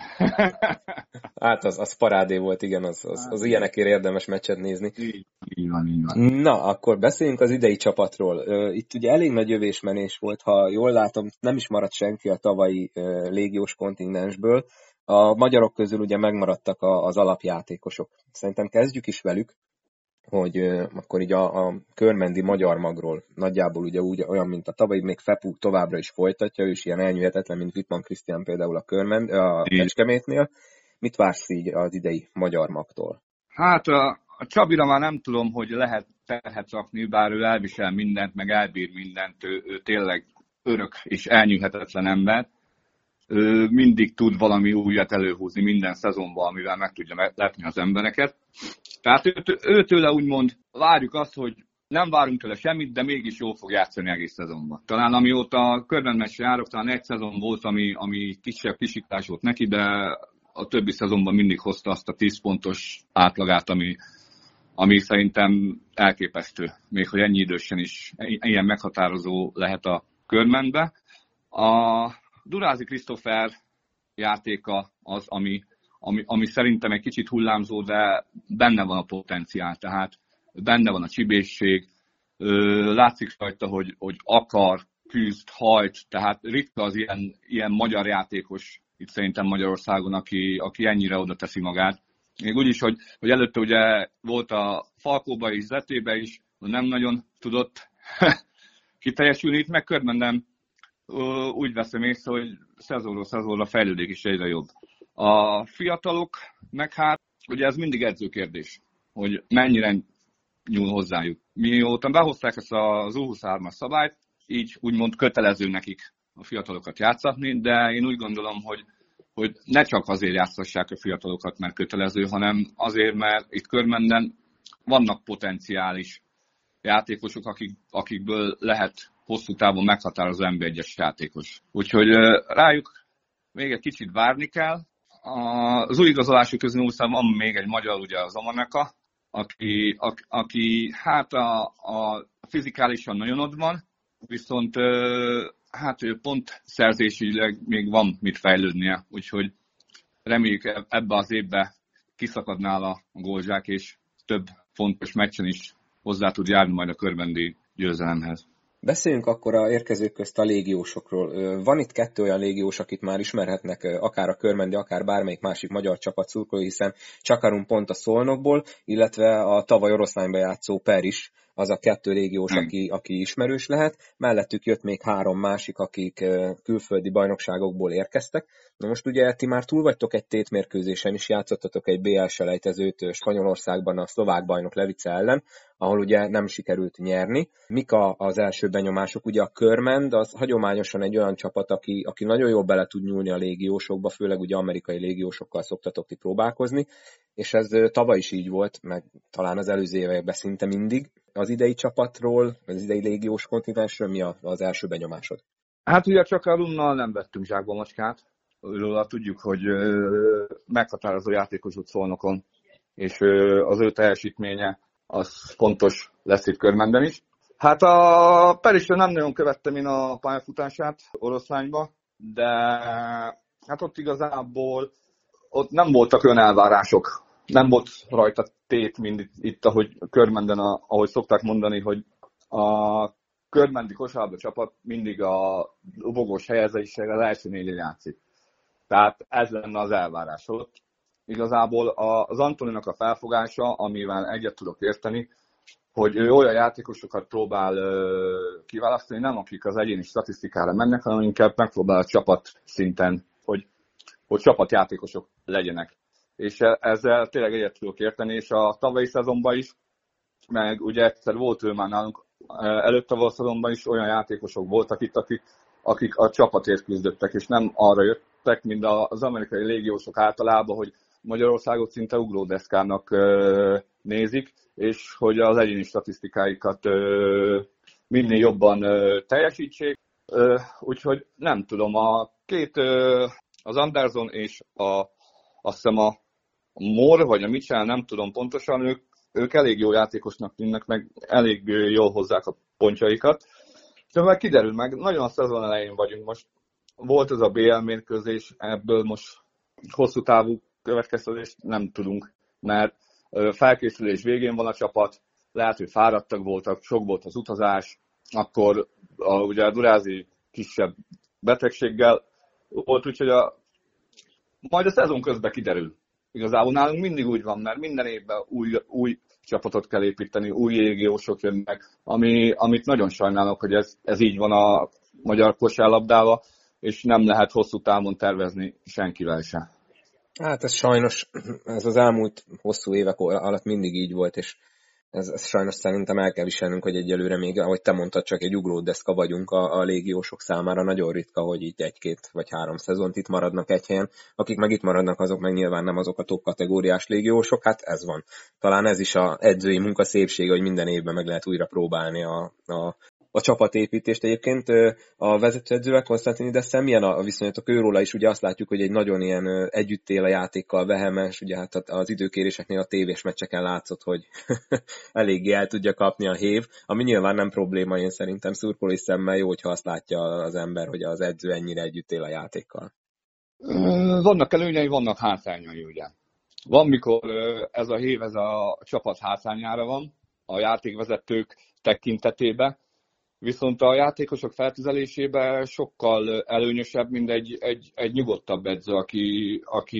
Hát az, az parádé volt, igen, az, az, az ilyenekért érdemes meccset nézni. Így, így van, így van. Na, akkor beszéljünk az idei csapatról. Itt ugye elég nagy jövésmenés volt, ha jól látom, nem is maradt senki a tavalyi légiós kontingensből. A magyarok közül ugye megmaradtak az alapjátékosok. Szerintem kezdjük is velük, hogy uh, akkor így a, a körmendi magyar magról nagyjából ugye úgy, olyan, mint a tavalyi, még FEPU továbbra is folytatja, ő is ilyen elnyűhetetlen, mint Wittmann Krisztián például a Körmend, a Kecskemétnél. Mit vársz így az idei magyar magtól? Hát a, a Csabira már nem tudom, hogy lehet terhet rakni, bár ő elvisel mindent, meg elbír mindent, ő, ő tényleg örök és elnyűhetetlen ember. Ő mindig tud valami újat előhúzni minden szezonban, amivel meg tudja lepni az embereket. Tehát őt, őtőle úgymond várjuk azt, hogy nem várunk tőle semmit, de mégis jól fog játszani egész szezonban. Talán amióta a Körmendmeccsre járok, talán egy szezon volt, ami, ami kisebb kisiklás volt neki, de a többi szezonban mindig hozta azt a tíz pontos átlagát, ami, ami szerintem elképesztő. Még hogy ennyi idősen is ilyen meghatározó lehet a Körmendbe. A Durázi Krisztófer játéka az, ami, ami, ami szerintem egy kicsit hullámzó, de benne van a potenciál, tehát benne van a csibészség, látszik rajta, hogy, hogy akar, küzd, hajt, tehát ritka az ilyen, ilyen magyar játékos itt szerintem Magyarországon, aki, aki ennyire oda teszi magát. Még úgyis, hogy, hogy előtte ugye volt a Falkóba is, Zetébe is, nem nagyon tudott kiteljesülni, itt meg Körmenden úgy veszem észre, hogy szezonról szezonra fejlődik is egyre jobb. A fiatalok meg hát, ugye ez mindig edzőkérdés, hogy mennyire nyúl hozzájuk. Mióta behozták ezt az U huszonhármas szabályt, így úgymond kötelező nekik a fiatalokat játszatni, de én úgy gondolom, hogy, hogy ne csak azért játszassák a fiatalokat, mert kötelező, hanem azért, mert itt Körmenden vannak potenciális játékosok, akik, akikből lehet hosszú távon meghatározó em bé egyes játékos. Úgyhogy rájuk még egy kicsit várni kell. Az új igazolások közül van még egy magyar, ugye az Amaneka, aki, aki, aki hát a, a fizikálisan nagyon ott van, viszont hát ő pont szerzésileg még van mit fejlődnie, úgyhogy reméljük ebbe az évbe kiszakad nála a gólzsák, és több fontos meccsen is hozzá tud járni majd a körmendi győzelemhez. Beszéljünk akkor a érkezők közt a légiósokról. Van itt kettő olyan légiós, akit már ismerhetnek akár a körmendi, akár bármelyik másik magyar csapat szurkolói, hiszen Csakarun pont a Szolnokból, illetve a tavaly Oroszlányba játszó Per is az a kettő légiós, aki, aki ismerős lehet. Mellettük jött még három másik, akik külföldi bajnokságokból érkeztek. Na most ugye ti már túl vagytok egy tétmérkőzésen is, játszottatok egy bé el selejtezőt Spanyolországban a szlovák bajnok Levice ellen, ahol ugye nem sikerült nyerni. Mik az első benyomások? Ugye a Körmend az hagyományosan egy olyan csapat, aki, aki nagyon jól bele tud nyúlni a légiósokba, főleg ugye amerikai légiósokkal szoktatok ti próbálkozni, és ez tavaly is így volt, meg talán az előző években szinte mindig. Az idei csapatról, az idei légiós kontinensről mi az első benyomásod? Hát ugye csak a Runnal nem vettünk zsákba macskát. Róla tudjuk, hogy meghatározó játékos út Szolnokon, és az ő teljesítménye az fontos lesz itt Körmenden is. Hát a Perisről nem nagyon követtem én a pályafutását Oroszlányba. de hát ott igazából ott nem voltak olyan elvárások. Nem volt rajta tét, mint itt, itt ahogy Körmenden, a, ahogy szokták mondani, hogy a körmendi kosárlabda csapat mindig a dobogós helyezéssel az első négyen játszik. Tehát ez lenne az elvárás ott. Igazából az Antoninak a felfogása, amivel egyet tudok érteni, hogy ő olyan játékosokat próbál kiválasztani, nem akik az egyéni statisztikára mennek, hanem inkább megpróbál a csapat szinten, hogy, hogy csapatjátékosok legyenek. És ezzel tényleg egyet tudok érteni, és a tavalyi szezonban is, meg ugye egyszer volt ő már nálunk, előtte a szezonban is olyan játékosok voltak itt, akik, akik a csapatért küzdöttek, és nem arra jöttek, mint az amerikai légiósok általában, hogy Magyarországot szinte ugródeszkának nézik, és hogy az egyéni statisztikáikat minél jobban teljesítsék. Úgyhogy nem tudom, a két, az Anderson és a, azt hiszem a Moore, vagy a Mitchell, nem tudom pontosan, ők, ők elég jó játékosnak tűnnek, meg elég jól hozzák a pontjaikat. De meg kiderül meg, nagyon a szezon elején vagyunk most. Volt ez a bé el mérkőzés, ebből most hosszú távú következtetést nem tudunk, mert felkészülés végén van a csapat, lehet, hogy fáradtak voltak, sok volt az utazás, akkor a, ugye a Durázi kisebb betegséggel volt, úgyhogy a, majd a szezon közben kiderül. Igazából nálunk mindig úgy van, mert minden évben új, új csapatot kell építeni, új légiósok jönnek, ami, amit nagyon sajnálok, hogy ez, ez így van a magyar kosárlabdával, és nem lehet hosszú távon tervezni senkivel sem. Hát ez sajnos, ez az elmúlt hosszú évek alatt mindig így volt, és ez, ez sajnos szerintem el kell viselnünk, hogy egyelőre még, ahogy te mondtad, csak egy ugródeszka vagyunk a, a légiósok számára. Nagyon ritka, hogy így egy-két vagy három szezont itt maradnak egy helyen. Akik meg itt maradnak, azok meg nyilván nem azok a top kategóriás légiósok, hát ez van. Talán ez is az edzői munka szépsége, hogy minden évben meg lehet újra próbálni a, a a csapatépítést. Egyébként a vezetőedzővel, Konstantinidesszel milyen a viszonyatok? Őróla is ugye azt látjuk, hogy egy nagyon ilyen együtt él a játékkal, vehemes, ugye hát az időkéréseknél a tévés meccseken látszott, hogy eléggé el tudja kapni a hév, ami nyilván nem probléma, én szerintem szurkolói szemmel jó, hogyha azt látja az ember, hogy az edző ennyire együtt él a játékkal. Vannak előnyei, vannak hátrányai, ugye. Van, mikor ez a hév, ez a csapat hátrányára van, a játékvezetők tekintetében, viszont a játékosok feltüzelésében sokkal előnyösebb, mint egy, egy, egy nyugodtabb edző, aki, aki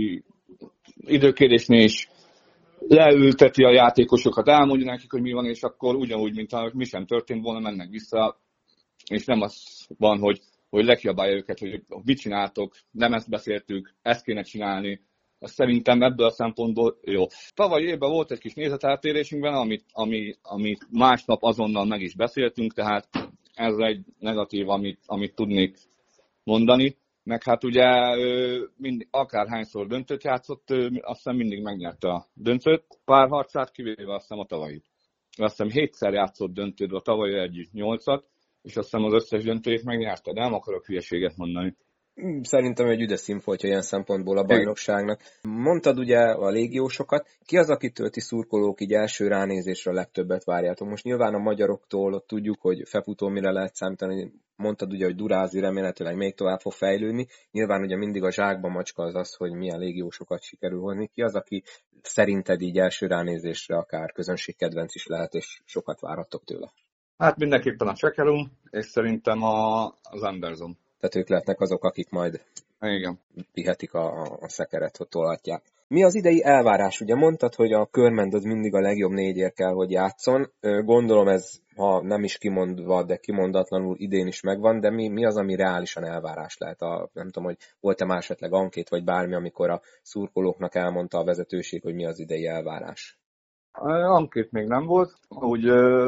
időkérésnél is leülteti a játékosokat, elmondja nekik, hogy mi van, és akkor ugyanúgy, mint ha mi sem történt volna, mennek vissza, és nem az van, hogy, hogy lekiabálja őket, hogy mit csináltok, nem ezt beszéltük, ezt kéne csinálni. Azt szerintem ebből a szempontból jó. Tavaly évben volt egy kis nézeteltérésünkben, amit, ami, amit másnap azonnal meg is beszéltünk, tehát ez egy negatív, amit, amit tudnék mondani. Meg hát ugye mind, akárhányszor döntőt játszott, azt hiszem mindig megnyerte a döntőt. Pár harcát kivéve azt hiszem a tavalyit. Azt hiszem hétszer játszott döntőt, a tavalyi együtt nyolcat, és azt hiszem az összes döntőjét megnyerte, de nem akarok hülyeséget mondani. Szerintem egy üdes színfoltja ilyen szempontból a bajnokságnak. Mondtad ugye a légiósokat, ki az, akitől ti szurkolók így első ránézésre a legtöbbet várjátok? Most nyilván a magyaroktól ott tudjuk, hogy Fefutó mire lehet számítani, mondtad ugye, hogy Durázi remélhetőleg még tovább fog fejlődni. Nyilván ugye mindig a zsákba macska az az, hogy milyen légiósokat sikerül hozni. Ki az, aki szerinted így első ránézésre akár közönségkedvenc is lehet, és sokat várhattok tőle? Hát mindenképpen a Csekelum, és szerintem a, az Anderson. Tehát ők lehetnek azok, akik majd igen. pihetik a, a szekeret, hogy tolatják. Mi az idei elvárás? Ugye mondtad, hogy a Körmend az mindig a legjobb négyért kell, hogy játszon. Gondolom ez, ha nem is kimondva, de kimondatlanul idén is megvan, de mi, mi az, ami reálisan elvárás lehet? A, nem tudom, hogy volt-e már esetleg ankét, vagy bármi, amikor a szurkolóknak elmondta a vezetőség, hogy mi az idei elvárás? Ankét még nem volt. Úgy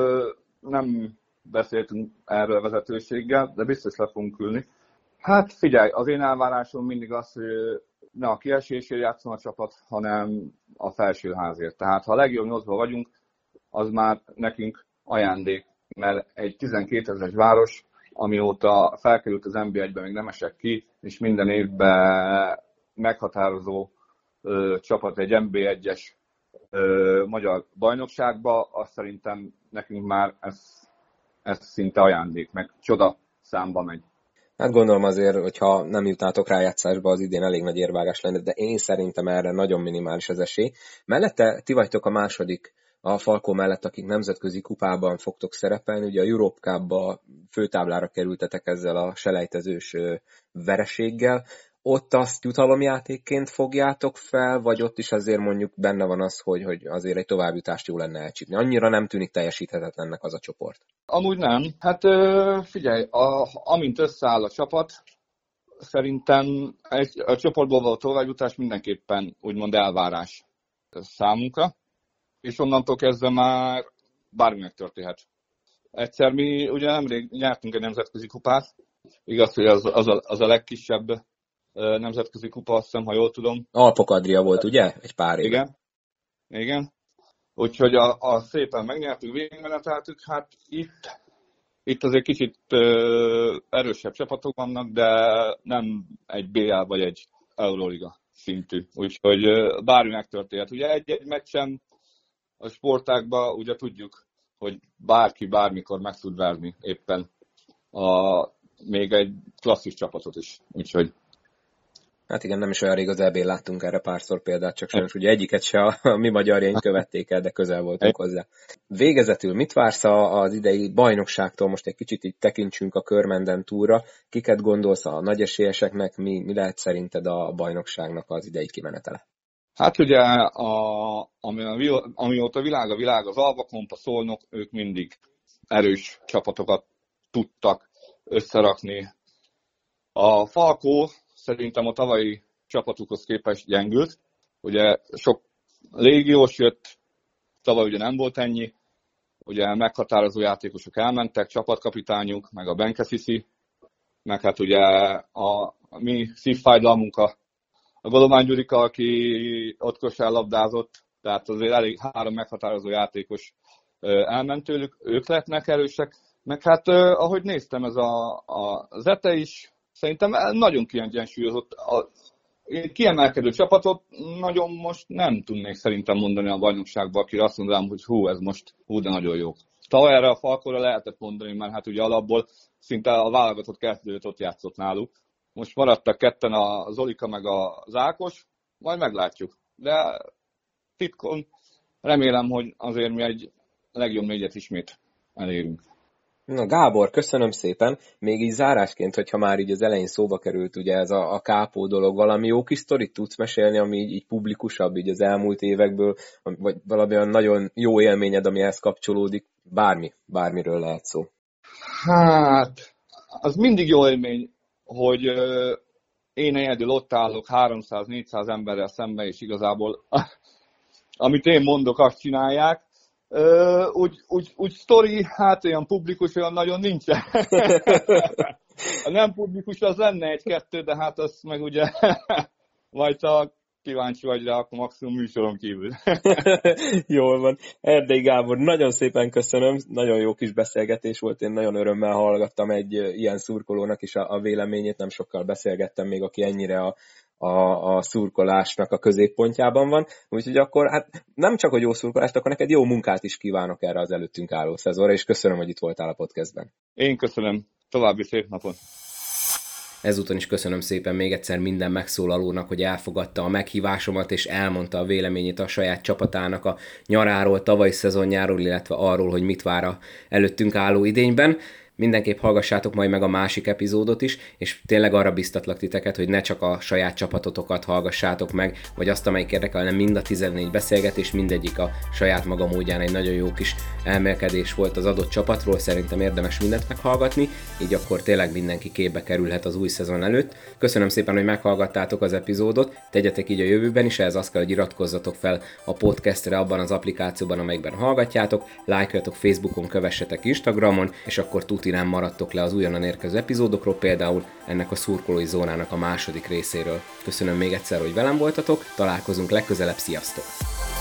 nem beszéltünk erről a vezetőséggel, de biztos le fogunk ülni. Hát figyelj, az én elvárásom mindig az, hogy ne a kiesésért játszon a csapat, hanem a felsőházért. Tehát ha a legjobb nyolcban vagyunk, az már nekünk ajándék, mert egy tizenkétezeres város, amióta felkerült az en bé egybe, még nem esek ki, és minden évben meghatározó ö, csapat egy en bé egyes ö, magyar bajnokságba, azt szerintem nekünk már ez, ez szinte ajándék, meg csoda számba megy. Hát gondolom azért, hogyha nem jutnátok rájátszásba, az idén elég nagy érvágás lenne, de én szerintem erre nagyon minimális az esély. Mellette ti vagytok a második a Falkó mellett, akik nemzetközi kupában fogtok szerepelni. Ugye a Europe Cup-ba főtáblára kerültetek ezzel a selejtezős vereséggel. Ott azt jutalomjátékként fogjátok fel, vagy ott is azért mondjuk benne van az, hogy, hogy azért egy továbbjutást jó lenne elcsípni? Annyira nem tűnik teljesíthetetlennek az a csoport. Amúgy nem. Hát figyelj, a, amint összeáll a csapat, szerintem egy, a csoportból való továbbjutás mindenképpen úgymond elvárás számunkra, és onnantól kezdve már bármi megtörténhet. Egyszer mi ugye nemrég nyertünk egy nemzetközi kupát, igaz, hogy az, az, a, az a legkisebb nemzetközi kupa, azt hiszem, ha jól tudom. Alpok Adria volt, ugye? Egy pár éve. Igen. Igen. Úgyhogy a, a szépen megnyertük, végigmeneteltük. Hát itt, itt azért kicsit ö, erősebb csapatok vannak, de nem egy bé el vagy egy Euroliga szintű. Úgyhogy ö, bármi megtörténhet. Ugye egy-egy meccsen a sportágban ugye tudjuk, hogy bárki bármikor meg tud verni éppen a, még egy klasszis csapatot is. Úgyhogy hát igen, nem is olyan rég az é bén láttunk erre párszor példát, csak sajnos ugye egyiket se a, a mi magyarjaink követték el, de közel voltunk hozzá. Végezetül mit vársz az idei bajnokságtól? Most egy kicsit így tekintsünk a Körmenden túlra. Kiket gondolsz a nagy esélyeseknek? Mi, mi lehet szerinted a bajnokságnak az idei kimenetele? Hát ugye, a, ami a, amióta világ a világ, az Alba Komp, a Szolnok, ők mindig erős csapatokat tudtak összerakni. A Falkó szerintem a tavalyi csapatukhoz képest gyengült. Ugye sok légiós jött, tavaly ugye nem volt ennyi. Ugye meghatározó játékosok elmentek, csapatkapitányuk, meg a Benkesisi, meg hát ugye a, a mi szívfájdalmunk a, a Golomány Gyurika, aki ott kosárlabdázott, tehát azért elég három meghatározó játékos elment tőlük, ők lehetnek erősek. Meg hát ahogy néztem, ez a, a Zete is, szerintem nagyon kiegyensúlyozott. A kiemelkedő csapatot nagyon most nem tudnék szerintem mondani a bajnokságban, akire azt mondanám, hogy hú, ez most hú, de nagyon jó. Tavaly erre a Falkóra lehetett mondani, mert hát ugye alapból szinte a válogatott kezdőt ott játszott náluk. Most maradtak ketten a Zolika meg az Ákos, majd meglátjuk. De titkon remélem, hogy azért mi egy legjobb négyet ismét elérünk. Na Gábor, köszönöm szépen. Még így zárásként, hogyha már így az elején szóba került ugye ez a, a kápó dolog, valami jó kis sztorit tudsz mesélni, ami így, így publikusabb így az elmúlt évekből, vagy valami olyan nagyon jó élményed, ami ehhez kapcsolódik, bármi, bármiről lehet szó. Hát, az mindig jó élmény, hogy euh, én egyedül ott állok háromszáz-négyszáz emberrel szemben, és igazából amit én mondok, azt csinálják. Uh, úgy, úgy, úgy sztori, hát olyan publikus, olyan nagyon nincsen. A nem publikus az lenne egy-kettő, de hát azt meg ugye vagy ha kíváncsi vagy rá, akkor maximum műsoron kívül. Jól van. Erdei Gábor, nagyon szépen köszönöm, nagyon jó kis beszélgetés volt, én nagyon örömmel hallgattam egy ilyen szurkolónak is a, a véleményét, nem sokkal beszélgettem még, aki ennyire a A, a szurkolásnak a középpontjában van, úgyhogy akkor hát nem csak, hogy jó szurkolást, akkor neked jó munkát is kívánok erre az előttünk álló szezonra, és köszönöm, hogy itt voltál a podcastben. Én köszönöm. További szép napot. Ezúton is köszönöm szépen még egyszer minden megszólalónak, hogy elfogadta a meghívásomat, és elmondta a véleményét a saját csapatának a nyaráról, tavalyi szezonjáról, illetve arról, hogy mit vár a előttünk álló idényben. Mindenképp hallgassátok majd meg a másik epizódot is, és tényleg arra biztatlak titeket, hogy ne csak a saját csapatotokat hallgassátok meg, vagy azt, amelyik érdekel, hanem mind a tizennégy beszélgetés, mindegyik a saját maga módján egy nagyon jó kis elmélkedés volt az adott csapatról, szerintem érdemes mindent meghallgatni, így akkor tényleg mindenki képbe kerülhet az új szezon előtt. Köszönöm szépen, hogy meghallgattátok az epizódot, tegyetek így a jövőben is, ehhez az kell, hogy iratkozzatok fel a podcastre abban az applikációban, amelyikben hallgatjátok, lájkoljatok Facebookon, kövessetek Instagramon, és akkor tuti nem maradtok le az újonnan érkező epizódokról, például ennek a szurkolói zónának a második részéről. Köszönöm még egyszer, hogy velem voltatok, találkozunk legközelebb, sziasztok!